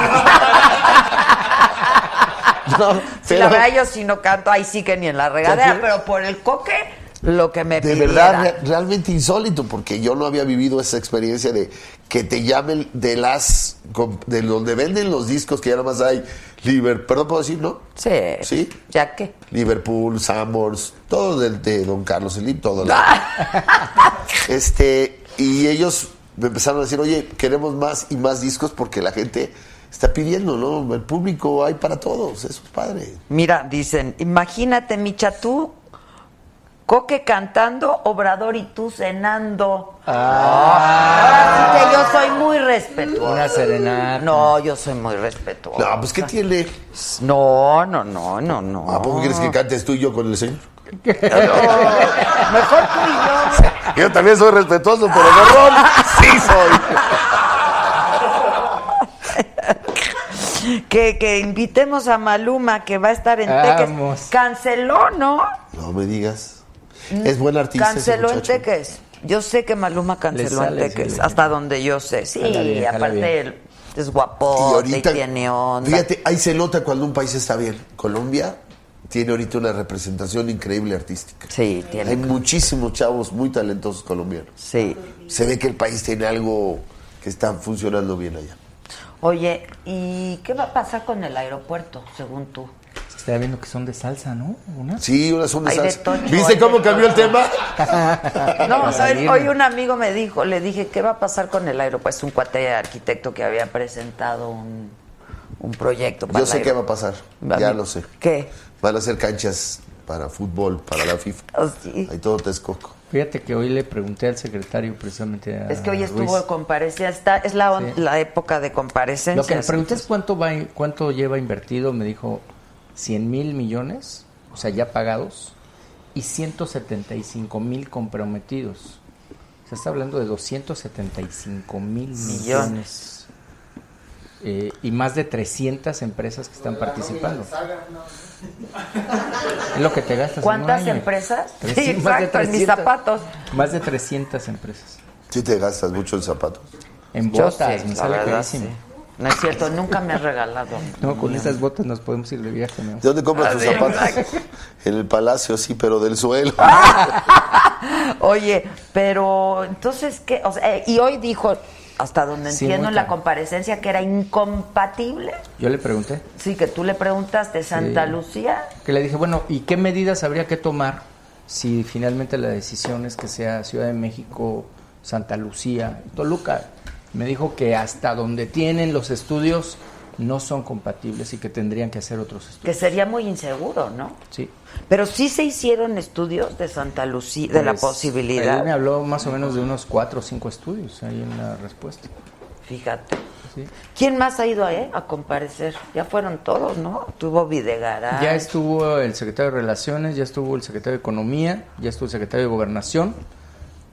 No, Sí, la verdad, yo sí no canto, ahí sí que ni en la regadera, pero por el coque, lo que me De pidiera. verdad, realmente insólito, porque yo no había vivido esa experiencia de que te llamen de donde venden los discos, que ya nada más hay perdón, ¿puedo decir, no? Sí. ¿Sí? ¿Ya qué? Liverpool, Sanborns, todo de Don Carlos Slim, todo. Y ellos me empezaron a decir, oye, queremos más y más discos porque la gente está pidiendo, ¿no? El público hay para todos, eso es padre. Mira, dicen, imagínate, Micha, tú, Coque cantando, Obrador y tú cenando. Ahora sí que yo soy muy respetuosa. Una serenata. No, yo soy muy respetuosa. No, pues ¿qué tiene? No. ¿A poco quieres que cantes tú y yo con el señor? Mejor tú y yo. Yo también soy respetuoso, pero de ron sí soy. Que invitemos a Maluma, que va a estar en Teques. Canceló, ¿no? No me digas. Es buen artista. Canceló ese en muchacho. Teques. Yo sé que Maluma canceló en Teques, hasta donde yo sé. Sí, aparte él es guapote y tiene onda. Fíjate, ahí se nota cuando un país está bien. Colombia tiene ahorita una representación increíble artística. Sí, tiene. Hay muchísimos chavos muy talentosos colombianos. Sí. Se ve que el país tiene algo que está funcionando bien allá. Oye, ¿y qué va a pasar con el aeropuerto, según tú? Estaba viendo que son de salsa, ¿no? Sí, unas son de Hay de salsa. Toño, ¿Viste hay cómo de cambió el tema? No, hoy un amigo me dijo, le dije, ¿qué va a pasar con el aeropuerto? Es un cuate arquitecto que había presentado un proyecto para Yo sé qué va a pasar, ya lo sé. ¿Qué? Van a hacer canchas para fútbol, para la FIFA. Oh, sí. Hay todo Texcoco. Fíjate que hoy le pregunté al secretario precisamente a Es que hoy estuvo Ruiz. de comparecencia, es la época de comparecencia. Lo que le pregunté es cuánto lleva invertido, me dijo 100,000 millones, o sea, ya pagados, y 175,000 comprometidos. Se está hablando de 275,000 millones. Y más de 300 empresas que están participando. Es lo que te gastas. ¿Cuántas en un año. empresas? Sí, Más de exacto, en mis zapatos. Más de 300 empresas. ¿Sí te gastas mucho en zapatos? En Yo botas, sí, me la sale verdad, carísimo. sí. No es cierto, nunca me has regalado. No, con esas botas nos podemos ir de viaje, ¿no? ¿De dónde compras tus zapatos? En el Palacio, sí, pero del suelo. Oye, pero entonces, ¿qué? O sea, y hoy dijo, hasta donde Sí, entiendo muy en la claro. comparecencia, que era incompatible. Yo le pregunté. Sí, que tú le preguntaste, Santa Sí. Lucía. Que le dije, bueno, ¿y qué medidas habría que tomar si finalmente la decisión es que sea Ciudad de México, Santa Lucía, Toluca? Me dijo que hasta donde tienen los estudios no son compatibles y que tendrían que hacer otros Que estudios. sería muy inseguro, ¿no? Sí. Pero sí se hicieron estudios de Santa Lucía, de la Pues, posibilidad. Él me habló más o menos de unos 4 o 5 estudios ahí en la respuesta. Fíjate. Sí. ¿Quién más ha ido a comparecer? Ya fueron todos, ¿no? Tuvo Videgaray. Ya estuvo el secretario de Relaciones, ya estuvo el secretario de Economía, ya estuvo el secretario de Gobernación.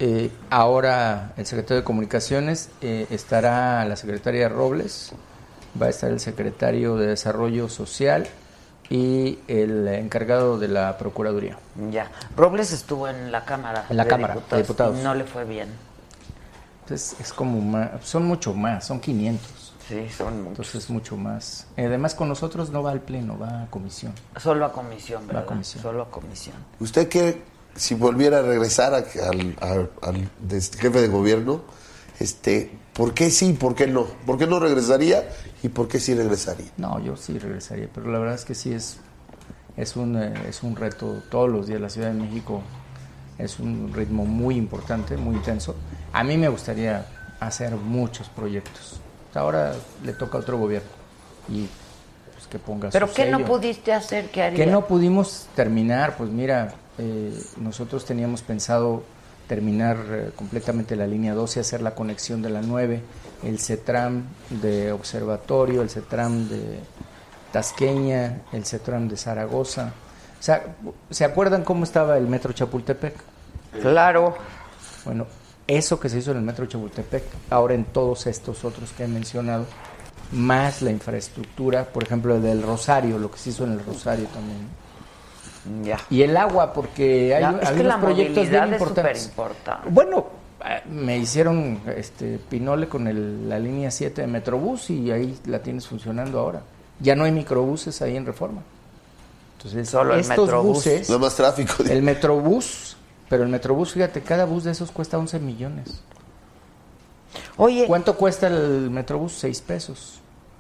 Ahora el secretario de Comunicaciones, estará la secretaria Robles va a estar el secretario de Desarrollo Social y el encargado de la Procuraduría. Ya. Robles estuvo en la Cámara. En la Cámara de Diputados. Y no le fue bien. Entonces es como más, son mucho más, son 500. Sí, son muchos. Entonces es mucho más. Además con nosotros no va al pleno, va a comisión. Solo a comisión, ¿verdad? Va a comisión. Solo a comisión. ¿Usted qué, si volviera a regresar al jefe de gobierno, por qué sí, por qué no? ¿Por qué no regresaría y por qué sí regresaría? No, yo sí regresaría, pero la verdad es que sí es un reto todos los días. La Ciudad de México es un ritmo muy importante, muy intenso. A mí me gustaría hacer muchos proyectos. Ahora le toca a otro gobierno y pues que ponga ¿Pero su qué sello. no pudiste hacer? ¿Qué harías? ¿Qué no pudimos terminar? Pues mira, nosotros teníamos pensado terminar completamente la línea 12, hacer la conexión de la 9, el CETRAM de Observatorio, el CETRAM de Tasqueña, el CETRAM de Zaragoza. O sea, ¿se acuerdan cómo estaba el Metro Chapultepec? Claro. Bueno, eso que se hizo en el Metro Chapultepec, ahora en todos estos otros que he mencionado, más la infraestructura, por ejemplo, el del Rosario, lo que se hizo en el Rosario también. Ya. Y el agua, porque hay unos proyectos bien es importantes. superimportante. Bueno, me hicieron pinole con la línea 7 de Metrobús y ahí la tienes funcionando ahora. Ya no hay microbuses ahí en Reforma. Entonces, solo estos el Metrobús. buses, No más tráfico. el Metrobús, pero el Metrobús, fíjate, cada bus de esos cuesta 11 millones. Oye, ¿Cuánto cuesta el Metrobús? 6 pesos.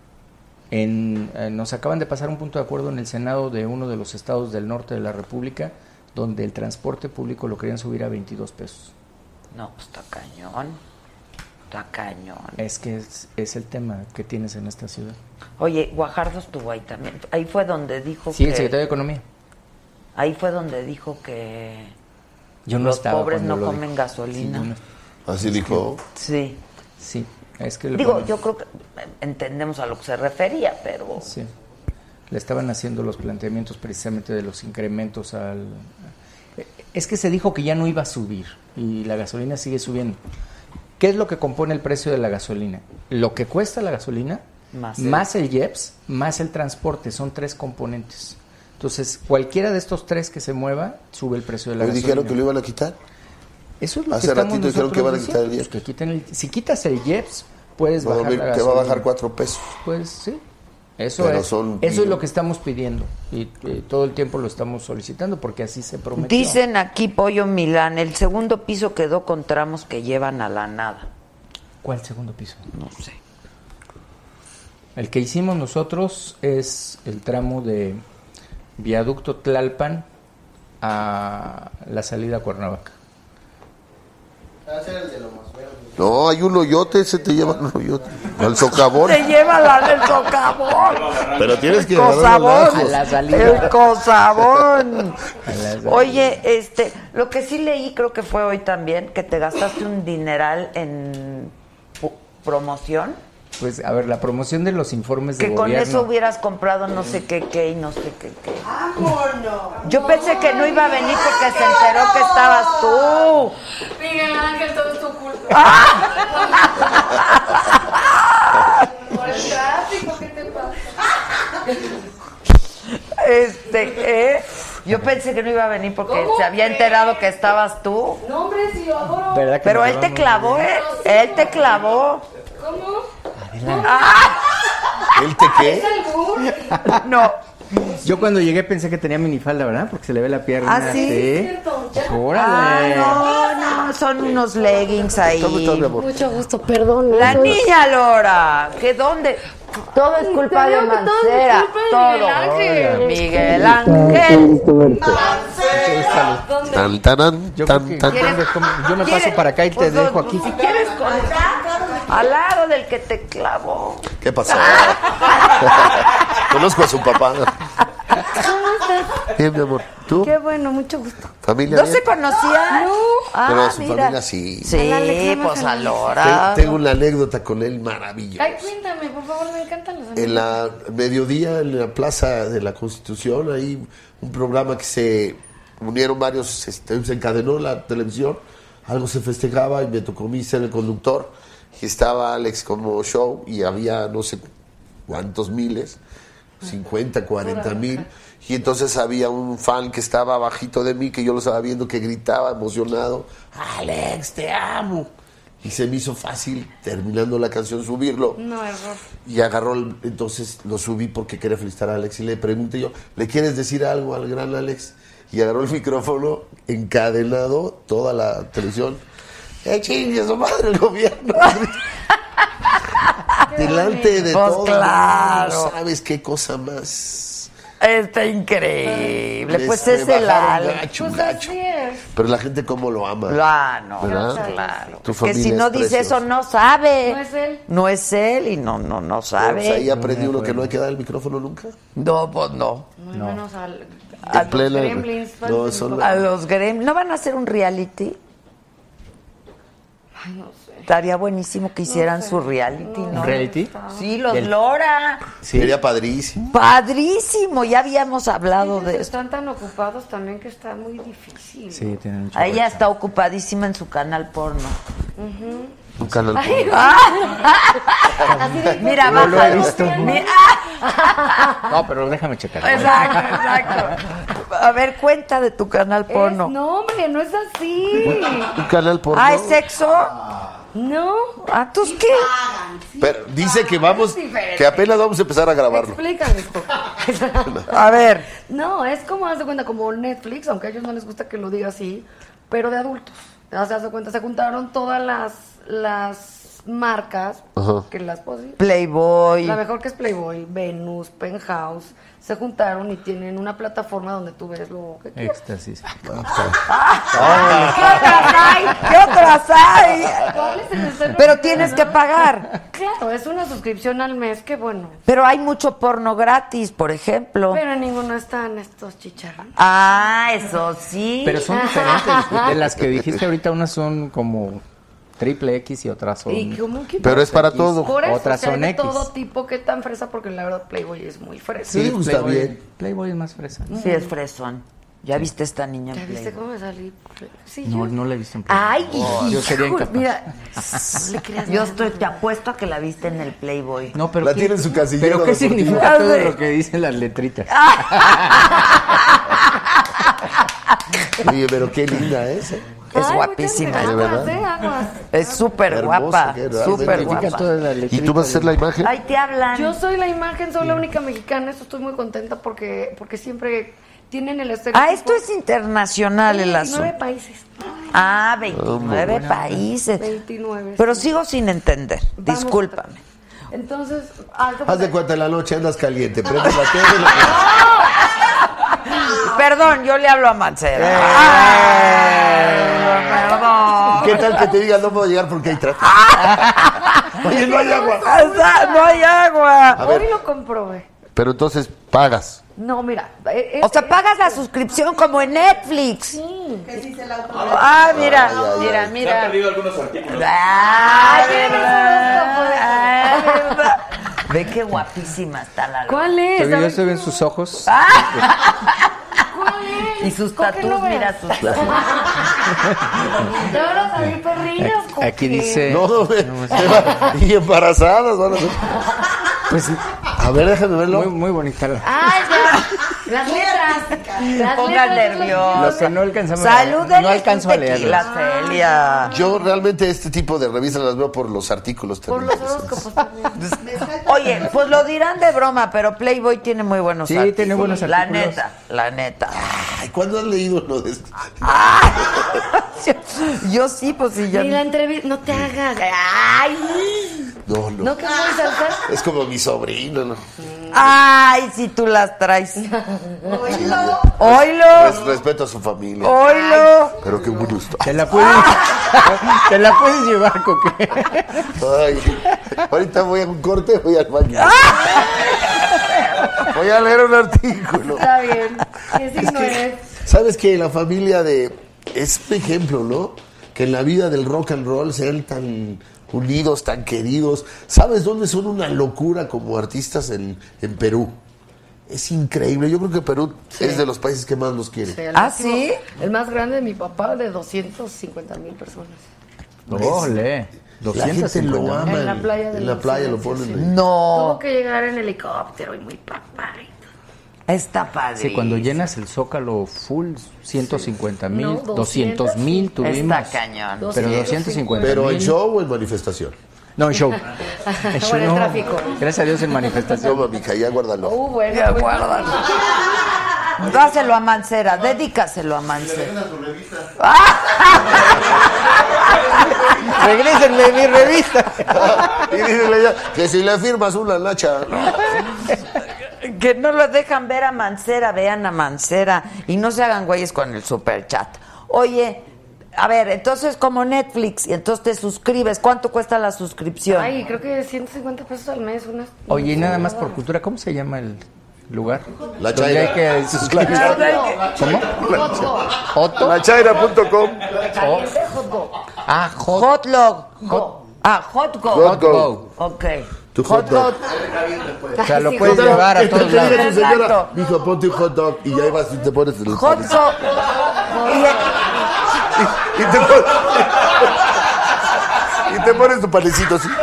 Nos acaban de pasar un punto de acuerdo en el Senado de uno de los estados del norte de la República, donde el transporte público lo querían subir a 22 pesos. no, pues está cañón. Está cañón. Es que es el tema que tienes en esta ciudad. Oye, Guajardo estuvo ahí también. Ahí fue donde dijo Sí, que... el secretario de Economía. Ahí fue donde dijo que Yo no los estaba pobres cuando no lo comen dijo. gasolina. Sí, yo no- Así dijo. Sí. Sí, es que Digo, yo creo que entendemos a lo que se refería, pero... Sí, le estaban haciendo los planteamientos precisamente de los incrementos Es que se dijo que ya no iba a subir y la gasolina sigue subiendo. ¿Qué es lo que compone el precio de la gasolina? Lo que cuesta la gasolina, más el IEPS, más el transporte, son 3 componentes. Entonces, cualquiera de estos 3 que se mueva, sube el precio de la ¿Hoy gasolina. dijeron que lo iban a quitar? Eso es lo Hace que estamos ratito dijeron que nosotros van a quitar el diciendo, IEPS. pues que quiten si quitas el IEPS, puedes bajar la gasolina. Te va a bajar 4 pesos. Pues sí, eso Pero es lo que estamos pidiendo y todo el tiempo lo estamos solicitando porque así se prometió. Dicen aquí, Pollo Milán, el segundo piso quedó con tramos que llevan a la nada. ¿Cuál segundo piso? No sé. El que hicimos nosotros es el tramo de Viaducto Tlalpan a la salida a Cuernavaca. No, hay un hoyote, ese te lleva un hoyote. Al socavón. Te lleva la del socavón. Pero tienes que El agarrarlo cosabón. a la salida. El cosabón. A la salida. Oye, lo que sí leí, creo que fue hoy también, que te gastaste un dineral en promoción. Pues a ver, la promoción de los informes de Que gobierno. con eso hubieras comprado no sé qué y no sé qué. ¡Vámonos! Yo pensé que no iba a venir porque se enteró que estabas tú. Miguel Ángel, todo es tu culpa. Por el tráfico, ¿qué te pasa? Yo pensé que no iba a venir porque ¿Cómo se había crees? enterado que estabas tú. No, hombre, si lo adoro. ¿Verdad que Pero nos él te llevamos clavó, muy bien? Él te clavó. ¿Cómo? ¿El te qué? ¿Es albur? No. Yo cuando llegué pensé que tenía minifalda, ¿verdad? Porque se le ve la pierna. ¿Ah, sí? Es cierto, ya. ¡Órale! No, son unos leggings ahí. mi amor. Mucho gusto, perdón. La niña Lora, ¿que dónde? Todo es culpa de Te digo que todo es Mancera. culpa de Todo. Miguel Miguel Ángel. ¿Dónde? Tan, taran, Yo, tan, creo que- tan. yo me paso para acá y te Pues, dejo aquí. Si quieres al lado del que te clavó. ¿Qué pasó? Conozco a su papá. ¿Cómo estás? Bien, mi amor. ¿Tú? Qué bueno, mucho gusto. ¿Familia ¿No bien? se conocían? No. Pero su mira. familia sí. Sí, Al Alex, no me pues a conoces. Lora. Tengo una anécdota con él maravillosa. Ay, cuéntame, por favor, me encantan los En la mediodía, en la Plaza de la Constitución, hay un programa que se unieron varios, se encadenó la televisión, algo se festejaba y me tocó a mí ser el conductor y estaba Alex como show y había, no sé, cuántos miles, 50, 40 mil. Y entonces había un fan que estaba abajito de mí, que yo lo estaba viendo, que gritaba emocionado, Alex, te amo. Y se me hizo fácil, terminando la canción, subirlo. No, error. Y agarró, entonces lo subí porque quería felicitar a Alex. Y le pregunté yo, ¿le quieres decir algo al gran Alex? Y agarró el micrófono, encadenado, toda la televisión. ¡Chingue su madre el gobierno! Delante de Pues todo. claro. ¿Sabes qué cosa más? Está increíble. Pues Me es el bajaron Alex. gacho, Pues gacho. así es. Pero la gente cómo lo ama. No, ¿verdad? claro. Tu Es que familia si no es dice preciosa. eso, no sabe. No es él. No es él y no Pues sabe. ahí aprendí uno que no hay que dar el micrófono nunca. No, pues no. Muy menos a En plena- los gremlins. No, solo- A los Gremlins. ¿No van a hacer un reality? Ay, no sé. Estaría buenísimo que hicieran sé. su reality, ¿no? ¿Un reality? Sí, los ¿El? Lora. Sería padrísimo. Padrísimo, ya habíamos hablado Ellos de eso. están tan ocupados también que está muy difícil. Sí, tienen mucho. Ella está ocupadísima en su canal porno. Un canal. Así de- Mira, No lo he bájalo. visto. Mira. No, pero déjame checar. Exacto. A ver, cuenta de tu canal porno. No, hombre, no es así. Un canal porno. Ah, ¿es sexo? No. Ah, ¿tú qué? Pero dice que vamos, Es diferente. que apenas vamos a empezar a grabarlo. Explícame. A ver. No, es como, haz de cuenta, como Netflix, aunque a ellos no les gusta que lo diga así, pero de adultos. O sea, haz de cuenta, se juntaron todas las marcas, Ajá. que las Playboy. la mejor que es Playboy, Venus, Penthouse, se juntaron y tienen una plataforma donde tú ves lo que quieras. Éxtasis. ¿Qué otras hay? ¿Qué otras hay? ¿Cuál es el tercero? Pero tienes que pagar. Claro, es una suscripción al mes, que bueno. Pero hay mucho porno gratis, por ejemplo. Pero en ninguno están estos chicharrones. Ah, eso sí. Pero son diferentes. De las que dijiste ahorita, unas son como triple X y otras son. ¿Y cómo que Pero es para X. todo. Por eso, Otras o sea, son de X. todo tipo, que tan fresa, porque la verdad Playboy es muy fresa. Sí, está Playboy, bien. Playboy es más fresa. Sí, es fresón. ¿Ya viste esta niña? ¿Ya en viste Playboy? cómo me salí? Sí, No, yo- no la he visto en Playboy. Ay, Yo sería hijo, incapaz. mira, No le creas yo nada. te apuesto a que la viste en el Playboy. No, pero La ¿qué- tiene en su casillero ¿Pero qué deportivo. significa todo lo que dicen las letritas? Oye, pero qué linda es. Es Ay, guapísima, muchas de gracias, verdad. aguas. Es súper Hermosa, guapa, que realmente súper significa guapa. todas las ¿Y letritas. tú vas a hacer la imagen? Ay, te hablan. Yo soy la imagen, soy la única mexicana, eso estoy muy contenta porque siempre tienen el estereotipo. Ah, esto es internacional el 29 asunto. países. Ah, 29 países. 29. Pero sigo sin entender. Vamos. Discúlpame. Entonces, Haz de cuenta, en la noche andas caliente, prendes la tele. Perdón, yo le hablo a Mancera. Perdón. ¿Qué tal que te digan no puedo llegar porque hay tráfico? Oye, no hay agua. No hay agua. A ver, hoy lo comprobé. pero entonces pagas. No, mira. O sea, pagas la suscripción como en Netflix. Sí. Que sí se la Ah, mira, mira, Se han mira. perdido algunos artículos. Ay, Ay, verdad. Ve qué guapísima está la loca. ¿Cuál es? Yo A ver, se ven sus ojos. ¿cuál es? Y sus ¿Con qué tatús, lo ves? mira sus tatús. ¿Te van a salir perrillos? ¿Con Aquí qué? dice. No, y embarazadas van a ser. Pues A ver, déjame verlo. muy, muy bonita. Ah, ya. Las letras. Las Pongan letras nervioso. Lo que no alcanzamos Salud no alcanzo a leerlas. Celia. Yo realmente este tipo de revistas las veo por los artículos Por también. los horóscopos también. Oye, pues lo dirán de broma, pero Playboy tiene muy buenos Sí, artículos. tiene buenos La artículos. neta, la neta. Ay, ¿cuándo has leído uno de estos? Yo sí, pues sí, ya. Ni la entrevista, no te hagas. Ay, No, no. ¿No que muy salsar? Es como mi sobrino, ¿no? ay, si tú las traes. Oílo. Oilo, Respeto a su familia. oilo. Pero qué bueno está. Te la puedes, te la puedes llevar, Coque. Ay, ahorita voy a un corte, voy al baño. Voy a leer un artículo. Está bien. ¿Qué signo eres? ¿Sabes que la familia de... Es un ejemplo, ¿no? Que en la vida del rock and roll sean tan unidos, tan queridos. ¿Sabes dónde son una locura como artistas? En Perú. Es increíble. Yo creo que Perú es de los países que más los quiere. Sí, el ¿Ah, máximo- sí? El más grande de mi papá, de 250,000 personas. Ole. La gente lo ama. En la playa de En la los playa lo Silencios, ponen. sí. No. Tuvo que llegar en helicóptero y muy papadito. Está padre. Sí, cuando llenas el Zócalo full, 150,000, No, 200,000 tuvimos. Está cañón. Pero 250,000. ¿Pero en show o en manifestación? No, en show. En show Bueno, en no. tráfico. Gracias a Dios en manifestación. No, mija, ya guárdalo. Bueno. Ya, guárdalo. Dáselo a Mancera, dedícaselo a Mancera. Regrésenle mi revista. Y dígale ya que si le firmas una lacha. Que no lo dejan ver a Mancera, vean a Mancera y no se hagan güeyes con el superchat. Oye, a ver, entonces como Netflix, y entonces te suscribes, ¿cuánto cuesta la suscripción? Ay, creo que 150 pesos al mes. Oye, y nada más por cultura, ¿cómo se llama el lugar? La Donde Chaira. hay que suscribirse. ¿Cómo? ¿Otto? Lachaira.com. Ah, Hotlog. Hotgo. Hotgo. Ok. Tu hot dog. O sea, lo Sí, puedes hot dog. llevar a todos Te diga lados. tu señora, Exacto. mijo, ponte un hot dog y ya vas y te pones el Hotgo. y te pones tu panecito así.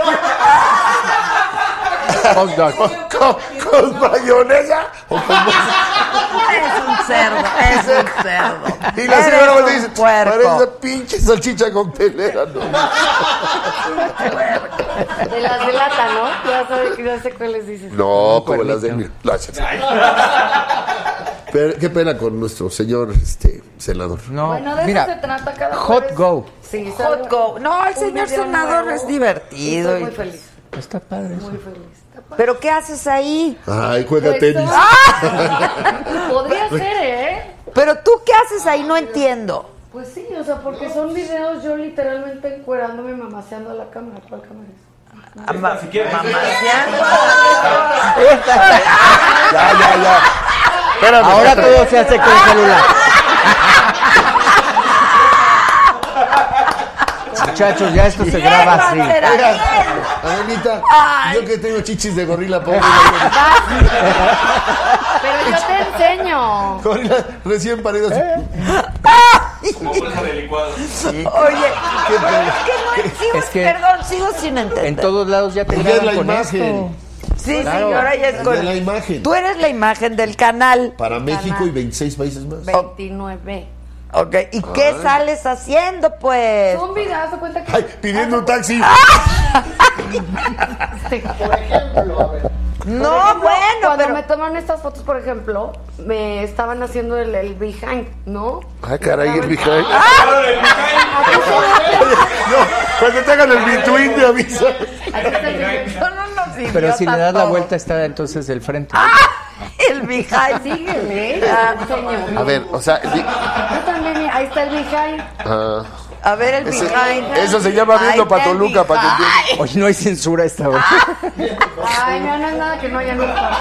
Hot dog. Con mayonesa o con Es un cerdo. Y la Eres señora un me dice, puerco. parece pinche salchicha coctelera, ¿no? De las de lata, ¿no? Ya sé cuáles dices. No, como las de... Pero, qué pena con nuestro señor senador. No, Bueno, de mira, eso se trata cada Hot jueves. Go. Sí, sale Hotgo. No, el un señor video senador nuevo. es divertido. Estoy muy feliz. Está padre eso. Muy feliz. Está padre. ¿Pero qué haces ahí? Ay, juega Pues, tenis. Podría ser, ¿eh? ¿Pero tú qué haces ahí? No entiendo. Pues sí, o sea, porque son videos yo literalmente encuerándome, mamaseando a la cámara. ¿Cuál cámara es? Si quieres. Ya. Espérame. Ahora todo se hace con celular. Muchachos, ya esto se Bien, graba así. Mancera, Oiga, bien. Adelita, yo que tengo chichis de gorila, pobre. Pero yo te enseño. Gorila recién parido así. Como bolsa de licuado. Oye, Es que perdón, sigo sin entender. en todos lados ya te Porque es la graban con imagen. esto. Sí, Claro. sí, ahora ya es con... De la imagen. Tú eres la imagen del canal. Para México y 26 países más. 29. Ok, ¿y qué sales haciendo, pues? Son videos, de cuenta que... Ay, pidiendo un taxi. No, Por ejemplo, bueno, cuando pero... me toman estas fotos, por ejemplo, me estaban haciendo el behind, ¿no? Ah, caray, el behind. No, No, cuando te hagan el between te avisa. Son unos idiotas Pero si le das la todos. vuelta está entonces del frente. El behind. sígueme. A ver, o sea, Yo también, mira, ahí está el behind. A ver el behind. eso se llama viendo Ahí pa' está el Toluca, para que behind. entiendan. Hoy no hay censura a esta hora. Ay, no es nada que no haya nunca.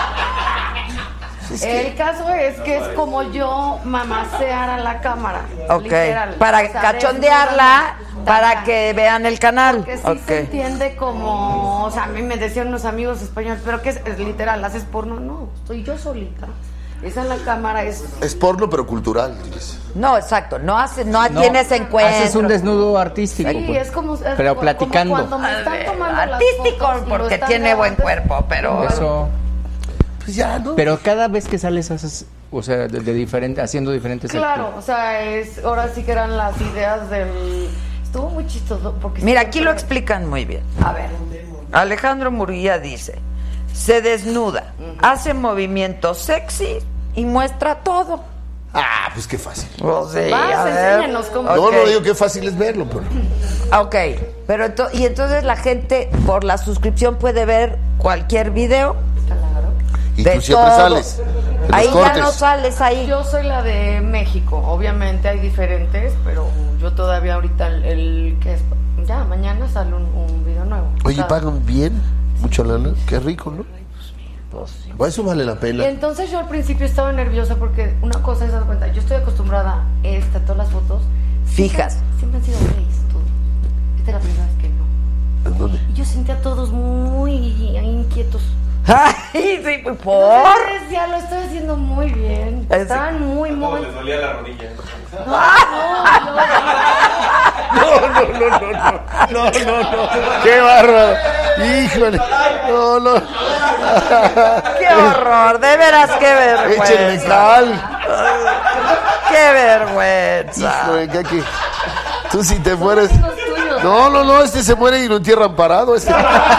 El caso es que es como yo mamasear a la cámara. Ok, literal. para O sea, cachondearla, desnudamente. para Ajá. que vean el canal. Porque sí Ok. se entiende como, o sea, a mí me decían unos amigos españoles, pero ¿qué es literal? ¿Haces porno? No, estoy yo solita. Esa en la cámara es... Es porno, pero cultural. diles. No, exacto, no No, tienes encuentro. Haces un desnudo artístico. Sí, pues. es como... Pero platicando. Como cuando me están tomando artístico, las fotos y lo porque están tiene buen grabando. cuerpo, pero... Eso. Pues ya, ¿no? Pero cada vez que sales haces, o sea, de diferente, haciendo diferentes Claro, actos. o sea, ahora sí que eran las ideas del... Estuvo muy chistoso porque... Mira, aquí lo explican muy bien. A ver. Alejandro Murguía dice, se desnuda, hace movimientos sexy y muestra todo. Ah, pues qué fácil. Pues sí, Vas, a ver. enséñanos cómo... No, Ok. no digo que fácil es verlo, pero... Ok, pero y entonces la gente por la suscripción puede ver cualquier video. Claro. Y de tú siempre todo. sales. en los Ahí ya cortes. no sales ahí. Yo soy la de México, obviamente hay diferentes, pero yo todavía ahorita ¿qué es? Ya, mañana sale un video nuevo. Oye, Cada- pagan bien, mucha lana, qué rico, ¿no? Pues eso vale la Y pena. entonces yo al principio estaba nerviosa porque una cosa es dar cuenta, yo estoy acostumbrada a todas las fotos Fijas. Siempre han sido gays, todo. Esta es la primera vez que no. ¿En dónde? Y yo sentía a todos muy inquietos. Ay, sí, ¿por? Entonces, ya lo estoy haciendo muy bien. Es- Estaban muy, A todos muy... les dolía la rodilla. No. Qué bárbaro. Híjole. No. ¡Qué horror! De veras, qué vergüenza. Échenle cal. ¡Qué vergüenza! Híjole, que aquí. Tú si te mueres. No, este se muere y lo entierran parado. Es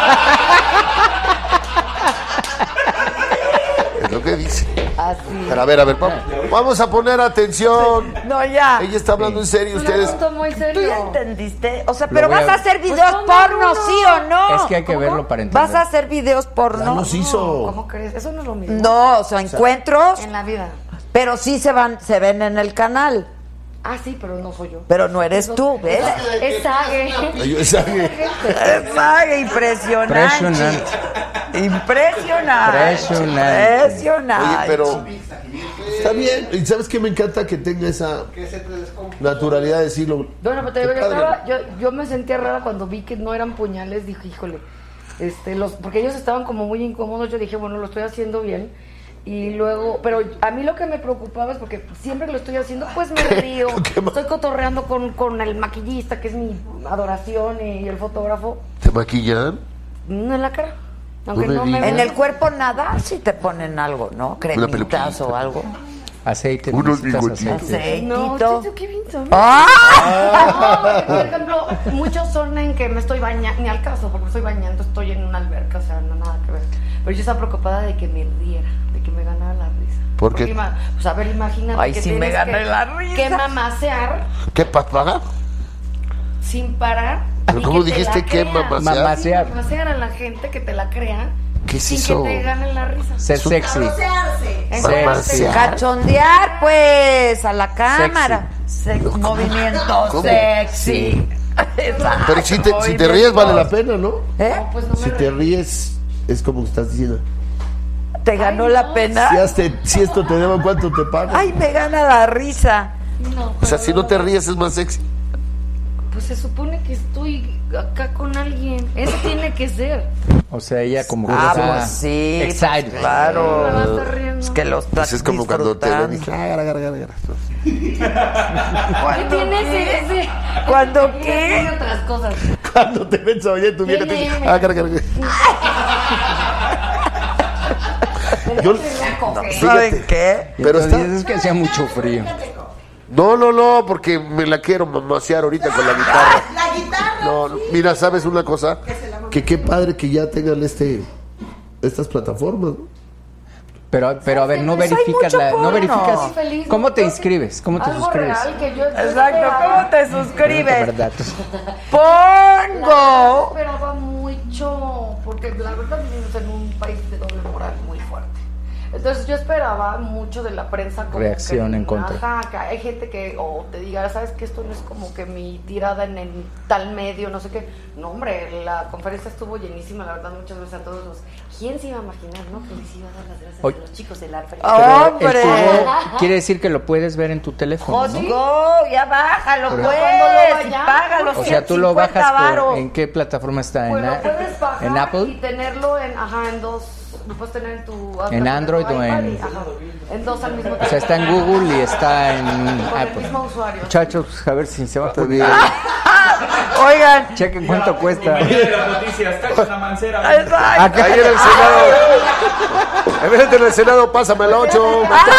lo que dice. Así. Pero a ver, vamos a poner atención. No, ya. Ella está hablando en serio, ustedes. Muy serio. ¿Tú ya entendiste? O sea, pero voy vas a- a hacer videos porno, ¿sí o no? Es que hay que verlo para entender. ¿Vas a hacer videos porno? Ya los hizo. ¿Cómo crees? Eso no es lo mismo. No, o sea, encuentros, En la vida. pero sí se ven en el canal. Ah, sí, pero no soy yo. Pero no eres tú, ¿ves? Es Sage. Impresionante. Impresionante. Oye, pero está bien. ¿Y sabes qué me encanta que tenga esa naturalidad de decirlo? Bueno, pero te digo, Qué padre. yo me sentía rara cuando vi que no eran puñales. Dije, híjole, porque ellos estaban como muy incómodos. Yo dije, bueno, lo estoy haciendo bien. Y luego, pero a mí lo que me preocupaba es porque siempre que lo estoy haciendo, pues me río. Estoy cotorreando con el maquillista, que es mi adoración, y el fotógrafo. ¿Te maquillan? En la cara. Aunque No me no me digas. En el cuerpo nada, si te ponen algo, ¿no? peluquita. Cremitas o algo. Aceite. Unos necesitas bigotitos. aceite. No, Aceitito. Chicho, qué bien son. ¡Ah! No, por ejemplo, muchos son en que me estoy bañando, ni al caso, porque me estoy bañando, estoy en una alberca, o sea, no nada que ver. Pero yo estaba preocupada de que me riera, de que me ganara la risa. ¿Por qué? Porque pues a ver, imagínate Ay, que sí me tienes gané la risa. que mamasear ¿Qué paga? sin parar. ¿Pero y cómo que te dijiste la que crea. mamasear? Sí, mamasear a la gente que te la crea. ¿Qué es sin eso? que te gane la risa. Ser sexy. Mamasear. Cachondear, pues, a la cámara. Movimiento ¿Cómo? sexy. Exacto, Pero si te movimiento. ríes vale la pena, ¿no? ¿Eh? No, pues no me Si te río. ríes es como que estás diciendo. ¿Te ganó la pena? Si esto te debo, ¿cuánto te pagan? Ay, me gana la risa. No, O sea, pero si no te ríes es más sexy. pues se supone que estoy acá con alguien. Eso tiene que ser. O sea, ella como que Ah, está pues sí. excited. Pues claro. Me va a estar riendo. Es que los estás Pues es como cuando te ven y disfrutando. ¿Qué tiene ese? ¿Cuándo Tiene qué? otras cosas. Cuando te ven oye tu vieja te dice, Yo, ¿Saben qué? pero está. Es que hacía mucho frío. No, porque me la quiero mamasear ahorita con la guitarra. La guitarra. No, mira, ¿sabes una cosa? Que qué padre que ya tengan estas plataformas, ¿no? Pero a ver, no Pues hay verificas mucho no porno. verificas. Estoy feliz, ¿Cómo ¿no? te inscribes? ¿Cómo te Algo suscribes? real que yo Exacto, ¿cómo te suscribes? ¿Verdad? Pongo. esperaba mucho, porque la verdad vivimos en un país de doble moral muy fuerte. Entonces yo esperaba mucho de la prensa como Reacción que, en contra. Ajá, que hay gente que o te diga, sabes que esto no es como que mi tirada en tal medio, no sé qué. No, hombre, la conferencia estuvo llenísima, la verdad, muchas veces a todos los... ¿Quién se iba a imaginar, no? Que les iba a dar las gracias Oye. a los chicos del ARPA. Pero el ¡Hombre! tubo quiere decir que lo puedes ver en tu teléfono, Hot ¿no? Go, ya bájalo, Pero- pues. Cuando lo Y vaya, págalo. O sea, tú lo 150 bajas varos. ¿en qué plataforma está? Pues lo puedes bajar ¿En y Apple? tenerlo en dos, lo puedes tener en tu... ¿En Android o iPad en- y- ajá, en dos al mismo tiempo. O sea, está en Google y está en Con el Apple. mismo usuario. Muchachos, a ver si se va a Está bien. Oigan. Chequen cuánto cuesta. De las noticias, cacha la mancera. Exacto. Ahí en el Senado. Enfrente en el Senado, pásame el 8.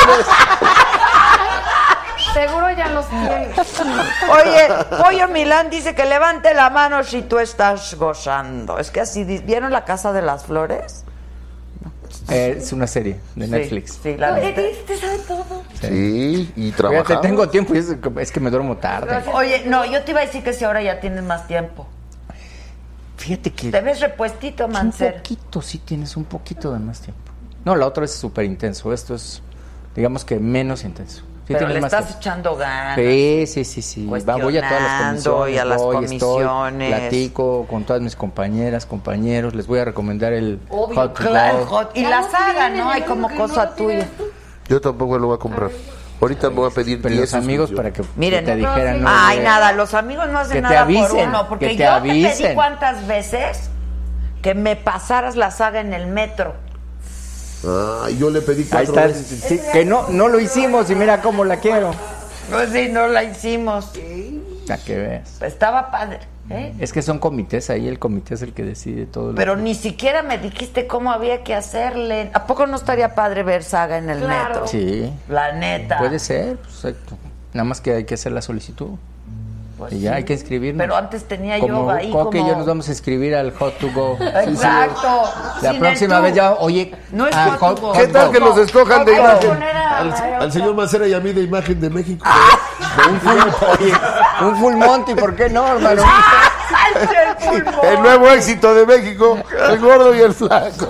Seguro ya los tienes. Oye, Pollo Milán dice que levante la mano si tú estás gozando. Es que así, ¿vieron La Casa de las Flores? Es una serie de Netflix. Sí, la Oye, viste. te sabe todo. Sí, y Fíjate, trabajamos. tengo tiempo y es que me duermo tarde. Oye, no, yo te iba a decir que si ahora ya tienes más tiempo. Fíjate que Te ves repuestito, un Mancera. poquito, sí tienes un poquito de más tiempo. No, la otra es súper intenso. Esto es, digamos que menos intenso. Sí Pero tienes le más estás tiempo. echando ganas. Sí. Voy a todas las Cuestionando comisiones. y a las voy, comisiones. platico con todas mis compañeras, compañeros. Les voy a recomendar el Obvio. Hot to Claro, Go. hot. Y Ya la no saga, tienen, ¿no? Hay el como único que cosa no tiene tuya. es tú. Yo tampoco lo voy a comprar. Ahorita me voy a pedir Pero 10 los amigos suscripciones. para que Miren, te dijeran. no, Ay, oye, nada, los amigos no hacen que te nada por avisen, uno. Porque que te yo te pedí avisen. cuántas veces que me pasaras la saga en el metro. Ah, yo le pedí Ahí 4 está, veces. sí, que no lo hicimos y mira cómo la quiero. Pues sí, no la hicimos. Para que veas. Estaba padre, ¿eh? Es que son comités, ahí el comité es el que decide todo. Pero ni siquiera me dijiste cómo había que hacerle. ¿A poco no estaría padre ver Saga en el metro? Sí. La neta. Puede ser, pues, nada más que hay que hacer la solicitud. Pues y ya sí. hay que inscribirnos. Pero antes tenía como yo ahí Coque como... y yo nos vamos a inscribir al Hot to Go. Exacto. La Sin próxima el vez tú. ya, oye, No es al Hot to Go. ¿Qué tal que los escojan de Hay que imagen? poner Al señor Mancera y a mí de imagen de México. un full Monty, ¿por qué no, hermano? El nuevo éxito de México, el gordo y el flaco.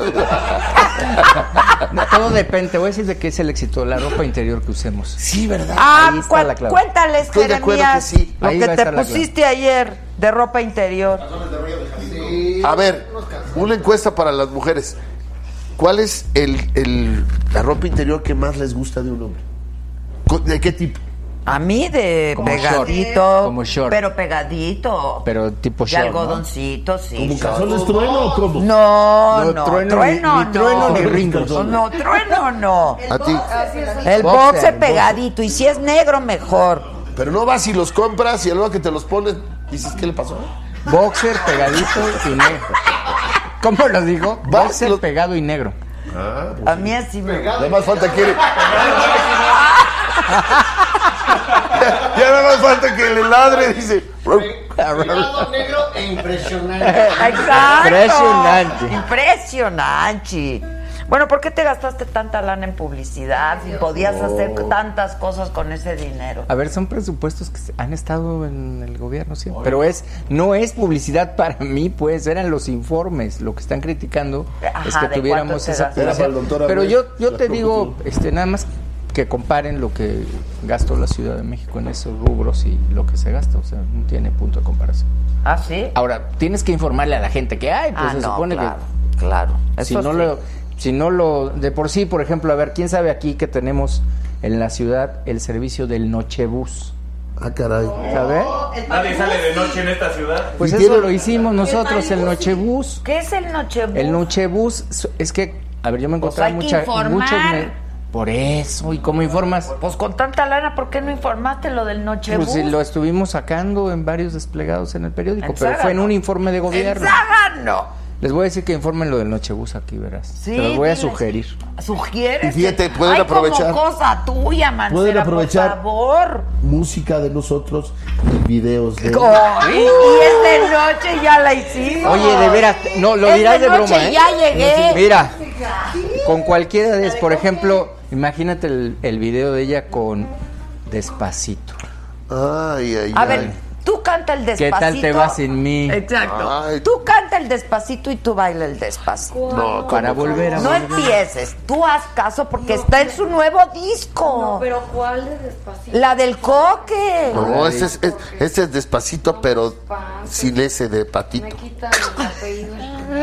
Todo depende, te voy a decir de qué es el éxito, la ropa interior que usemos. Sí, ¿verdad? Ahí está la clave. Cuéntales, Estoy de acuerdo Jeremías, que sí. lo Ahí que va a te estar la pusiste ayer de ropa interior. A ver, una encuesta para las mujeres. ¿Cuál es la ropa interior que más les gusta de un hombre? ¿De qué tipo? A mí de Como pegadito, short. Como short. pero pegadito. Pero tipo de short, algodoncito, sí. ¿Como short. calzones trueno o cómo? No, trueno ni trueno ni ringos. No, trueno no. A ti. El boxer pegadito, y si es negro, mejor. Pero no vas y los compras y a la hora que te los pones, dices, ¿qué le pasó? Boxer pegadito y negro. ¿Cómo lo digo? Boxer pegado y negro. A mí así me gusta. Nada más falta que... ya nada más falta que le ladre, dice... Pegado negro e impresionante. Exacto. Impresionante. Bueno, ¿por qué te gastaste tanta lana en publicidad? Si podías hacer tantas cosas con ese dinero. A ver, son presupuestos que han estado en el gobierno siempre. Pero no es publicidad para mí, pues, eran los informes. Lo que están criticando es que ¿de tuviéramos cuánto te esa gastaste? publicidad. Pero yo te digo, nada más que comparen lo que gastó la Ciudad de México en esos rubros y lo que se gasta. O sea, no tiene punto de comparación. ¿Ah, sí? Ahora, tienes que informarle a la gente que hay, pues se supone claro, que... Claro, Si no lo... De por sí, por ejemplo, a ver, ¿quién sabe aquí que tenemos en la ciudad el servicio del Nochebús? Ah, caray. ¿Sabe? Nadie sale de noche en esta ciudad. Pues eso lo hicimos nosotros, el Nochebús. ¿Qué es el Nochebús? El Nochebús es que, a ver, yo me encontraba hay que informar. Por eso, ¿y cómo informas? Pues con tanta lana, ¿por qué no informaste lo del Nochebús? Pues lo estuvimos sacando en varios desplegados en el periódico, ¿En pero Saga, fue en no? un informe de gobierno. ¡En Saga, no! Les voy a decir que informen lo del Nochebús aquí, verás. Sí, Te los voy a diles. sugerir. ¿Sugieres? Y fíjate, pueden aprovechar. Como cosa tuya, Mancera, Pueden aprovechar por favor. música de nosotros y videos de... Y es de noche, ya la hicimos. Oye, de veras, no, lo Es dirás de noche, broma, ¿eh? ya llegué. Mira, con cualquiera de ellas, por ejemplo, imagínate el video de ella con Despacito. Ay. A ver, tú canta el Despacito. ¿Qué tal te va sin mí? Exacto. Ay. Tú canta el Despacito y tú baila el Despacito. No, Para volver a No volver. empieces, tú haz caso porque está en su nuevo disco. No, pero ¿cuál de Despacito? La del Coque. No, este es Despacito, pero sin ese de Me patito. quita el apellido.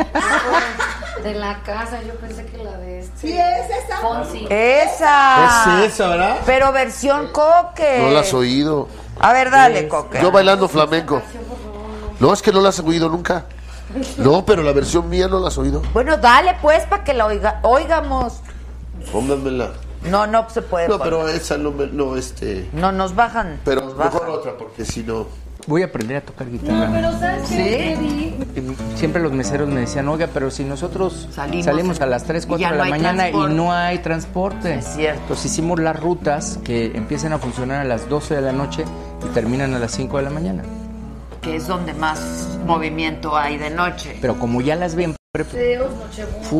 De la casa, yo pensé que la de este. ¿Sí es esa? Fonsi. Esa. Es esa, ¿verdad? Pero versión Coque. No la has oído. A ver, dale, Coque. Yo bailando flamenco. No, es que no la has oído nunca. No, pero la versión mía no la has oído. Bueno, dale pues para que la oigamos. Pónganmela. No se puede. No, poner. pero esa no, No, nos bajan. Pero nos mejor bajan. otra, porque si no... Voy a aprender a tocar guitarra. No, pero ¿sabes qué? ¿Sí? Siempre los meseros me decían, oiga, pero si nosotros Salimos salimos a las 3, 4 y ya de no la hay mañana transporte. y no hay transporte. Es cierto. Entonces hicimos las rutas que empiezan a funcionar a las 12 de la noche y terminan a las 5 de la mañana. Que es donde más movimiento hay de noche. Pero como ya las ven, Deus, Nochebús.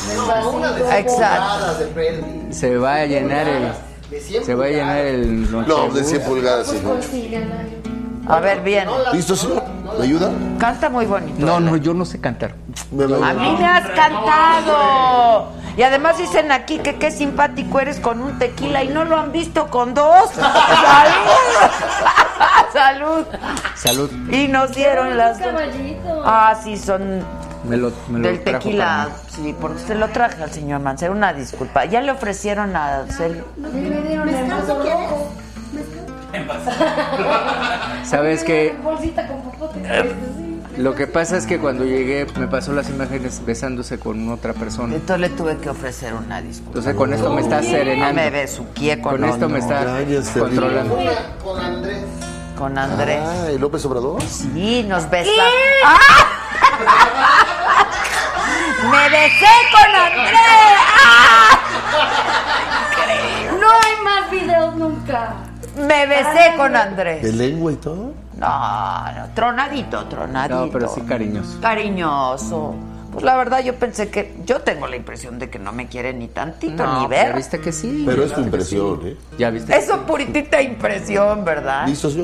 Exacto. De Perdi. se va a llenar el... De 100 Se va a llenar el No, Nochebús. de 100 pulgadas, sí. A ver, bien. ¿Listo, señor? ¿Me ayuda? Canta muy bonito. No, yo no sé cantar. A mí me has cantado. Y además dicen aquí que qué simpático eres con un tequila y no lo han visto con dos. ¡Salud! ¡Salud! Salud. Y nos dieron las dos. Caballito. Ah, sí, son Me lo del trajo tequila. para mí. Sí, porque se lo traje al señor Mancera. Una disculpa. Ya le ofrecieron a Celio. Me dieron el vaso rojo. ¿Sabes qué? Bolsita con popote. Lo que pasa es que cuando llegué me pasó las imágenes besándose con otra persona. Entonces le tuve que ofrecer una disculpa. Entonces con esto me está No serenando. me besuqué Con esto me está Gracias, controlando. Con Andrés. con Andrés. ¿Y López Obrador? Sí, nos besamos. ¡Me besé con Andrés! No hay más videos nunca. Me besé con Andrés. ¿De lengua y todo? No, tronadito. No, pero sí cariñoso. Cariñoso. Pues la verdad yo pensé que... Yo tengo la impresión de que no me quiere ni tantito, ni ver. Ya viste que sí. Pero es tu impresión, ¿eh? Ya viste. Eso puritita impresión, ¿verdad? ¿Listo, señor?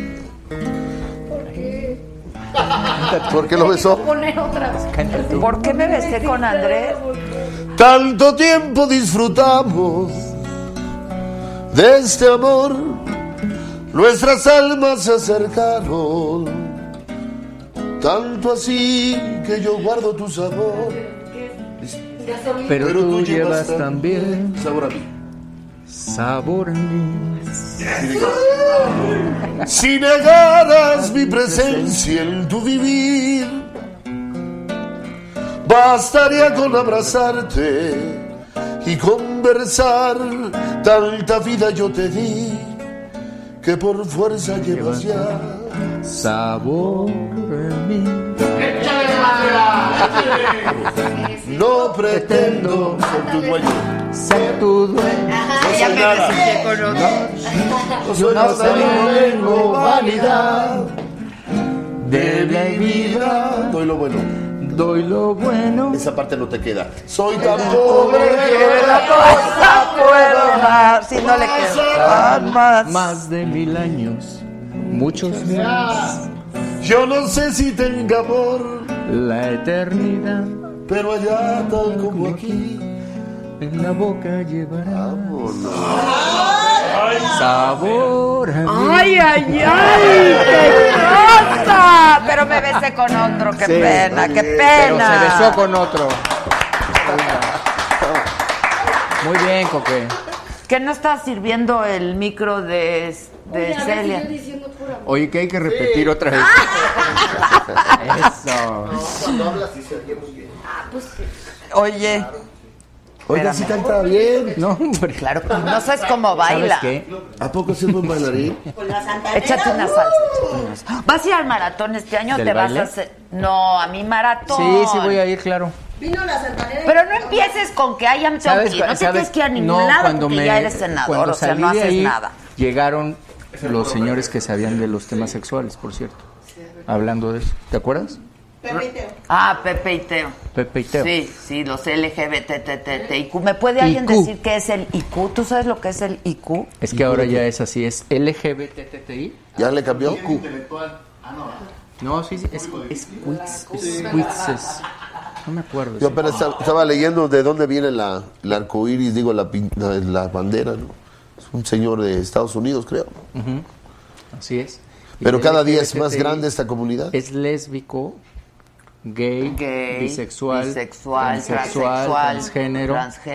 ¿Por qué lo besó? Poner otras. ¿Por qué me besé con Andrés? Tanto tiempo disfrutamos de este amor, nuestras almas se acercaron, tanto así que yo guardo tu sabor. Pero tú llevas también sabor a mí. Sabor a mí. Si negaras mi presencia en tu vivir, bastaría con abrazarte y conversar. Tanta vida yo te di que por fuerza llevas ya sabor a mí. No pretendo ser tu dueño. Ser tu dueño. Ya me besé con otro. Yo no tengo vanidad De la vida doy lo bueno. doy lo bueno. Esa parte no te queda. Soy tan pobre Que la cosa puedo dar. Si no le quedan más. Más de 1000 años, muchos más. Yo no sé si tenga amor, La eternidad pero allá tal como aquí. en la boca llevará Vámonos. sabor a mí. ¡Ay! ¡Qué cosa! Pero me besé con otro. ¡Qué Sí, pena! ¡Qué Pero pena! se besó con otro. Muy bien, Coque. ¿Que no está sirviendo el micro de Celia? Oye, que hay que repetir otra vez. Eso. Cuando hablas y se oye muy bien. Oye, Oiga, sí canta bien. No, hombre. claro, no sabes cómo ¿Sabes baila. qué? ¿A poco es un buen bailarín? Con la santanera. Échate una salsa. ¿Vas a ir al maratón este año o ¿Del te vas baile? a hacer? No, a mi maratón. Sí, voy a ir, claro. Vino la santanera. Pero no empieces con que ay, ya me tengo que ir. No te tienes que ir a ningún lado porque ya eres senador, cuando o sea, salí no de haces ahí, nada. Llegaron los señores que sabían de los temas sexuales, por cierto. Hablando de eso. ¿Te acuerdas? Pepe y Teo. Ah, Pepe y Teo. Pepe y Teo. Sí, los LGBTTIQ. ¿Me puede alguien IQ. decir qué es el IQ? ¿Tú sabes lo que es el IQ? Es que ahora ya es así, es LGBTTI. ¿Ya le cambió? Intelectual. Ah, no. No, sí, es Quizzes. No me acuerdo. Yo sí. apenas estaba leyendo de dónde viene el arco iris, digo, la bandera, ¿no? Es un señor de Estados Unidos, creo. Ujú. Así es. Y Pero el cada día es más LGBTI grande esta comunidad. Es lésbico, gay, bisexual, transgénero,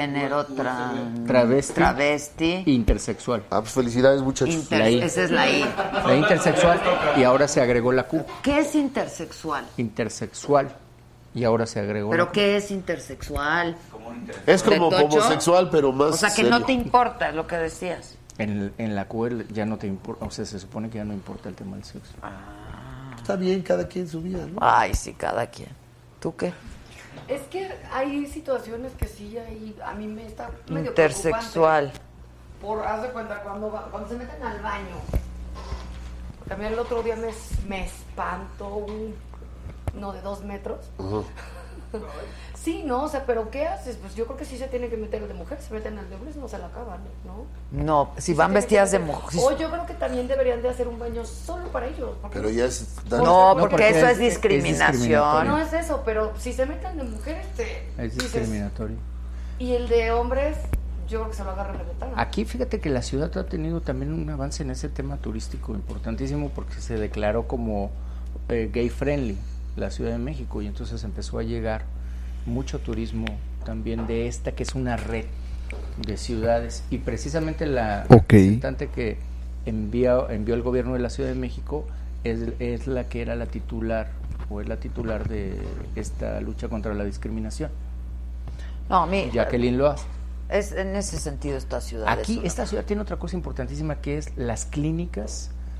travesti, intersexual. Ah, pues felicidades, muchachos. La I. Esa es la I. La intersexual y ahora se agregó la Q. ¿Qué es intersexual? Intersexual y ahora se agregó la ¿Pero Q. qué es intersexual? Es como ¿De tocho? homosexual, pero más O sea, que serio. no te importa, es lo que decías. En la Q ya no te importa, o sea, se supone que ya no importa el tema del sexo. Está bien, cada quien su vida, ¿no? Ay, sí, cada quien. ¿Tú qué? Es que hay situaciones que sí, ahí a mí me está medio Intersexual. preocupante. Haz de cuenta, cuando se meten al baño. También el otro día me espanto uno de 2 metros. Sí, no, o sea, pero ¿qué haces? Pues yo creo que sí se tiene que meter el de mujer, se meten al de hombres, no se la acaban, ¿no? No, si Sí van se tiene vestidas que de meter. mujer. O yo creo que también deberían de hacer un baño solo para ellos. Porque Pero ya es... No, porque eso es discriminatorio. discriminación. no es eso, pero si se meten de mujeres, Es dices, discriminatorio. y el de hombres, yo creo que se lo agarran de ventana. Aquí fíjate que la ciudad ha tenido también un avance en ese tema turístico importantísimo porque se declaró como gay friendly la Ciudad de México y entonces empezó a llegar mucho turismo también de esta que es una red de ciudades y precisamente la representante que envió el gobierno de la Ciudad de México es la que era la titular o es la titular de esta lucha contra la discriminación. No, mira. Jacqueline Loaz. Es en ese sentido esta ciudad. Aquí esta ciudad tiene otra cosa importantísima que es las clínicas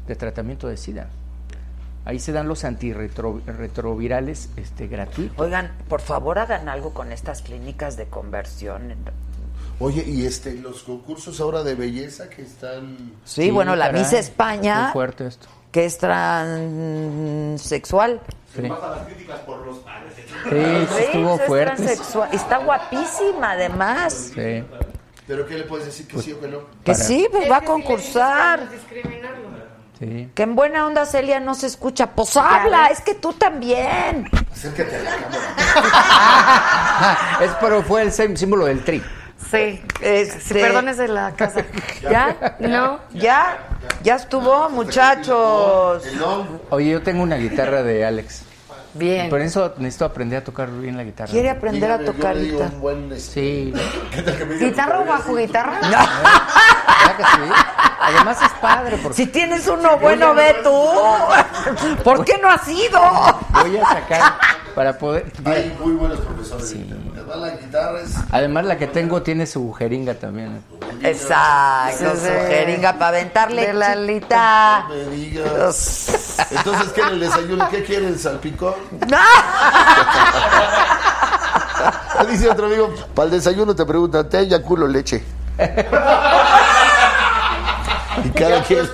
de tratamiento de SIDA. Ahí se dan los antirretrovirales gratuitos. Oigan, por favor hagan algo con estas clínicas de conversión. Oye, y los concursos ahora de belleza que están... Sí, bueno, la Miss España, muy fuerte esto. Que es transexual. Se pasan las críticas por los padres. Sí, estuvo fuerte. Transexual. Está guapísima, además. Sí. ¿Pero qué le puedes decir, que sí o que no? Que sí, pues va a concursar. Sí. Que en buena onda Celia no se escucha. Pues habla, es que tú también. Acércate a la cámara. Pero fue el símbolo del tri. Sí, perdones de la casa. ¿Ya? No. ¿Ya estuvo, muchachos? Oye, yo tengo una guitarra de Alex. Bien. Por eso necesito aprender a tocar bien la guitarra. ¿Quiere aprender a tocar guitarra? Sí. ¿Guitarra o bajo guitarra? ¿Verdad que sí? Además es padre. Porque si tienes uno bueno, ve tú. ¿Por qué no has ido? Voy a sacar para poder... Hay muy buenos profesores. Sí. Además la guitarra es... Además la que tengo tiene su jeringa también. Exacto, su jeringa para aventarle la alita. No me digas. Entonces, ¿qué en el desayuno? ¿Qué quieren? ¿Salpicón? ¡No! Dice otro amigo, para el desayuno te preguntan, ¿te haya culo leche? Y cada quien...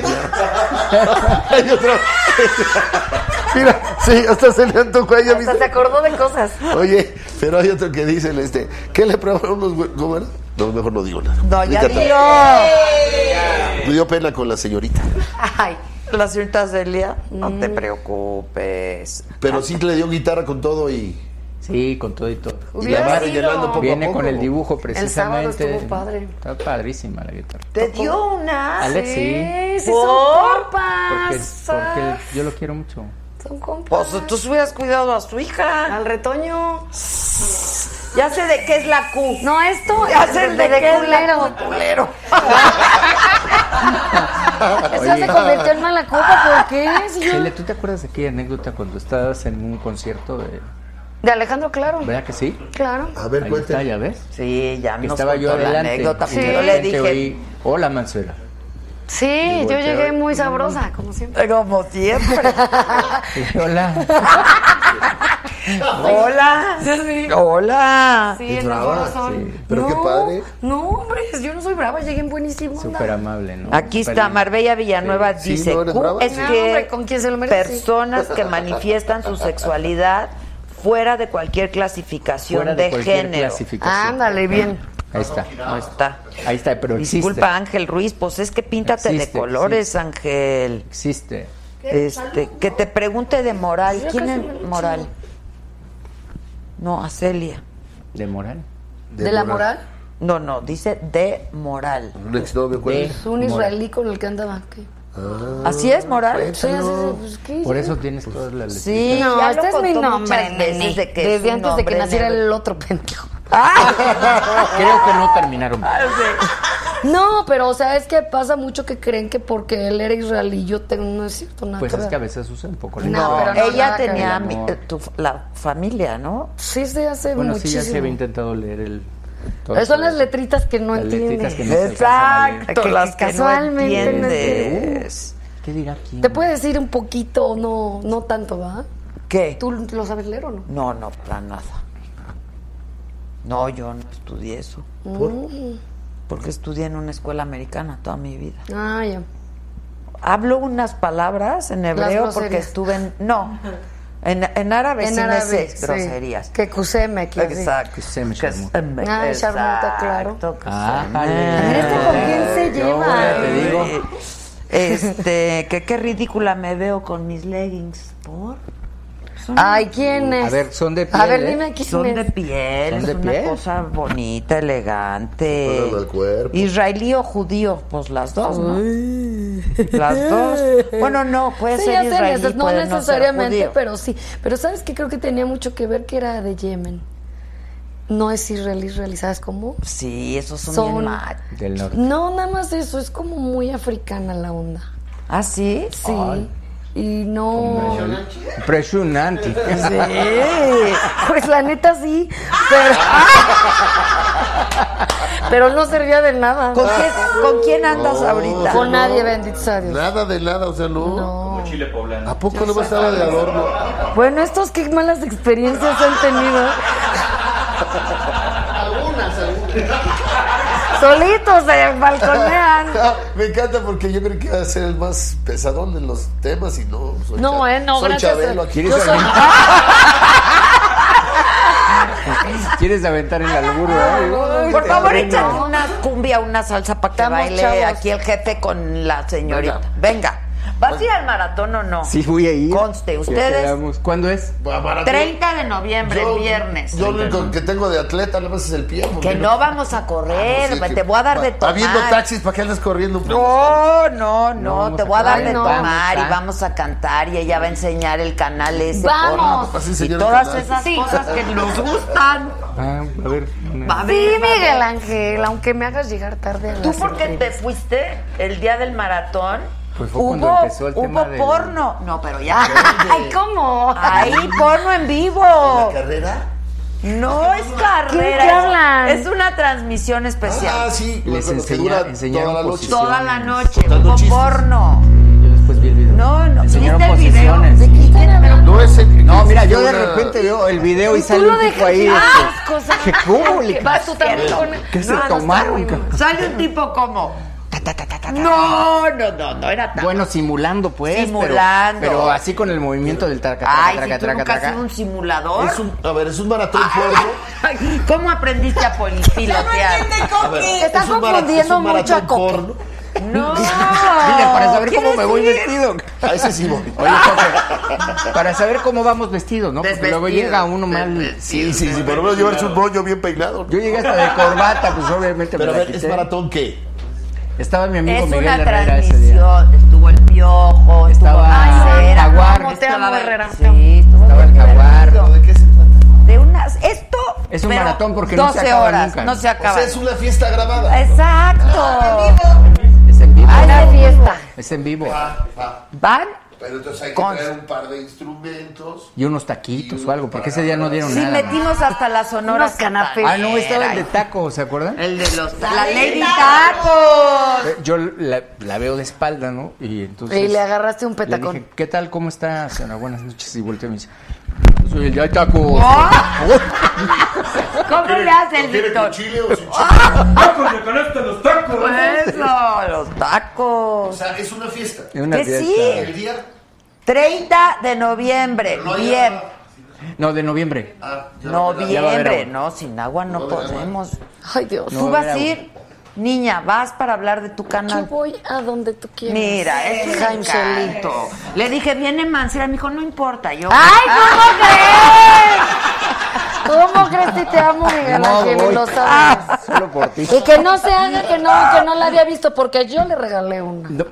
Hay otro... Mira, sí, hasta se le antojó a ella. Hasta se acordó de cosas. Oye, pero hay otro que dice, ¿qué le prepararon unos huevos? ¿Cómo era? No, mejor no digo nada. No, ya digo. Me dio pena con la señorita. Ay, la señorita Celia, no te preocupes. Pero sí le dio guitarra con todo y... Sí, con todo y todo. Y la va rellenando poco Viene a poco. con el dibujo precisamente. El sábado estuvo padre. Está padrísima la guitarra. ¿Te dio una? Alex, sí. Sí, son compas. Porque yo lo quiero mucho. Son compas. Pues tú hubieras cuidado a su hija. Al retoño. Ya sé de qué es la Q. No, esto Ya sé de qué es la culero. culero. Eso se convirtió en mala copa, ¿por qué? Si yo... Celia, ¿tú te acuerdas de aquella anécdota cuando estabas en un concierto de Alejandro, claro. ¿Verdad que sí? Claro. A ver, Ahí cuéntame. está, ¿ya ves? Sí, ya me Estaba yo la adelante. anécdota. Y Porque de yo le repente dije, oí, hola, Mansuela. Sí, yo llegué muy sabrosa, como siempre. como siempre. Y hola. Hola. Sí. Hola. Sí, ¿Es en el brava? corazón. Sí. Pero qué padre. No, hombre, yo no soy brava, llegué en buenísimo. Súper amable, ¿no? Aquí está Súper Marbella Villanueva, Sí, dice, ¿no eres Q brava? es No, que hombre, ¿con quién se lo merece? personas que manifiestan su sexualidad fuera de cualquier clasificación fuera de, de cualquier género. clasificación. Ándale, bien. Ahí está. No está. Ahí está, pero existe. Disculpa, Ángel Ruiz, pues es que píntate Existe, de colores, Ángel. Existe. Que te pregunte de Moral. Ya ¿Quién casi es me lo Moral? chingo. No, a Celia. ¿De moral? ¿De la moral? No, dice de Moral. Un exnovio, ¿cuál es? Es un israelí con el que andaba. ¿Qué? ¿Así es, Moral? Sí, así es, pues, ¿qué? Por eso tienes todas las letras. Sí, No, ya este lo es mi contó nombre, muchas veces nene. de que es Desde un antes de que nombre naciera negro. el otro pendejo. Creo que no terminaron. No, pero o sea, es que pasa mucho que creen que porque él era israelí yo tengo, no es cierto nada. Pues que es ver. que a veces usa un poco la No, No, pero no, ella nada que tenía ver. la familia, ¿no? Sí, desde hace Bueno, sí, muchísimo. ya se había intentado leer el... Son las letritas que no Las letritas entiendes. que no se alcanzan a leer. Exacto, las que casualmente no no entiendes. ¿Qué dirá quién? Te puede decir un poquito, no tanto, ¿va? ¿Qué? ¿Tú lo sabes leer o no? No, para nada. No, yo no estudié eso. Porque estudié en una escuela americana toda mi vida. Ah, ya. Hablo unas palabras en hebreo porque groserías. estuve en... No, en árabe sí me sé sí. groserías. Que cuseme, que así. Exacto. Kusem Sharmut. Ay, Sharmuta, claro. Ah, A ver, ¿este con quién se yo, lleva? te digo. Que qué ridícula me veo con mis leggings. ¿Por? Ay, ¿quién es? A ver, son de piel, A ver, ¿eh? dime quién Son es. de piel, ¿Son es de una piel? cosa bonita, elegante. Fuera del cuerpo. ¿Israelí o judío? Pues las dos, ¿no? Las dos. Bueno, no, puede Sí, ser ya sé, israelí, no puede necesariamente, no ser judío. pero sí. Pero ¿sabes qué? Creo que tenía mucho que ver que era de Yemen. No es israelí, ¿sabes cómo? Sí, esos son Son- bien mal. Del norte. No, nada más eso, es como muy africana la onda. ¿Ah, sí? Sí. Y no... Impresionante. Sí, pues la neta sí, pero... Pero no servía de nada. ¿Con quién andas ahorita? Con nadie, bendito sea Dios. Nada de nada, o sea, no. No. Chile poblano. ¿A poco no estaba de adorno? Bueno, estos qué malas experiencias han tenido. Algunas. Solitos se balconean. Me encanta porque yo creo que iba a ser el más pesadón en los temas y no. No, no, soy gracias. Chabelo, aquí. Yo soy... ¿Quieres aventar el alburo? Por favor, échate una cumbia, una salsa para que Estamos baile chavos. aquí el jefe con la señorita. Venga. ¿Vas a ir al maratón o no? Sí, voy a ir. Conste, Ya ustedes. quedamos. ¿Cuándo es? 30 de noviembre, Yo- viernes. Yo lo único que tengo de atleta nada más es el pie. porque Que no vamos a correr, sí, que- te voy a dar de tomar. Habiendo taxis, ¿para qué andas corriendo? No, vamos te a voy a dar correr, de vamos, tomar y ¿ah? vamos a cantar y ella va a enseñar el canal ese. ¡Vamos! Así Y señor todas canal. esas cosas que nos gustan. A ver. Va a Sí, ver, va a ver. Miguel Ángel, aunque me hagas llegar tarde a la ¿Tú por qué te entrevista. fuiste el día del maratón? Pues fue cuando empezó el tema del- porno. No, pero ya. Ay, ¿cómo? Ahí, porno en vivo. ¿La carrera? No es carrera. ¿Qué hablan? Es una transmisión especial. Ah, sí. Les que enseñaron toda la noche. posiciones. Toda la noche. Contando Hubo chistes. porno. Yo después vi el video. No. Enseñaron ¿Viste el video? posiciones. ¿De quién era? No es el- No, mira, yo de una- repente veo el video y Tú sale lo un tipo dejas ahí. cosas. ¿Qué cómo le Vas tú también con... ¿Qué se No, no, tomaron? está muy mal. Sale un tipo como. No era tan. Bueno, simulando, pues. Simulando. Pero así con el movimiento del traca, Ay, traca, si tú traca, nunca has traca. sido un simulador. Es un maratón porno. Ay, ¿cómo aprendiste a pilotear? A ver, Te estás es un confundiendo es un mucho a maratón Coque. porno. No. Mira, para saber cómo me voy ¿Quieres ir? vestido. A ese sí voy. Oye, Coque, para saber cómo vamos vestidos, ¿no? Porque luego Desvestido. llega uno mal. Sí, por lo menos llevarse un rollo bien peinado. Yo llegué hasta de corbata, pues obviamente Pero a me la ver, ¿es quité. maratón qué? Estaba mi amigo Es Miguel una Herrera ese día. transmisión. Estuvo el Piojo, Estaba Mancera. Jaguar. ¿Cómo te amo, Herrera? Sí, estuvo Estaba el muy Jaguar. divertido. ¿De qué se trata? De unas. Esto. Es un pero maratón porque no se 12 acaba horas, nunca. no se O acaba. sea, es una fiesta grabada. Exacto. Es en vivo. Ay, la fiesta. Es en vivo. ¿Van? Pero entonces hay que Con- traer un par de instrumentos. Y unos taquitos o algo, porque ese día no dieron Sí, nada. metimos hasta la sonora. Unos canapés. Ah, no, estaba el de taco, ¿se acuerdan? El de los. La Lady Tacos. Yo la veo de espalda, ¿no? Y entonces. Y le agarraste un le petacón. dije, ¿qué tal? ¿Cómo está, señora? Buenas noches. Y volteó y me dice, yo soy el de taco. ¿Cómo le hace el ¿Quiere con Víctor? chile o sin chile? ¡Tacos de canasta, los tacos! Eso, los O tacos. sea, es una fiesta. Es una Que fiesta. sí. El día. 30 de noviembre. No hay Bien. agua. No, de noviembre. Ah, ya va a haber Ya va a haber Noviembre. agua. No, sin agua no No va a haber agua. podemos. Ay, Dios. No Tú va a vas a haber ir, niña, vas para hablar de tu Yo canal. voy a donde tú quieras. Mira, es un Jaime Solís. encanto. Le dije, viene Mancera, me dijo, no importa, yo. ¡Ay, cómo crees! ¿Cómo crees que te amo, Miguel No, Ángel? voy. Lo sabes. Solo por ti. Y que no se haga que no la había visto, porque yo le regalé una. No,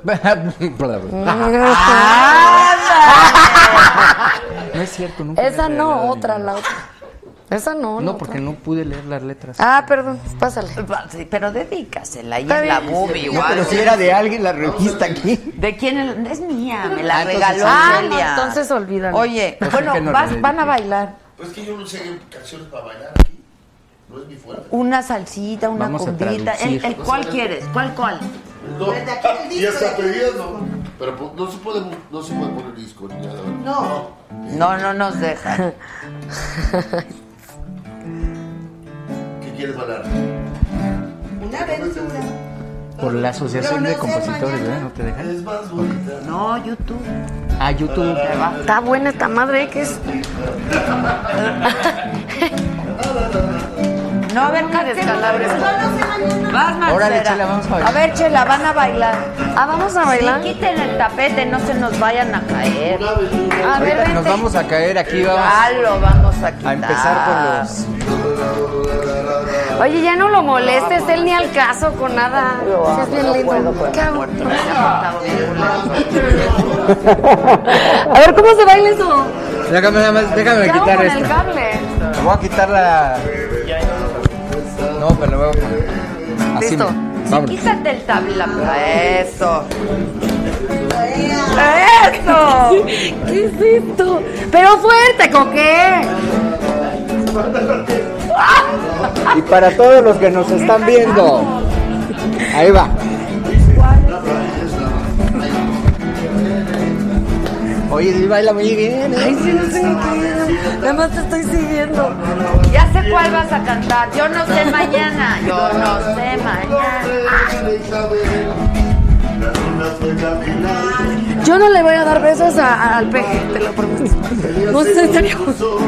no es cierto, nunca. Esa me he no, regalado otra, ninguna. la otra. Esa no. No, la porque otra. no pude leer las letras. Ah, perdón, pásale. Sí, pero dedícasela, ahí Está en la bien. boobie, No, igual. pero si era de alguien la revista aquí. ¿De quién es mía? Me la Ah, entonces regaló sí. Ah, no, Celia. entonces olvídalo. Oye, Pues bueno, que no van le a dediqué. bailar. Pues que yo no sé canciones para bailar aquí. No es mi fuerte. Una salsita, una Vamos a cumbita. traducir. ¿El cuál quieres? ¿Cuál? No. Desde aquí el disco Y hasta de- pedidas no. Pero pues, no se puede poner disco ni nada. No. No nos dejan. ¿Qué quieres bailar? Una aventura. Por la asociación de compositores, ¿verdad? ¿No te dejan? Es más bonita. No, YouTube. Ah, YouTube. Está buena esta madre, ¿qué es? No, a ver, descalabres. Vas, Marcela. Órale, Chela, vamos a bailar. A ver, Chela, van a bailar. Ah, vamos a bailar. Sí, quiten el tapete, no se nos vayan a caer. A ver, Ahorita nos vente. vamos a caer aquí, vamos Ya lo vamos a quitar. a empezar con los... Oye, ya no lo molestes, él ni al caso con nada. Sí, es bien lindo. ¿Qué hago? A ver, ¿cómo se baila eso? Déjame nada más, déjame ¿Qué hago quitar con esto. el cable? Me voy a quitar la... No, pero lo voy a poner. Así. Listo. Vámonos. Quítate el tabla. Eso. ¡Eso! ¿Qué es esto? Pero fuerte, Coque. Y para todos los que nos están viendo. Ahí va. Oye, sí baila muy bien. Ay, sí, no sé qué. Nada más te estoy siguiendo. Ya sé cuál vas a cantar. Yo no sé mañana. Yo no sé mañana. Yo no le voy a dar besos al peje, te lo prometo. No sé, en serio.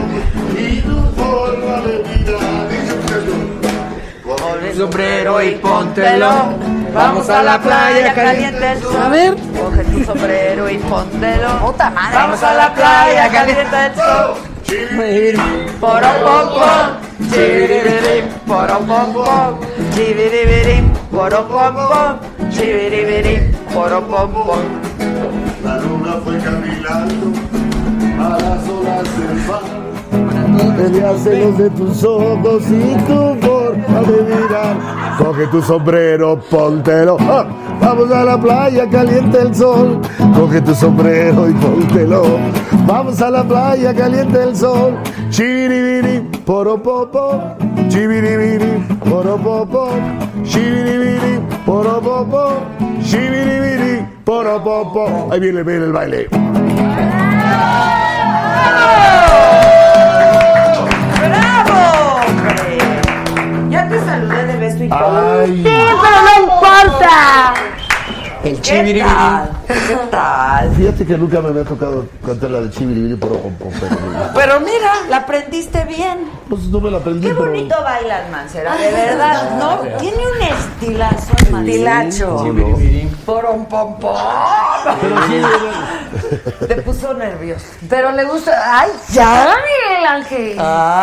Sombrero y póntelo. Vamos a la playa caliente el sol. A ver. Coge tu sombrero y póntelo. Puta madre. Vamos a la playa caliente el sol. Poropopom, chibiribirim, poropopom, chibiribirim, poropopom, chibiribirim, poropopom. La luna fue caminando a las olas del mar. Veía celos de tus ojos y tu forma de mirar. Coge tu sombrero, póntelo. ¡Ah! Vamos a la playa, caliente el sol. Coge tu sombrero y póntelo. Vamos a la playa, caliente el sol. Chibiribiri, poropopo. Chibiribiri, poropopo. Chibiribiri, poropopo. Chibiribiri, poropopo. Ahí viene el baile. ¡Bravo! Hombre. Ya te saludé de beso y todo. Ay. Sí, pero no importa. El ¿Qué chibiribiri. tal? ¿Qué tal? Fíjate que nunca me había tocado cantar la de Chibiribiri, Pero mira, la aprendiste bien. Pues no me la aprendí. Qué bonito bailas, Mancera, de verdad, ¿no? Tiene un estilazo, Mancera. Chibiribiri. Porom, pom, pom. Te puso nervioso. Pero le gusta. ¡Ay, ya, Miguel Ángel!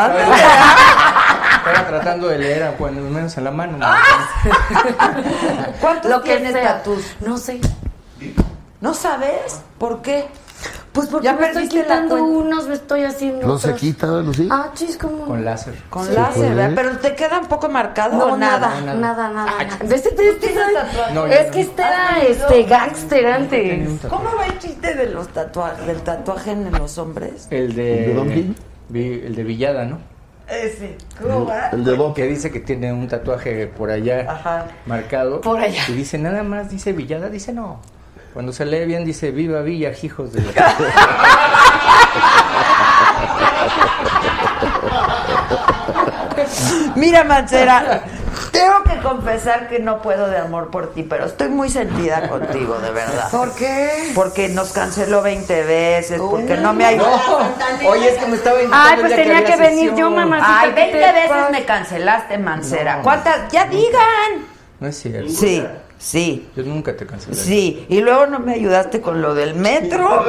Estaba tratando de leer, cuando menos en la mano. ¿Cuántos Lo que tienes sea. tatús? No sé. ¿No sabes? ¿Por qué? Pues porque Ya me estoy perdiste la quitando cuenta. unos, me estoy haciendo ¿No se otros. quita, Lucy? Ah, chis, ¿cómo? Con láser. Con Sí, láser, pues. ¿verdad? Pero te queda un poco marcado No, o nada. nada. Ay, ¿Ves? tienes tatuaje. No, Es yo que no. este era gángster antes. ¿Cómo va el chiste de los tatuajes, del tatuaje en los hombres? El ¿De Don King? El de Villada, ¿no? Ese. ¿Cómo va? El de Bob. Que dice que tiene un tatuaje por allá Ajá. marcado. Por allá. Y dice, nada más dice Villada, dice no. Cuando se lee bien dice, viva Villa, hijos de la... Mira, Mancera, tengo que confesar que no puedo de amor por ti, pero estoy muy sentida contigo, de verdad. ¿Por qué? Porque nos canceló 20 veces, porque no me ayudó. Oye, es que me estaba invitando. Ay, pues el día tenía había que venir sesión. yo, mamacita. Ay, ¿qué 20 te veces pasa? me cancelaste, Mancera. No. ¿Cuántas? ¡Ya digan! No es cierto. Sí, sí. Yo nunca te cancelé. Sí, y luego no me ayudaste con lo del metro.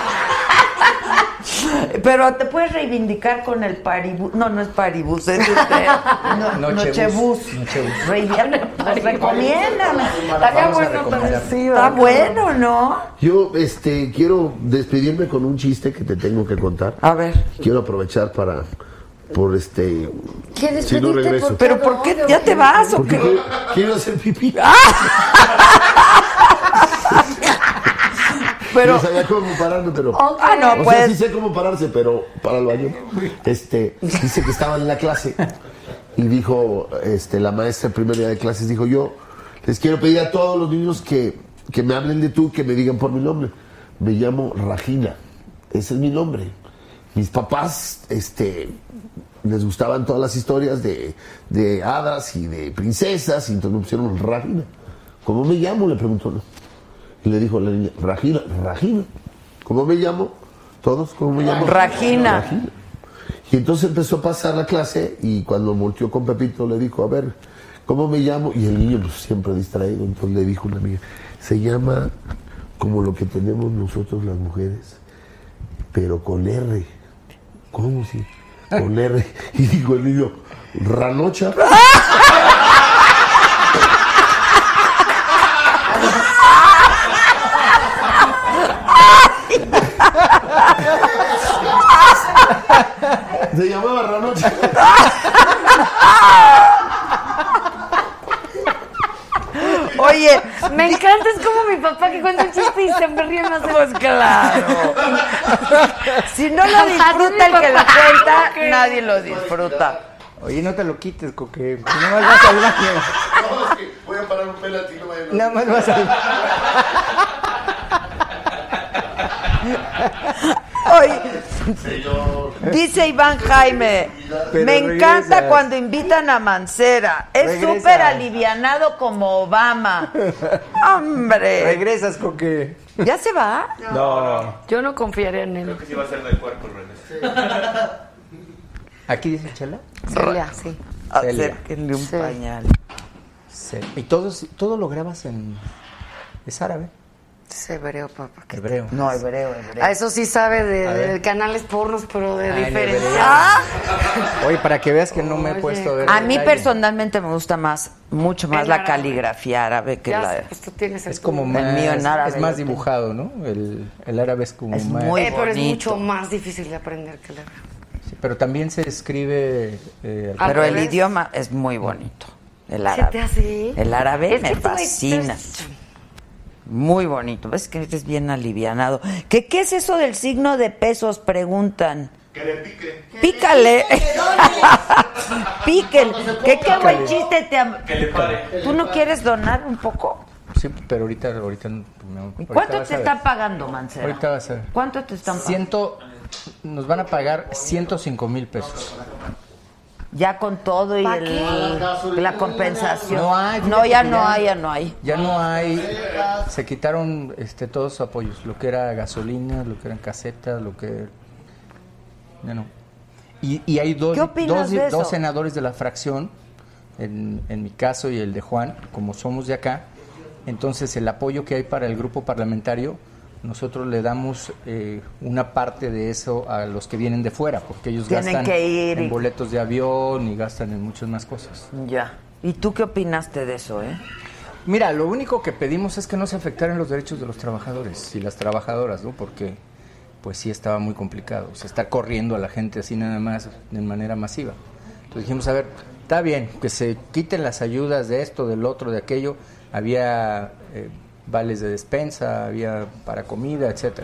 Pero te puedes reivindicar con el paribús. No, no es paribús, es Nochebús. Recomiéndame. Estaría Vamos a bueno, recomendar. pero sí, Está bueno, ¿no? Yo quiero despedirme con un chiste que te tengo que contar. A ver. Quiero aprovechar para ¿Quieres si no pedirte regreso. por ¿Pero por qué? ¿Ya te vas o Porque qué? quiero hacer pipí. Pero... No sabía cómo pararme, pero... Ok. Ah, no, O pues... sea, sí sé cómo pararse, pero para el baño. Dice que estaba en la clase y dijo, la maestra el primer día de clases dijo, yo les quiero pedir a todos los niños que me hablen de tú, que me digan por mi nombre. Me llamo Regina, ese es mi nombre. Mis papás, les gustaban todas las historias de hadas y de princesas, y entonces me pusieron Regina. ¿Cómo me llamo? Le preguntó. ¿No? Y le dijo la niña, Regina. ¿Cómo me llamo? ¿Todos? ¿Cómo me llamo? Regina. Y entonces empezó a pasar la clase y cuando volteó con Pepito le dijo, a ver, ¿cómo me llamo? Y el niño pues, siempre distraído, entonces le dijo una amiga, se llama como lo que tenemos nosotros las mujeres, pero con R. ¿Cómo sí? Con R. Y dijo el niño, Ranocha. Se llamaba Ranocha. Oye, Me encanta, es como mi papá que cuenta un chiste y se me ríe más de pues claro. Si no lo disfruta el que lo cuenta, nadie lo disfruta. Oye, no te lo quites, Coque. No más vas al baño. No, es que voy a parar un pelate y no vaya a... Nada más vas al baño. Oye, dice Iván Jaime, Pero me encanta regresas. cuando invitan a Mancera. Es Regresa. súper alivianado como Obama. Hombre. Regresas, Coque. ¿Ya se va? No. Yo no confiaría en él. Creo que sí va a ser del cuerpo el regreso. ¿Aquí dice Chela? Celia, sí. Celia. Acérquenle un Sí. pañal. Sí. ¿Y todo lo grabas en... ¿Es árabe? Es hebreo, papá. Hebreo. No, hebreo. A eso sí sabe A de ver. canales pornos, pero de Ay, diferencia. hebreo. Ah, Oye, para que veas que no me he Oye. puesto a ver... a mí detalle. personalmente me gusta mucho más El la árabe. caligrafía árabe que Ya, la... pues tú tienes el Es como tuyo. más... El mío en árabe es más lo tengo. dibujado, ¿no? El árabe es como Es más... muy Pero es bonito. mucho más difícil de aprender que el hebreo. Sí, pero también se escribe... Al Pero el revés. idioma es muy bonito. El ¿Se árabe. te hace? El árabe Es me que tú fascina. estás- Muy bonito. Ves que eres bien alivianado. ¿Qué es eso del signo de pesos? Preguntan. Que le pique. Pícale. Píquel. Qué buen chiste te Que le pare. ¿Tú no quieres donar un poco? Sí, pero ahorita no. ¿Y ahorita cuánto vas te a ver. están pagando, Mancera? Ahorita vas a ver. ¿Cuánto te están pagando? Nos van a pagar 105,000 pesos. Ya con todo y ¿Pa qué? la compensación. No hay, No, fíjate ya que no ya- hay, ya no hay. Ya no hay, se quitaron todos sus apoyos, lo que era gasolina, lo que eran casetas, lo que... Ya no. Y hay ¿Qué opinas de eso? dos senadores de la fracción, en mi caso y el de Juan, como somos de acá, entonces el apoyo que hay para el grupo parlamentario, nosotros le damos una parte de eso a los que vienen de fuera, porque ellos Tienen gastan que ir en y- boletos de avión y gastan en muchas más cosas. Ya. ¿Y tú qué opinaste de eso, Mira, lo único que pedimos es que no se afectaran los derechos de los trabajadores y las trabajadoras, ¿no? Porque pues sí estaba muy complicado, o sea, estar corriendo a la gente así nada más de manera masiva. Entonces dijimos, a ver, está bien, que se quiten las ayudas de esto, del otro, de aquello. Había vales de despensa, había para comida, etcétera.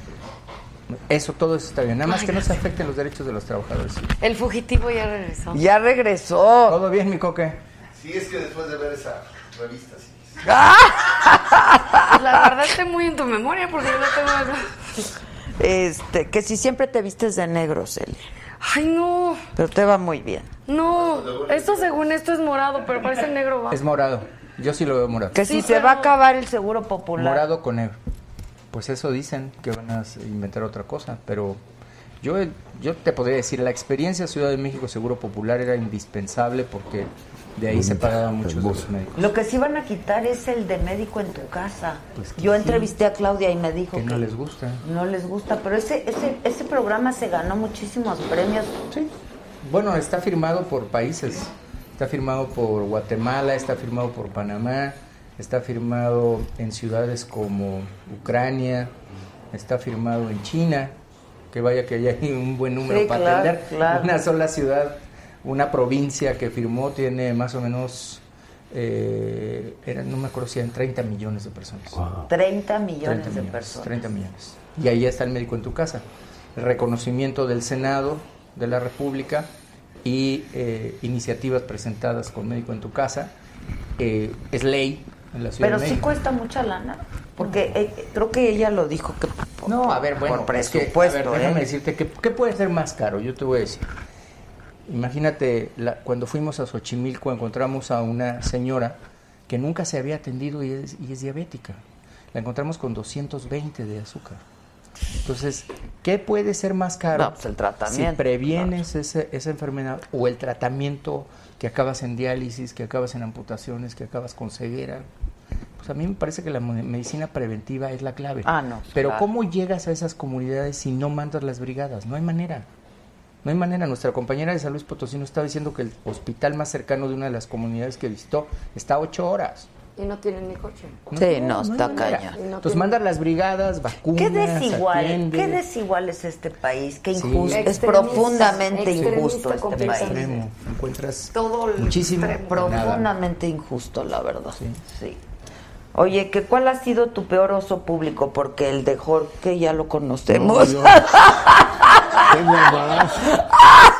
Todo eso está bien, nada más que no se afecten los derechos de los trabajadores. El fugitivo ya regresó. Ya regresó. ¿Todo bien, mi Coque? Sí, es que después de ver esa revista, sí. Pues la verdad estoy muy en tu memoria porque yo no tengo... Que si siempre te vistes de negro, Celia. Ay, no. Pero te va muy bien. No. Esto según esto es morado, pero parece negro, va. Es morado, yo sí lo veo morado. Que Sí, si se pero- va a acabar el seguro popular. Morado con negro. Pues eso dicen, que van a inventar otra cosa, pero yo te podría decir, la experiencia Ciudad de México Seguro Popular era indispensable porque de ahí se pagaban muchos de los médicos. Lo que sí van a quitar es el de médico en tu casa. Pues que Yo sí. entrevisté a Claudia y me dijo Que no les gusta. no les gusta, pero ese programa se ganó muchísimos premios. Sí. Bueno, está firmado por países. Está firmado por Guatemala, está firmado por Panamá, está firmado en ciudades como Ucrania, está firmado en China, que vaya que haya ahí un buen número Sí, para claro, atender. claro. Una sola ciudad, una provincia que firmó tiene más o menos, no me acuerdo si eran 30 millones de personas. 30 millones 30 de millones, personas. 30 millones. Y ahí está el médico en tu casa. El reconocimiento del Senado de la República y iniciativas presentadas con médico en tu casa. Es ley en la Ciudad Pero de sí México. cuesta mucha lana, porque creo que ella lo dijo que No, a ver, bueno, por es que, presupuesto, a ver, déjame decirte que ¿qué puede ser más caro? Yo te voy a decir. Imagínate, cuando fuimos a Xochimilco encontramos a una señora que nunca se había atendido y es diabética. La encontramos con 220 de azúcar. Entonces, ¿qué puede ser más caro? No, pues el tratamiento. Si previenes esa enfermedad o el tratamiento que acabas en diálisis, que acabas en amputaciones, que acabas con ceguera. Pues a mí me parece que la medicina preventiva es la clave. Ah, no, Pero claro. ¿cómo llegas a esas comunidades si no mandas las brigadas? No hay manera. No hay manera. Nuestra compañera de San Luis Potosí nos estaba diciendo que el hospital más cercano de una de las comunidades que visitó está a 8 horas. Y no tienen ni coche. Sí, no, hay está manera. cañón. Entonces mandas las brigadas, vacunas, Qué desigual, atiende. es este país, qué Sí. injusto, es Extremista, profundamente extremista injusto este completamente. país. Extremo. Encuentras Todo el muchísimo. extremo. nada. Profundamente injusto, la verdad. Sí. Sí. Oye, ¿cuál ha sido tu peor oso público? Porque el de Jorge ya lo conocemos. Tengo más.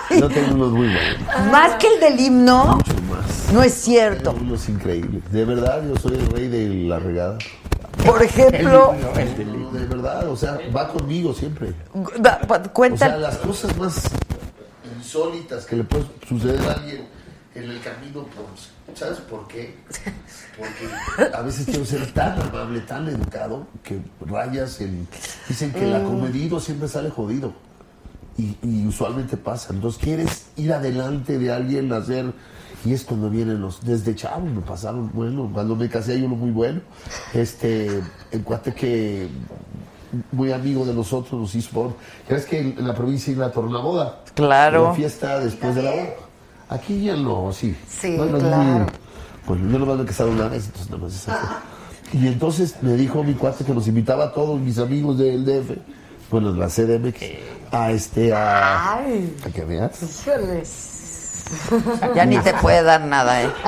Yo tengo unos muy buenos. ¿Más que el del himno? Mucho más. No es cierto. Tengo unos increíbles. De verdad, yo soy el rey de la regada. Por ejemplo... De verdad, o sea, va conmigo siempre. Cuenta... O sea, las cosas más insólitas que le puede suceder a alguien en el camino, pues, ¿sabes por qué? Porque a veces quiero ser tan amable, tan educado, que rayas en... Dicen que el acomedido siempre sale jodido. Y usualmente pasa. Entonces quieres ir adelante de alguien, hacer... Y es cuando vienen los... Desde chavo me pasaron, bueno, cuando me casé hay uno muy bueno. El cuate que... Muy amigo de nosotros, nos hizo... ¿Crees que en la provincia hay la tornaboda? Claro. La fiesta después de la boda. Aquí ya no, sí. Sí, bueno, claro. Bueno, yo nomás me he casado una vez, entonces nada más es así. Y entonces me dijo mi cuate que nos invitaba a todos mis amigos del DF, bueno, la CDMX, a que veas. Híjoles. Ya ni te puede dar nada, ¿eh?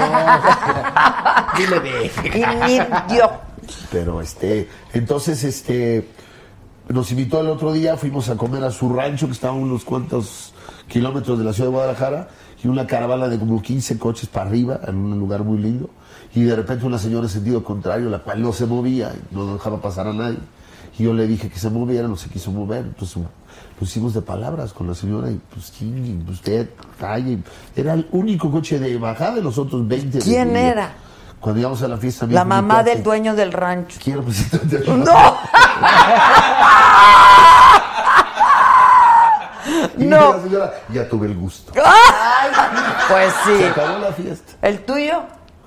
Dile DF. Y ni Dios. Pero entonces nos invitó el otro día, fuimos a comer a su rancho que estaba a unos cuantos kilómetros de la ciudad de Guadalajara, y una caravana de como 15 coches para arriba, en un lugar muy lindo, y de repente una señora en sentido contrario, la cual no se movía, no dejaba pasar a nadie, y yo le dije que se moviera, no se quiso mover, entonces nos hicimos de palabras con la señora, y pues sí, usted, calle, era el único coche de bajada de los otros 20. ¿Quién era? Cuando íbamos a la fiesta... La mamá del dueño del rancho. Quiero presentarte. ¡No! Y no. la señora, ya tuve el gusto. ¡Ay! Pues sí. Se acabó la fiesta. ¿El tuyo?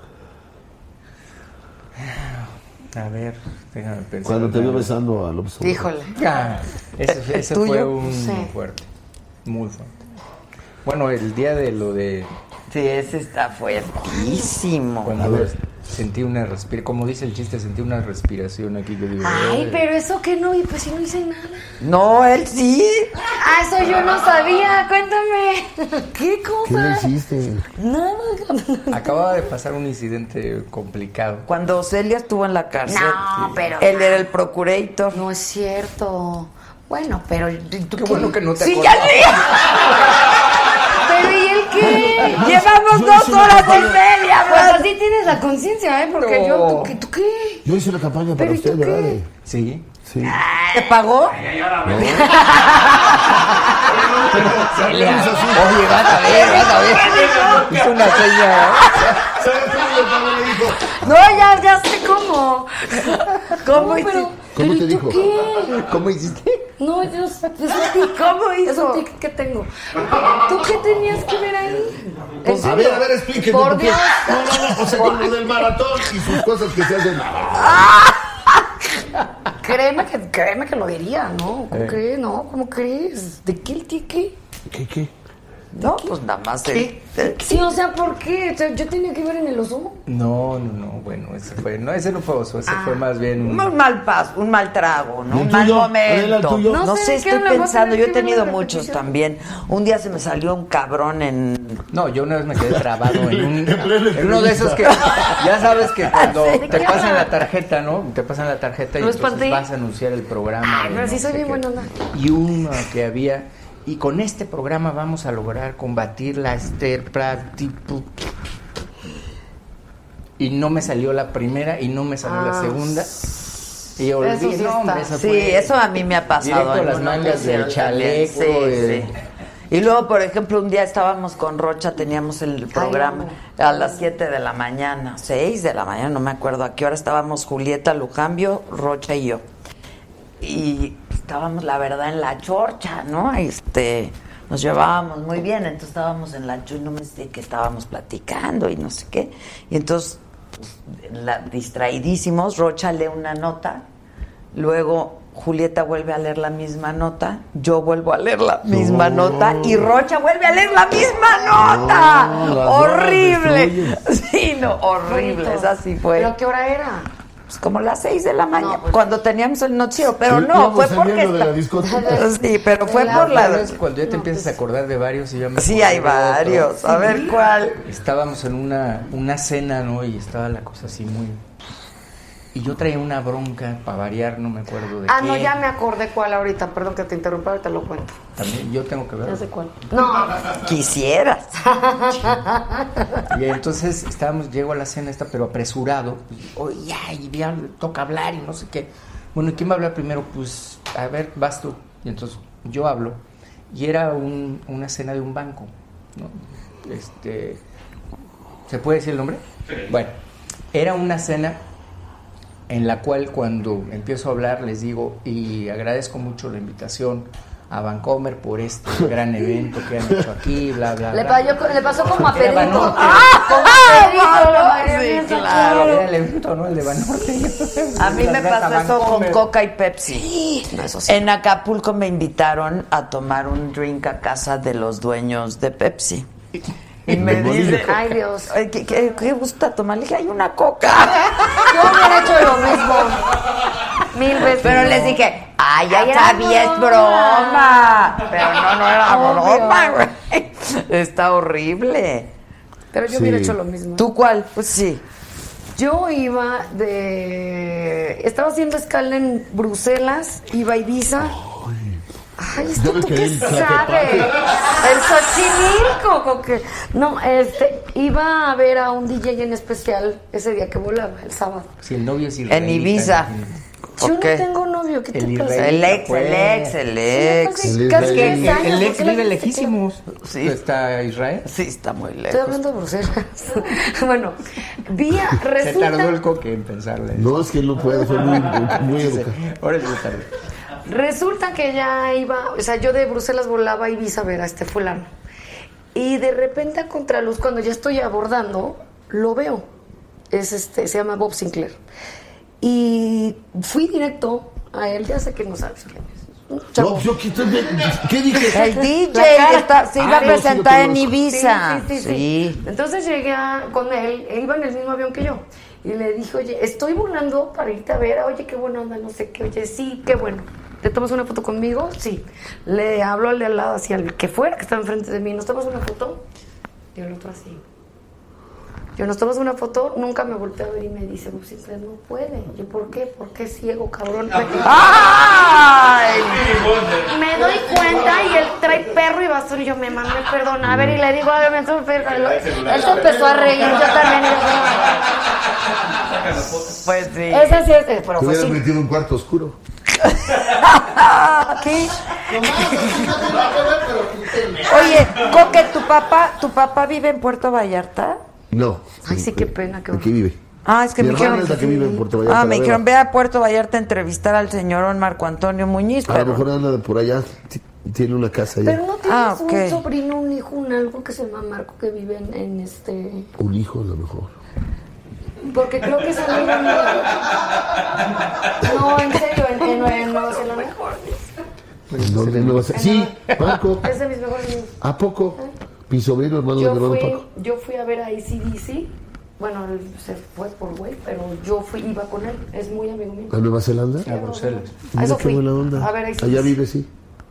A ver, déjame pensar. Cuando te vio besando a López Obrador. Híjole. Ese ¿Tuyo? fue un Sí. fuerte, muy fuerte. Bueno, el día de lo de... Sí, ese está fuertísimo. Cuando sentí una respiración, como dice el chiste, sentí una respiración aquí que digo... Ay, pero eso que no, y pues si no hice nada. No, él sí. Ah, eso yo no sabía, cuéntame. ¿Qué cosa? ¿Qué le hiciste? Nada. Acababa de pasar un incidente complicado. Cuando Celia estuvo en la cárcel. No, pero... Él era el procurator. No es cierto. Bueno, pero... ¿tú Qué bueno que no te Sí, acuerdas. ya sí. ¿Pero y él qué? Llevamos Yo 2 hice una horas y campaña. media, Pues pues. así tienes la conciencia, ¿eh? Porque No. yo... ¿Tú qué? Yo hice una campaña para ¿Pero y tú usted, ¿verdad? qué? Sí. Sí. ¿Te pagó? Celia. Oye, vas a ver. Hizo una seña. No, ya sé cómo. ¿Cómo pero, hiciste? ¿Cómo pero te ¿y dijo? tú qué? ¿Cómo hiciste? No, yo... ¿Eso tic? ¿Cómo hizo? ¿Eso tic que tengo? ¿Tú qué tenías que ver ahí? A ver, explíqueme. Por porque- Dios. No, o sea, con lo del maratón y sus cosas que se hacen. Créeme que lo diría, ¿no? ¿Cómo crees? No, ¿cómo crees? ¿De qué el tique? ¿Qué? No, pues nada más él. Sí, o sea, ¿por qué? O sea, yo tenía que ver en el oso. No, bueno, ese no fue oso, ese fue más bien Un mal paso, un mal trago, ¿no? ¿Y el Un mal tuyo? Adela, ¿el momento. tuyo? No No sé, sé, estoy ¿qué habla? ¿Vas a pensando. tener Yo he que ver tenido la muchos repetición? también. Un día se me salió un cabrón en... No, yo una vez me quedé trabado en uno de esos que ya sabes que cuando ¿De te qué pasan habla? la tarjeta, ¿no? Te pasan la tarjeta y ¿No es entonces para ti? vas a anunciar el programa. Ay, de pero sí no soy sé bien qué. buena onda. Y uno que había, y con este programa vamos a lograr combatir la y no me salió la primera y no me salió la segunda. Y olvidé, Eso sí no, hombre, está. eso Sí, fue eso a mí me ha pasado. directo a en las una mangas del ocasión chaleco. también. Sí. Y luego, por ejemplo, un día estábamos con Rocha, teníamos el programa a las 7 de la mañana, 6 de la mañana, no me acuerdo a qué hora estábamos, Julieta Lujambio, Rocha y yo. Y estábamos, la verdad, en la chorcha, ¿no? Nos llevábamos muy bien, entonces estábamos en la chorcha, no me sé qué estábamos platicando y no sé qué. Y entonces, distraidísimos, Rocha lee una nota, luego Julieta vuelve a leer la misma nota, yo vuelvo a leer la misma nota y Rocha vuelve a leer la misma nota. las Horrible. horas Sí, no, horrible. Esa sí fue. ¿Pero qué hora era? Pues como las 6 de la mañana, No, pues- cuando teníamos el noticiero, pero Sí, no, íbamos fue porque saliendo de la discoteca. sí, pero fue De por La la verdad es cuando ya te empiezas a acordar de varios y ya me sí acordé hay de otro. varios, a ver cuál. Estábamos en una cena, ¿no? Y estaba la cosa así muy... Y yo traía una bronca, para variar, no me acuerdo de qué. No, ya me acordé cuál ahorita. Perdón que te interrumpa, ahorita lo cuento. También yo tengo que ver. Ya sé cuál. No. Quisieras. Y entonces llego a la cena esta, pero apresurado. Oye, ya toca hablar y no sé qué. Bueno, ¿y quién va a hablar primero? Pues, a ver, vas tú. Y entonces yo hablo. Y era una cena de un banco, ¿no? ¿Se puede decir el nombre? Sí. Bueno, era una cena en la cual cuando empiezo a hablar les digo, y agradezco mucho la invitación a Vancomer por este gran evento que han hecho aquí, bla, bla, bla. Le pasó como a Pedrito. Banorte. Sí, claro. Era el evento, ¿no? El de Banorte. A mí me pasó eso con Coca y Pepsi. Sí, eso sí. En Acapulco me invitaron a tomar un drink a casa de los dueños de Pepsi. Y me dice, ay Dios, ¿qué gusta tomar? Le dije, hay una Coca. Yo hubiera hecho lo mismo 1000 veces. Pero les dije, ya sabía, es broma. Pero no era broma, güey. Está horrible. Pero yo hubiera hecho lo mismo. ¿Tú cuál? Pues sí. Yo estaba haciendo escala en Bruselas, iba a Ibiza. Ay, ¿esto tú qué sabe? El Xochimilco, que no, iba a ver a un DJ en especial ese día que volaba, el sábado. Si el novio es israelita. En Ibiza. Yo no tengo novio, ¿qué te pasa? El ex. El ex vive lejísimos. Sí. ¿Está Israel? Sí, está muy lejos. Estoy hablando de Bruselas. Bueno, resulta... Se tardó el coque en pensarle. No, es que no puede, fue muy educado. Ahora es tarde. Resulta que ya iba, o sea, yo de Bruselas volaba a Ibiza a ver a este fulano. Y de repente a contraluz, cuando ya estoy abordando, lo veo. Se llama Bob Sinclair. Y fui directo a él, ya sé que no sabes quién es. No, ¿qué dije? El DJ se iba a presentar en Ibiza. Sí. Entonces llegué con él, iba en el mismo avión que yo. Y le dije, oye, estoy volando para irte a ver. Oye, qué buena onda, no sé qué. Oye, sí, qué bueno. ¿Te tomas una foto conmigo? Sí. Le hablo al de al lado, así, al que fuera, que estaba enfrente de mí. ¿Nos tomas una foto? Y el otro así. Yo, ¿nos tomas una foto? Nunca me volteé a ver y me dice, pues usted no puede. Yo, ¿por qué? ¿Por qué ciego, cabrón? ¡Ay! Me doy cuenta y él trae perro y bastón y yo, me mame, perdona. A ver, y le digo, a ver, él se empezó a reír, yo también. Pues sí. Esa sí es, pero Te pues hubieras sí. metido en un cuarto oscuro. ¿Qué? Oye, Coque, ¿tu papá vive en Puerto Vallarta? No. Ay, sí, qué pena. Aquí vive. Es que Mi me dijeron. hermana es la que vive en Puerto Vallarta. Me dijeron, ve a Puerto Vallarta a entrevistar al señor Marco Antonio Muñiz. A lo mejor anda por allá, tiene una casa allá. Pero no tienes un sobrino, un hijo, algo que se llama Marco que vive en Un hijo, a lo mejor. Porque creo que es amigo mío. No, en serio, en Nueva Zelanda. Sí, Marco. Es de mis mejores amigos. ¿A poco? Mi sobrino, hermano de mi hermano Paco. Yo fui a ver a AC/DC. Bueno, él se fue por güey, pero yo iba con él. Es muy amigo mío. ¿A Nueva Zelanda? A Bruselas. A eso Qué fui. buena onda. A ver, AC/DC. Allá vive, sí.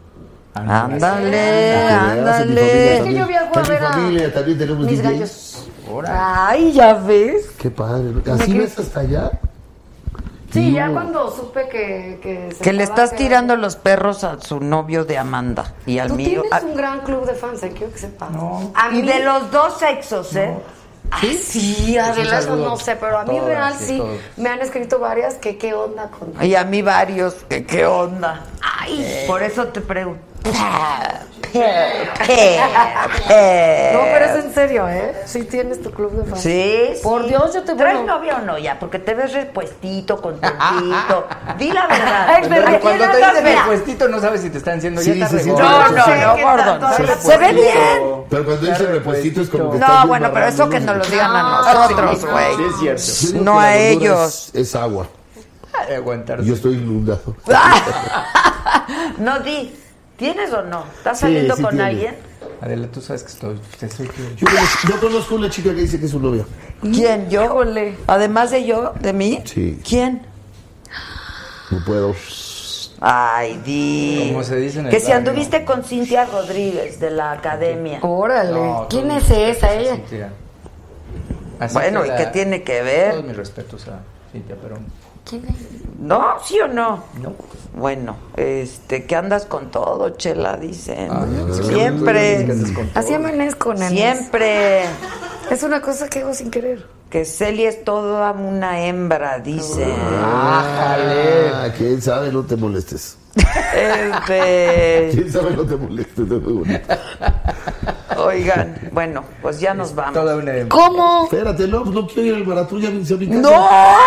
Ándale. Es que yo viajo a ver a familia, también tenemos mis DJs. gallos. Ay, ya ves. Qué padre. ¿Así ves hasta allá? Sí, ya cuando supe que le estás tirando los perros a su novio de Amanda y al Tú mío. tienes un gran club de fans, quiero que sepas. No. Y de los dos sexos, ¿eh? Sí, Adela, eso no sé, pero a mí Todas, real sí, sí. todos. Me han escrito varias que qué onda con... Y a mí varios, que qué onda. Ay, por eso te pregunto. No, pero es en serio, ¿eh? Sí tienes tu club de fans. Sí. Por Dios, yo te ¿Traes bueno. novia o no ya? Porque te ves repuestito, contentito. Di la verdad. Cuando te dicen el puestito no sabes si te están diciendo ya está No, gordo. Se ve bien. Pero cuando dicen repuestito es como que No, bueno, pero eso que nos lo digan a nosotros, güey. Sí, es cierto. No a ellos. Es agua. Aguantarse. Yo estoy inundado. No, di. ¿Tienes o no? ¿Estás saliendo con tiene. alguien? Adela, tú sabes que estoy Yo conozco una chica que dice que es su novia. ¿Quién? ¿Yo? Además de yo, de mí. Sí. ¿Quién? No puedo. Ay, di. Como se dice en el que si barrio. anduviste con Cintia Rodríguez de la academia. Órale. No, ¿Quién todo es mi esa, respeto a ella? Cintia. A Bueno, Cintia ¿y qué tiene que ver? Todos mis respetos a Cintia, pero ¿Quién hay? ¿No? ¿Sí o no? No. Bueno, que andas con todo, Chela, dicen. Siempre. Así amanezco, nenes. Siempre. Es una cosa que hago sin querer. Que Celia es toda una hembra, dicen. ¿Quién sabe? No te molestes. ¿Quién sabe? No te molestes. Es muy bonito. Oigan, bueno, pues ya nos vamos. ¿Cómo? Espérate, no quiero ir al maratón, ya me hice mi casa. ¡No!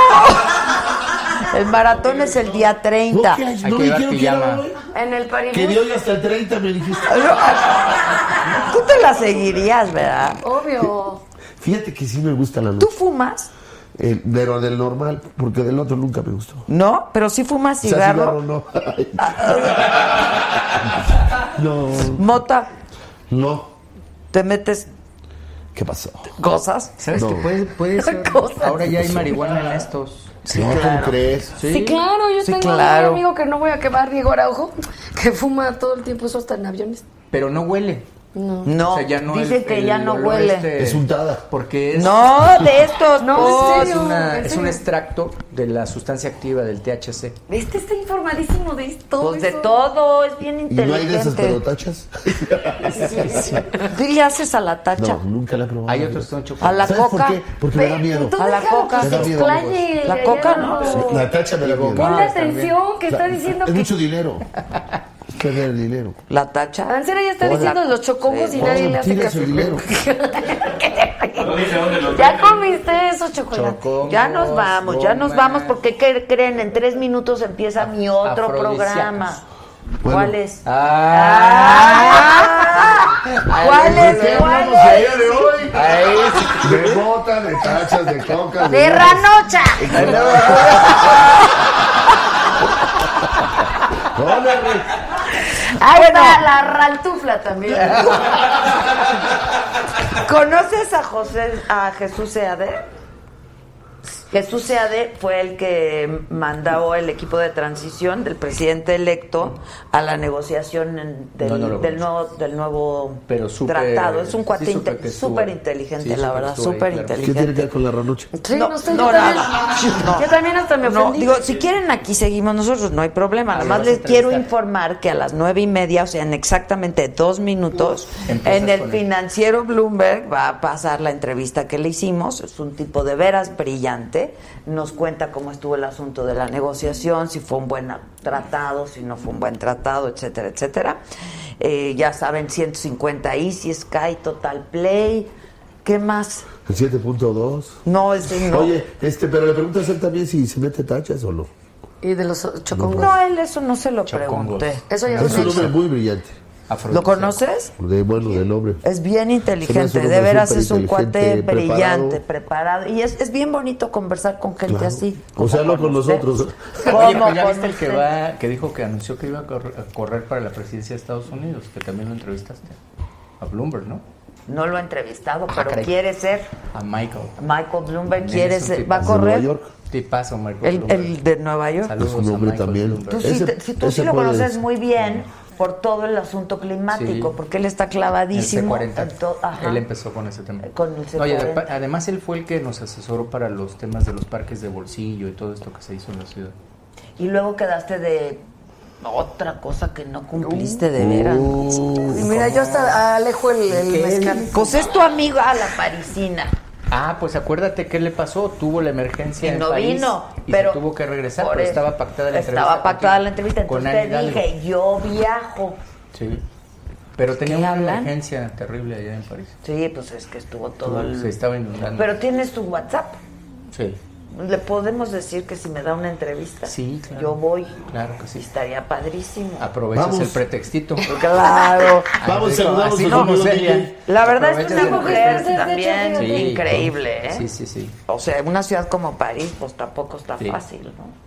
El maratón es el día 30. No me quiero quedar hoy. En el Paribus. Que de hoy hasta el 30 me dijiste. Tú te la seguirías, ¿verdad? Obvio. Fíjate que sí me gusta la noche. ¿Tú fumas? Pero del normal, porque del otro nunca me gustó. No, pero sí fumas O sea, cigarro. no. No. ¿Mota? No. ¿Te metes ¿Qué pasó? cosas? ¿Sabes qué puede ser? Ahora ya hay marihuana en estos. Sí, no, claro. ¿Cómo crees? Sí, claro, yo tengo un amigo que no voy a quemar, Diego Araujo, que fuma todo el tiempo, eso hasta en aviones. Pero no huele. No, o sea, ya no dicen que ya no huele. Es untada. Porque es... No, de estos. No, en es, serio, es un extracto de la sustancia activa del THC. Este está informadísimo de esto. Pues de todo, es bien ¿Y inteligente. no hay de esas pelotachas? ¿Tú le haces a la tacha? No, nunca la he probado. Hay otros que son ¿A chocolate. la ¿Sabes coca? por qué? Porque me da miedo. A la coca. Me da miedo. La coca, ¿no? La tacha me da miedo. Ponle atención, que está diciendo Es que... mucho dinero. Es perder el dinero. ¿La tacha? Ancera ya está diciendo los chocongos y nadie le hace Tienes caso. el dinero. Ya comiste esos chocolates. Chocongos, Ya nos vamos porque ¿qué creen? En 3 minutos empieza mi otro programa. Bueno. ¿Cuál es? ¿Cuál es? ¿Qué hablamos el día de hoy? De bota, de tachas, de coca. ¡De ranocha! Ahí está la rantufla también. ¿Conoces a Jesús Seade? Jesús Seade fue el que mandó el equipo de transición del presidente electo a la negociación del nuevo Pero tratado. Es un cuate súper inteligente, la verdad, súper ¿Qué tiene inteligente. que ver con la ranoche? Sí, no sé, nada. yo también hasta me ofendí. Digo, si quieren aquí seguimos nosotros, no hay problema. Nada más les quiero informar que a las 9:30, o sea, en exactamente 2 minutos, en el Financiero Bloomberg va a pasar la entrevista que le hicimos. Es un tipo de veras brillante. Nos cuenta cómo estuvo el asunto de la negociación, si fue un buen tratado, si no fue un buen tratado, etcétera, etcétera. Ya saben, 150 Easy, Sky, Total Play. ¿Qué más? El 7.2. No, ese no. Oye, pero le preguntas a él también si se mete tachas o no. ¿Y de los chocongos? No, él eso no se lo Chocongos. pregunté. Eso ya Es un hombre muy brillante. ¿Lo conoces? De nombre. Es bien Se me inteligente, hace un de hombre veras súper es un cuate inteligente, brillante, preparado. Y es bien bonito conversar con gente así. O sea, no con nosotros. Oye, pero ya viste el que dijo que anunció que iba a correr para la presidencia de Estados Unidos, que también lo entrevistaste. A Bloomberg, ¿no? No lo ha entrevistado, pero caray. quiere ser. A Michael. Michael Bloomberg También quiere es un ser. ¿Va a tipazo. correr? Nueva York. Tipazo, Michael Bloomberg. El de Nueva York. Saludos Es un hombre a Michael también. Bloomberg. Tú Ese sí lo puede conoces ser. muy bien por todo el asunto climático, Sí. porque él está clavadísimo. El C40. en ajá. Él empezó con ese tema. Con el C40. Oye, además él fue el que nos asesoró para los temas de los parques de bolsillo y todo esto que se hizo en la ciudad. Y luego quedaste de otra cosa que no cumpliste de veras. Y mira, yo hasta alejo el mezcal. Pues es tu amiga la parisina. Ah, pues acuérdate qué le pasó. Tuvo la emergencia Y en no París vino, y pero se tuvo que regresar, por pero eso. estaba pactada la entrevista. Estaba pactada contigo, la entrevista. con Entonces Anne te dije, Hidalgo. yo viajo. Sí. Pero tenía ¿Qué una hablan? emergencia terrible allá en París. Sí, pues es que estuvo todo el... Se estaba inundando. Pero tienes tu WhatsApp. Sí. Le podemos decir que si me da una entrevista, Sí, claro. yo voy. Claro que sí. Estaría padrísimo. Aprovechas Vamos. el pretextito. Claro. Vamos, Así saludamos así a como Fernando Celia. Miguel. La verdad es que Aprovechas una el mujer pretexto. también Sí. increíble, ¿eh? Sí, sí, sí. O sea, una ciudad como París, pues tampoco está Sí. fácil, ¿no?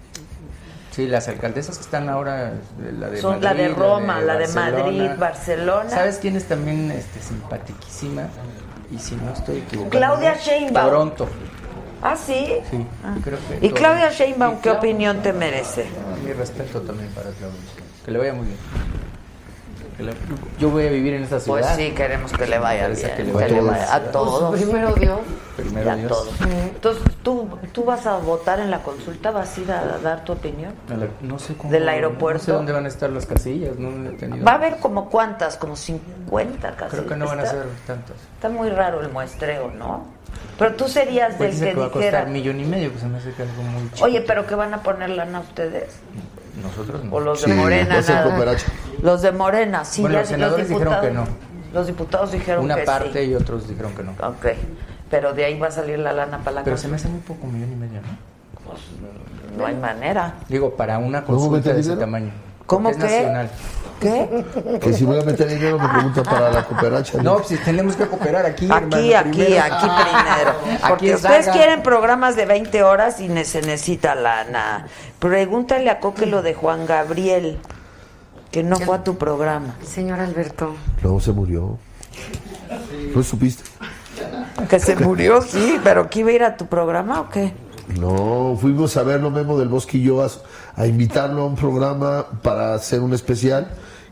Sí, las alcaldesas que están ahora, la de Son Madrid, la de Roma, la de Barcelona. Madrid, Barcelona. ¿Sabes quién es también simpatiquísima? Y si no estoy equivocado. Claudia Sheinbaum. Toronto. Ah, sí. Sí, creo que ¿Y Claudia Toronto. Sheinbaum Y qué Claudia- opinión te merece? Mi respeto también para Claudia. Que le vaya muy bien. Yo voy a vivir en esta ciudad. Pues sí, queremos que le vaya bien. Que le vaya a todos. Pues primero Dios. Primero Dios. Todos. Entonces, ¿tú vas a votar en la consulta? ¿Vas a ir a dar tu opinión? No sé cómo. ¿Del aeropuerto? No sé dónde van a estar las casillas. No he tenido. Va a haber como cuántas, como 50 casillas. Creo que no van a ser tantas. Está muy raro el muestreo, ¿no? Pero tú serías pues del que va a dijera... costar $1.500.000, pues se me hace que algo muy chico. Oye, ¿pero qué van a poner lana ustedes? Nosotros no. O los de Morena, va a ser nada. cooperacha. Los de Morena, sí. Bueno, ya los senadores dijeron que no. Los diputados dijeron que sí. Una parte y otros dijeron que no. Ok, pero de ahí va a salir la lana para la Pero cosa. se me hace muy poco, $1.500.000, ¿no? Pues no hay manera. Digo, para una consulta de ese tamaño. ¿Cómo que? que? Es nacional. ¿Qué? Que si voy a meter dinero me pregunta para la cooperacha. No, pues tenemos que cooperar aquí. Aquí primero. Porque ustedes quieren programas de 20 horas y se necesita lana. Pregúntale a Coque lo de Juan Gabriel, que no fue a tu programa. Señor Alberto. No, se murió. ¿No supiste? Que se murió, sí, pero ¿que iba a ir a tu programa o qué? No, fuimos a verlo, Memo del Bosque y yo, a invitarlo a un programa para hacer un especial.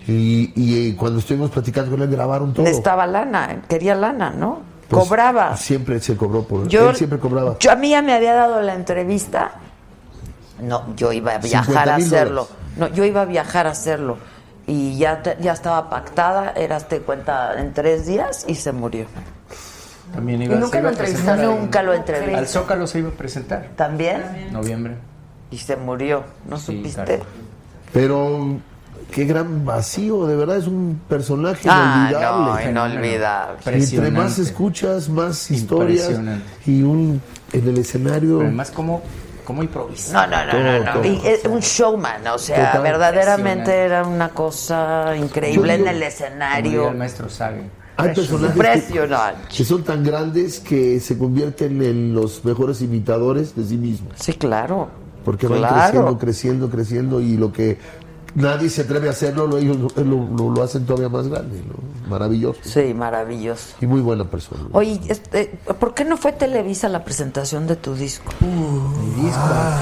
Y cuando estuvimos platicando con él, grabaron todo. Necesitaba lana, quería lana, ¿no? Pues, cobraba. Siempre se cobró por él, siempre cobraba. A mí ya me había dado la entrevista. No, yo iba a viajar a hacerlo. No, yo iba a viajar a hacerlo. Y ya estaba pactada, te cuenta, en 3 días y se murió. También ¿Y nunca lo entrevistaron? Nunca lo entrevisté. Al Zócalo se iba a presentar. ¿También? Noviembre. Y se murió, ¿no supiste? Claro. Pero qué gran vacío, de verdad es un personaje inolvidable. inolvidable. Inolvidable. Entre más escuchas, más historias y en el escenario. Pero además cómo improvisa. No. Y es un showman, o sea, Total. verdaderamente era una cosa increíble en el escenario. El maestro Sague. Hay personajes Impresionante. que son tan grandes que se convierten en los mejores imitadores de sí mismos. Sí, claro. Porque van creciendo y lo que nadie se atreve a hacerlo, ellos lo hacen todavía más grande, ¿no? Maravilloso. Sí, maravilloso. Y muy buena persona. Oye, ¿por qué no fue Televisa la presentación de tu disco? Mi disco.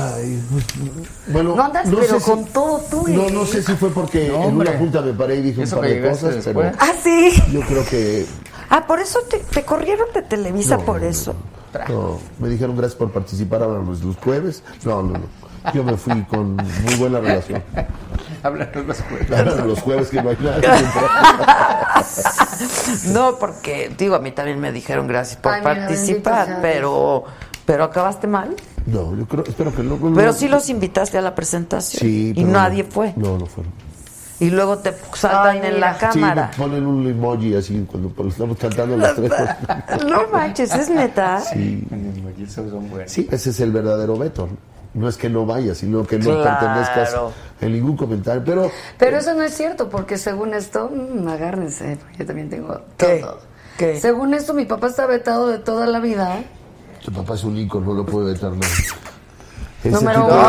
Bueno, no andas, pero con todo tú. No sé si fue porque en una junta me paré y dije un par de cosas, pero sí. Yo creo que... por eso te corrieron de Televisa, por eso. No, me dijeron gracias por participar ahora los jueves. No. Yo me fui con muy buena relación. Hablan los jueves. Hablan los jueves que no hay nada. No, porque, a mí también me dijeron gracias por participar, pero acabaste mal. No, espero que no. Pero sí los invitaste a la presentación. Sí, y nadie fue. No fueron. Y luego te saltan en la cámara. Sí, ponen un emoji así cuando estamos cantando los tres. No manches, ¿es neta? Sí. Son buenos. Sí, ese es el verdadero veto. No es que no vayas, sino que no pertenezcas en ningún comentario. Pero eso no es cierto, porque según esto, agárrense, porque yo también tengo todo. ¿Qué? Según esto, mi papá está vetado de toda la vida. Tu papá es un ícono, no lo puede vetar nada. Número uno.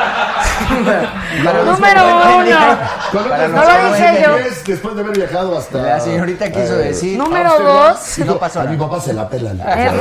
No lo dije yo. Después de haber viajado hasta... La señorita quiso decir... Número 2. No pasó nada. A mi papá se la pela.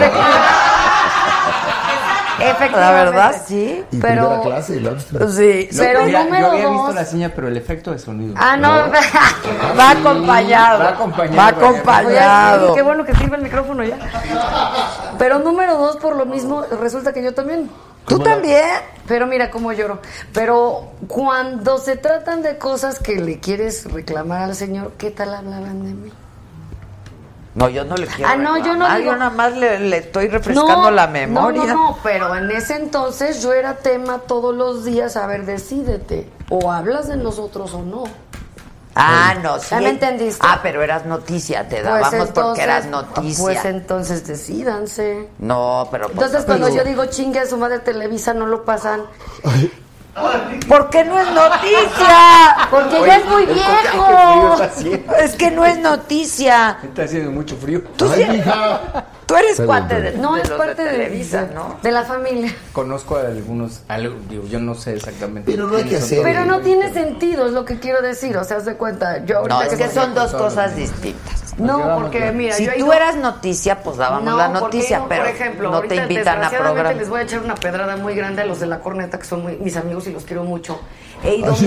Efectivamente. La verdad, sí. Y pero primera clase, sí. Pero mira, número yo había 2. visto la señal, pero el efecto de sonido. Va acompañado. Va acompañado. Qué bueno que sirve el micrófono ya. Pero número 2, por lo mismo, resulta que yo también. ¿Tú también? Pero mira cómo lloro. Pero cuando se tratan de cosas que le quieres reclamar al señor, ¿qué tal hablaban de mí? No, yo no le quiero yo no digo... Yo nada más le estoy refrescando la memoria. No, pero en ese entonces yo era tema todos los días, a ver, decídete, o hablas de nosotros o no. No, sí. ¿Ya me entendiste? Pero eras noticia, te dábamos porque eras noticia. Pues entonces decídanse. No, pero... Entonces cuando yo digo chingue a su madre Televisa, no lo pasan. ¿Por qué no es noticia? Porque ya es muy viejo. Es que no es noticia. Está haciendo mucho frío. ¿Tú sí? Tú eres Pero, cuate pero- de No, de es los parte de de Televisa, ¿no? De la familia. Conozco a algunos, digo, yo no sé exactamente. Pero no hay que quiénes hacer. son Pero no tiene sentido, es lo que quiero decir. O sea, haz de cuenta. Yo No, ahorita es que estoy- son dos todos cosas los días. distintas. No, llevamos porque bien. mira, Si yo he tú ido- eras noticia, pues dábamos No, la porque noticia, yo, pero por ejemplo, no te ahorita, invitan a desgraciadamente, programa. les voy a echar una pedrada muy grande a los de La Corneta, que son mis amigos y los quiero mucho. He ido...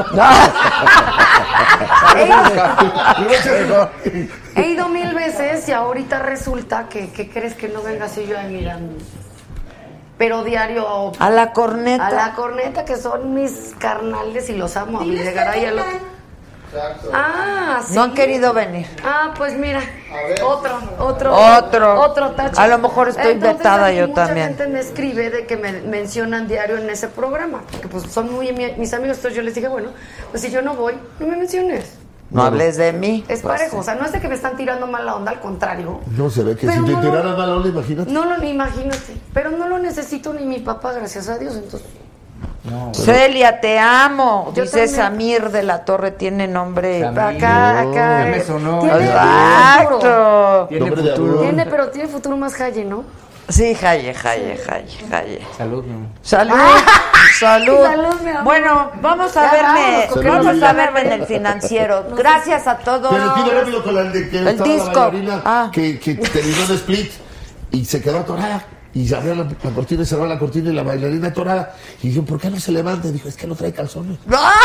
He ido 1000 veces y ahorita resulta que, ¿qué crees que no venga así yo ahí mirando? Pero diario... A La Corneta. A La Corneta, que son mis carnales y los amo. A Videgaray y al otro. Ah, sí. No han querido venir. Ah, pues mira, otro tacho. A lo mejor estoy vetada aquí yo mucha también. gente me escribe de que me mencionan diario en ese programa, porque pues son muy mis amigos, entonces yo les dije, bueno, pues si yo no voy, no me menciones. No hables de mí. Es Pues, parejo, o sea, no es de que me están tirando mala onda, al contrario. No se ve que Pero si te no, tiraran mala onda, imagínate. No lo imagínate, pero no lo necesito ni mi papá, gracias a Dios, entonces. No, Celia, te amo. Yo Dice también. Samir de la Torre, tiene nombre. Samir. Acá, Ya me sonó. Tiene Exacto. futuro. tiene Nombre de futuro. amor. Pero tiene futuro más Jaye, ¿no? Sí, Jaye. Salud, mi amor. Salud. Salud, mi amor. Bueno, vamos a Ya verme, vamos, vamos a verme en el Financiero. Gracias a todos. Pero quiero rápido con la de que El estaba disco. la bailarina Ah. que terminó en split y se quedó atorada. Y se abrió la cortina y cerró la cortina y la bailarina atorada. Y dijo, ¿por qué no se levanta? Y dijo, es que no trae calzones.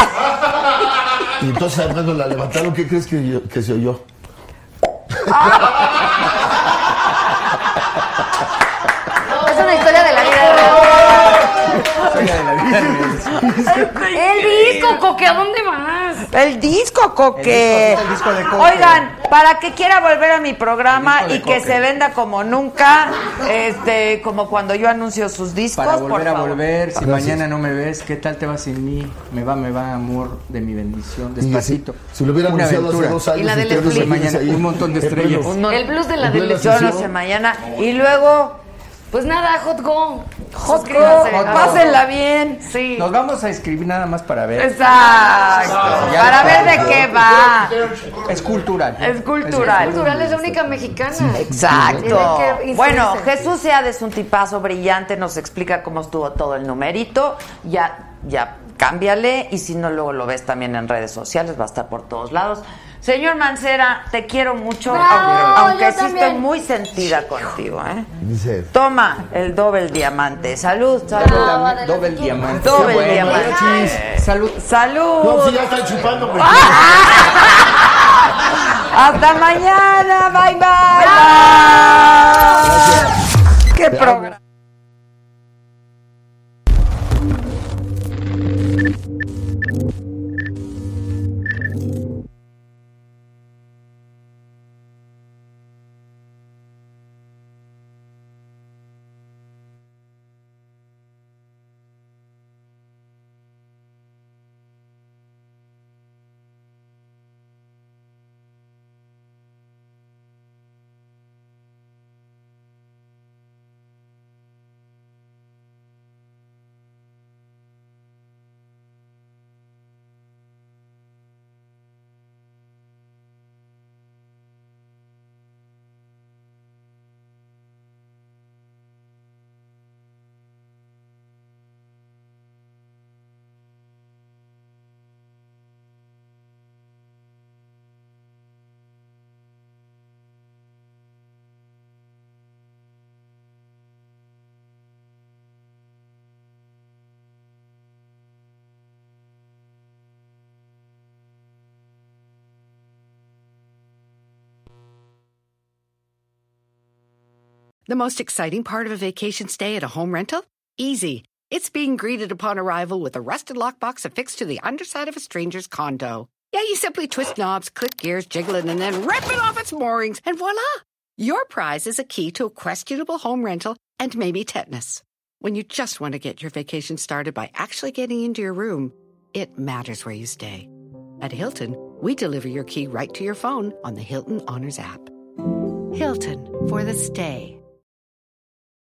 Y entonces además nos la levantaron. ¿Qué crees que se oyó? Es una historia de la vida El disco, Coque, ¿a dónde vas? El disco, Coque. El disco de Coque. Oigan, para que quiera volver a mi programa El disco de y que Coque. se venda como nunca, como cuando yo anuncio sus discos, Para por volver a favor. volver, si Gracias. mañana no me ves, ¿qué tal te va sin mí? Me va, amor de mi bendición, despacito. Si lo hubiera Una anunciado hace aventura. 2 años. Y la del ustedes split. imagínense ahí. Un montón de En estrellas. pleno- El blues de la en plena delección. Yo no sesión. sé mañana. Y luego, Pues nada, Hot Go. Hot Suscríbanse. Go, pásenla bien. Sí. Nos vamos a escribir nada más para ver. Exacto. Ya Para está. ver de qué va. Es cultural. Es cultural. Cultural es la única mexicana. Exacto. Tienen que inscribirse. Bueno, Jesús Seades es un tipazo brillante, nos explica cómo estuvo todo el numerito. Ya, cámbiale. Y si no, luego lo ves también en redes sociales, va a estar por todos lados. Señor Mancera, te quiero mucho, Bravo, aunque yo sí también. estoy muy sentida contigo, ¿eh? Dice, Toma el doble diamante. Salud, Bravo, salud. adelante, Doble tú. diamante. Doble Qué bueno. diamante. Salud. Salud. no, si ya están chupando, pues. Hasta mañana. Bye, bye. Qué programa. The most exciting part of a vacation stay at a home rental? Easy. It's being greeted upon arrival with a rusted lockbox affixed to the underside of a stranger's condo. Yeah, you simply twist knobs, click gears, jiggle it, and then rip it off its moorings, and voila! Your prize is a key to a questionable home rental and maybe tetanus. When you just want to get your vacation started by actually getting into your room, it matters where you stay. At Hilton, we deliver your key right to your phone on the Hilton Honors app. Hilton, for the stay.